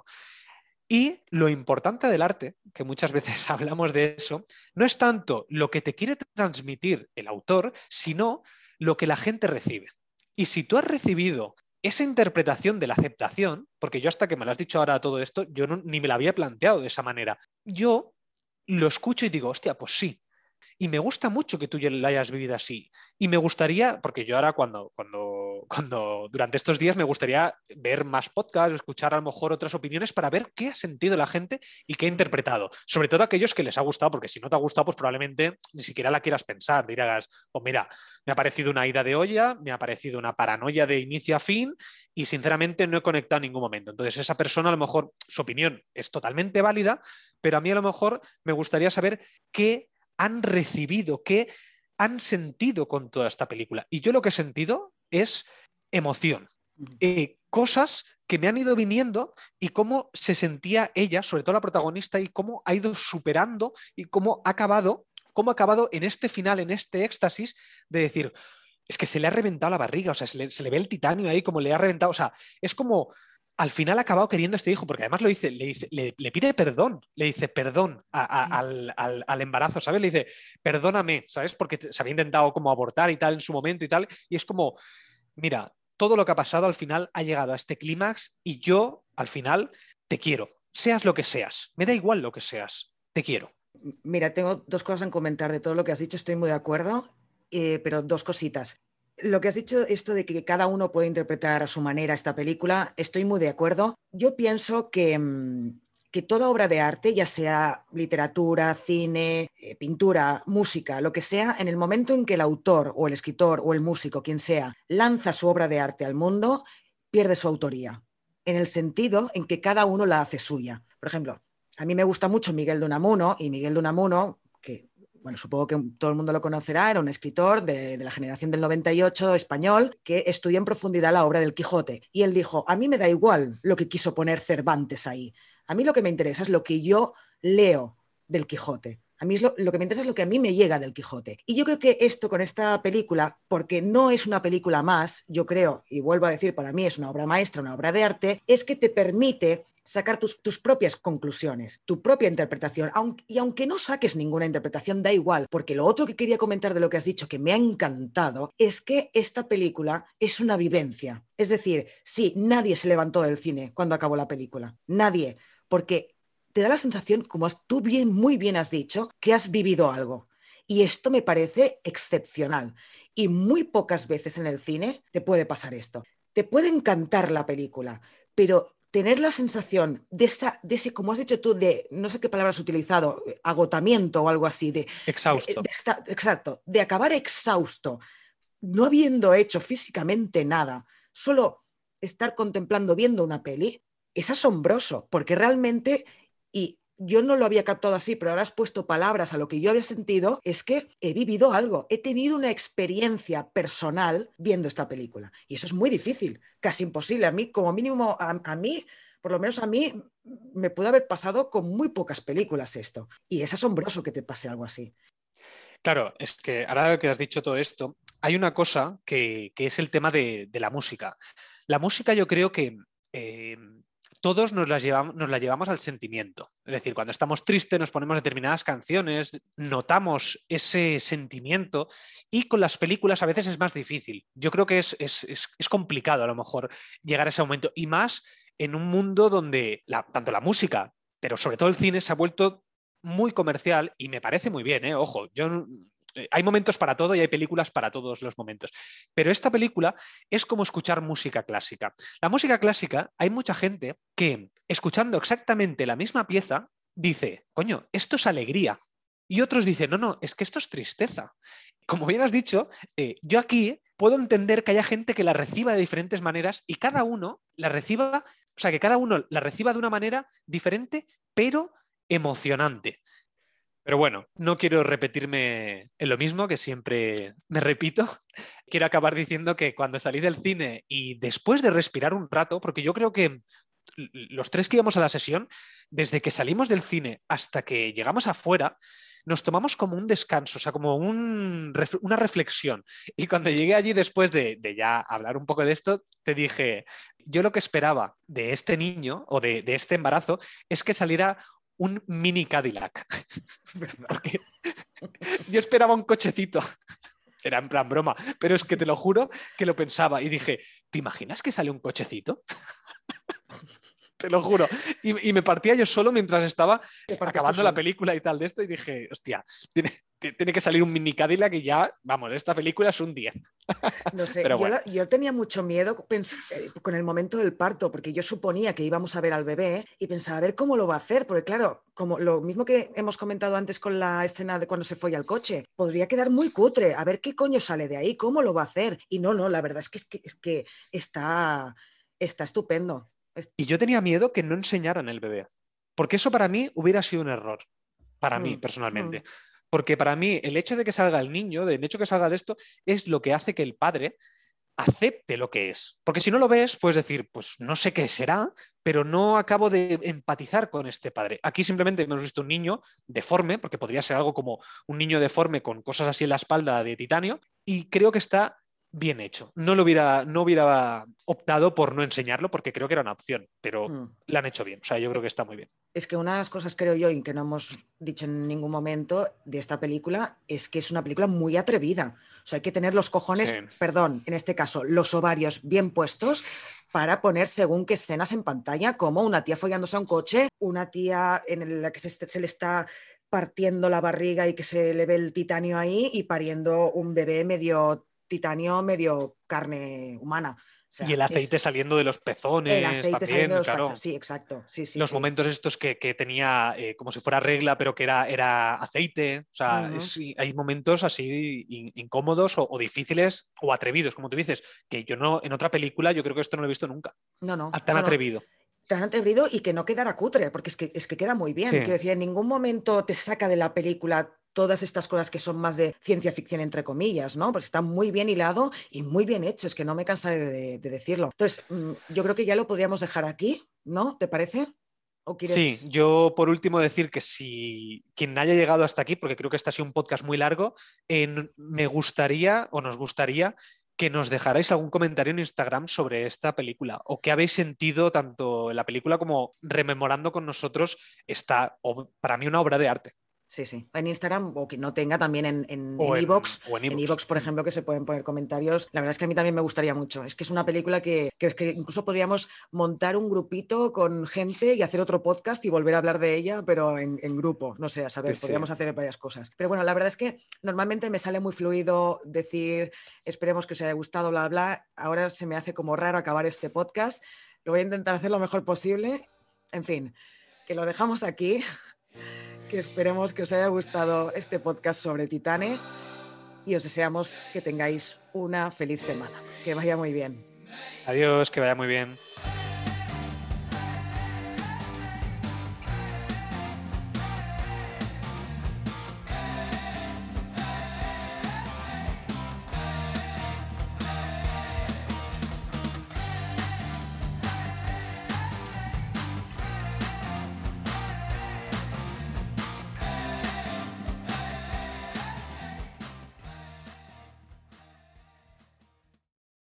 Y lo importante del arte, que muchas veces hablamos de eso, no es tanto lo que te quiere transmitir el autor, sino lo que la gente recibe. Y si tú has recibido esa interpretación de la aceptación, porque yo hasta que me lo has dicho ahora todo esto, yo no, ni me lo había planteado de esa manera, yo lo escucho y digo, hostia, pues sí. Y me gusta mucho que tú ya lo hayas vivido así. Y me gustaría, porque yo ahora cuando, cuando, cuando durante estos días me gustaría ver más podcasts, escuchar a lo mejor otras opiniones para ver qué ha sentido la gente y qué ha interpretado. Sobre todo aquellos que les ha gustado, porque si no te ha gustado, pues probablemente ni siquiera la quieras pensar. Dirás, oh, mira, me ha parecido una ida de olla, me ha parecido una paranoia de inicio a fin y sinceramente no he conectado en ningún momento. Entonces esa persona a lo mejor su opinión es totalmente válida, pero a mí a lo mejor me gustaría saber qué han recibido, qué han sentido con toda esta película. Y yo lo que he sentido es emoción, eh, cosas que me han ido viniendo y cómo se sentía ella, sobre todo la protagonista, y cómo ha ido superando y cómo ha acabado, cómo ha acabado en este final, en este éxtasis de decir, es que se le ha reventado la barriga, o sea, se le, se le ve el titanio ahí como le ha reventado, o sea, es como al final ha acabado queriendo a este hijo, porque además lo dice, le, dice, le, le pide perdón, le dice perdón a, a, sí. al, al, al embarazo, ¿sabes? Le dice, perdóname, ¿sabes? Porque se había intentado como abortar y tal en su momento y tal, y es como, mira, todo lo que ha pasado al final ha llegado a este clímax y yo al final te quiero, seas lo que seas, me da igual lo que seas, te quiero. Mira, tengo dos cosas en comentar de todo lo que has dicho, estoy muy de acuerdo, eh, pero dos cositas. Lo que has dicho, esto de que cada uno puede interpretar a su manera esta película, estoy muy de acuerdo. Yo pienso que, que toda obra de arte, ya sea literatura, cine, eh, pintura, música, lo que sea, en el momento en que el autor o el escritor o el músico, quien sea, lanza su obra de arte al mundo, pierde su autoría, en el sentido en que cada uno la hace suya. Por ejemplo, a mí me gusta mucho Miguel de Unamuno, y Miguel de Unamuno, que bueno, supongo que todo el mundo lo conocerá, era un escritor de, de la generación del noventa y ocho español que estudió en profundidad la obra del Quijote. Y él dijo, a mí me da igual lo que quiso poner Cervantes ahí. A mí lo que me interesa es lo que yo leo del Quijote. A mí es lo, lo que me interesa es lo que a mí me llega del Quijote. Y yo creo que esto con esta película, porque no es una película más, yo creo, y vuelvo a decir, para mí es una obra maestra, una obra de arte, es que te permite sacar tus, tus propias conclusiones, tu propia interpretación. Aunque, y aunque no saques ninguna interpretación, da igual, porque lo otro que quería comentar de lo que has dicho, que me ha encantado, es que esta película es una vivencia. Es decir, sí, nadie se levantó del cine cuando acabó la película. Nadie. Porque te da la sensación, como tú bien, muy bien has dicho, que has vivido algo. Y esto me parece excepcional. Y muy pocas veces en el cine te puede pasar esto. Te puede encantar la película, pero tener la sensación de, esa, de ese, como has dicho tú, de, no sé qué palabra has utilizado, agotamiento o algo así, de... Exhausto. De, de esta, exacto, de acabar exhausto, no habiendo hecho físicamente nada, solo estar contemplando, viendo una peli, es asombroso, porque realmente, y yo no lo había captado así, pero ahora has puesto palabras a lo que yo había sentido, es que he vivido algo, he tenido una experiencia personal viendo esta película. Y eso es muy difícil, casi imposible. A mí, como mínimo, a, a mí, por lo menos a mí, me puede haber pasado con muy pocas películas esto. Y es asombroso que te pase algo así. Claro, es que ahora que has dicho todo esto, hay una cosa que, que es el tema de, de la música. La música yo creo que... Eh, todos nos, las llevamos, nos la llevamos al sentimiento. Es decir, cuando estamos tristes nos ponemos determinadas canciones, notamos ese sentimiento y con las películas a veces es más difícil. Yo creo que es, es, es, es complicado a lo mejor llegar a ese momento y más en un mundo donde la, tanto la música, pero sobre todo el cine se ha vuelto muy comercial y me parece muy bien, ¿eh? Ojo, yo... Hay momentos para todo y hay películas para todos los momentos. Pero esta película es como escuchar música clásica. La música clásica, hay mucha gente que, escuchando exactamente la misma pieza, dice, coño, esto es alegría. Y otros dicen, no, no, es que esto es tristeza. Como bien has dicho, eh, yo aquí puedo entender que haya gente que la reciba de diferentes maneras y cada uno la reciba, o sea, que cada uno la reciba de una manera diferente, pero emocionante. Pero bueno, no quiero repetirme en lo mismo, que siempre me repito. Quiero acabar diciendo que cuando salí del cine y después de respirar un rato, porque yo creo que los tres que íbamos a la sesión, desde que salimos del cine hasta que llegamos afuera, nos tomamos como un descanso, o sea, como un, una reflexión. Y cuando llegué allí después de, de ya hablar un poco de esto, te dije, yo lo que esperaba de este niño o de, de este embarazo es que saliera un mini Cadillac. Porque yo esperaba un cochecito. Era en plan broma, pero es que te lo juro que lo pensaba y dije, ¿te imaginas que sale un cochecito? Te lo juro. Y, y me partía yo solo mientras estaba acabando la película y tal de esto y dije, hostia, tiene, tiene que salir un mini Cadillac y ya, vamos, esta película es un diez. No sé, Pero yo, bueno. la, yo tenía mucho miedo con el momento del parto, porque yo suponía que íbamos a ver al bebé y pensaba, a ver cómo lo va a hacer, porque claro, como lo mismo que hemos comentado antes con la escena de cuando se fue al coche, podría quedar muy cutre, a ver qué coño sale de ahí, cómo lo va a hacer. Y no, no, la verdad es que, es que, es que está, está estupendo. Y yo tenía miedo que no enseñaran el bebé, porque eso para mí hubiera sido un error, para mm, mí personalmente. Mm. Porque para mí el hecho de que salga el niño, el hecho de que salga de esto, es lo que hace que el padre acepte lo que es. Porque si no lo ves, puedes decir, pues no sé qué será, pero no acabo de empatizar con este padre. Aquí simplemente hemos visto un niño deforme, porque podría ser algo como un niño deforme con cosas así en la espalda de titanio, y creo que está bien hecho. No lo hubiera, no hubiera optado por no enseñarlo porque creo que era una opción, pero mm. lo han hecho bien. O sea, yo creo que está muy bien. Es que una de las cosas, creo yo, y que no hemos dicho en ningún momento de esta película, es que es una película muy atrevida. O sea, hay que tener los cojones, sí. perdón, en este caso, los ovarios bien puestos para poner según qué escenas en pantalla, como una tía follándose a un coche, una tía en la que se, se le está partiendo la barriga y que se le ve el titanio ahí y pariendo un bebé medio titanio, medio carne humana. O sea, y el aceite es... saliendo de los pezones el aceite también, de los claro. pezones. Sí, exacto. Sí, sí, los sí. momentos estos que, que tenía eh, como si fuera regla, pero que era, era aceite. O sea, uh-huh. es, hay momentos así in, incómodos o, o difíciles o atrevidos, como tú dices, que yo no, en otra película, yo creo que esto no lo he visto nunca. No, no. Tan no, atrevido. No. Tan atrevido y que no quedara cutre, porque es que, es que queda muy bien. Sí. Quiero decir, en ningún momento te saca de la película todas estas cosas que son más de ciencia ficción, entre comillas, ¿no? Pues está muy bien hilado y muy bien hecho, es que no me cansaré de, de decirlo. Entonces, yo creo que ya lo podríamos dejar aquí, ¿no? ¿Te parece? ¿O quieres... Sí, yo por último decir que si quien haya llegado hasta aquí, porque creo que este ha sido un podcast muy largo, eh, me gustaría o nos gustaría que nos dejarais algún comentario en Instagram sobre esta película o qué habéis sentido tanto en la película como rememorando con nosotros esta, para mí, una obra de arte. Sí, sí. En Instagram, o que no tenga también en en iVoox. En, en iVoox, por sí. ejemplo, que se pueden poner comentarios. La verdad es que a mí también me gustaría mucho. Es que es una película que, que, que incluso podríamos montar un grupito con gente y hacer otro podcast y volver a hablar de ella, pero en, en grupo. No sé, a saber, sí, podríamos sí. hacer varias cosas. Pero bueno, la verdad es que normalmente me sale muy fluido decir, esperemos que os haya gustado, bla, bla. Ahora se me hace como raro acabar este podcast. Lo voy a intentar hacer lo mejor posible. En fin, que lo dejamos aquí. Que esperemos que os haya gustado este podcast sobre Titane y os deseamos que tengáis una feliz semana. Que vaya muy bien. Adiós, que vaya muy bien.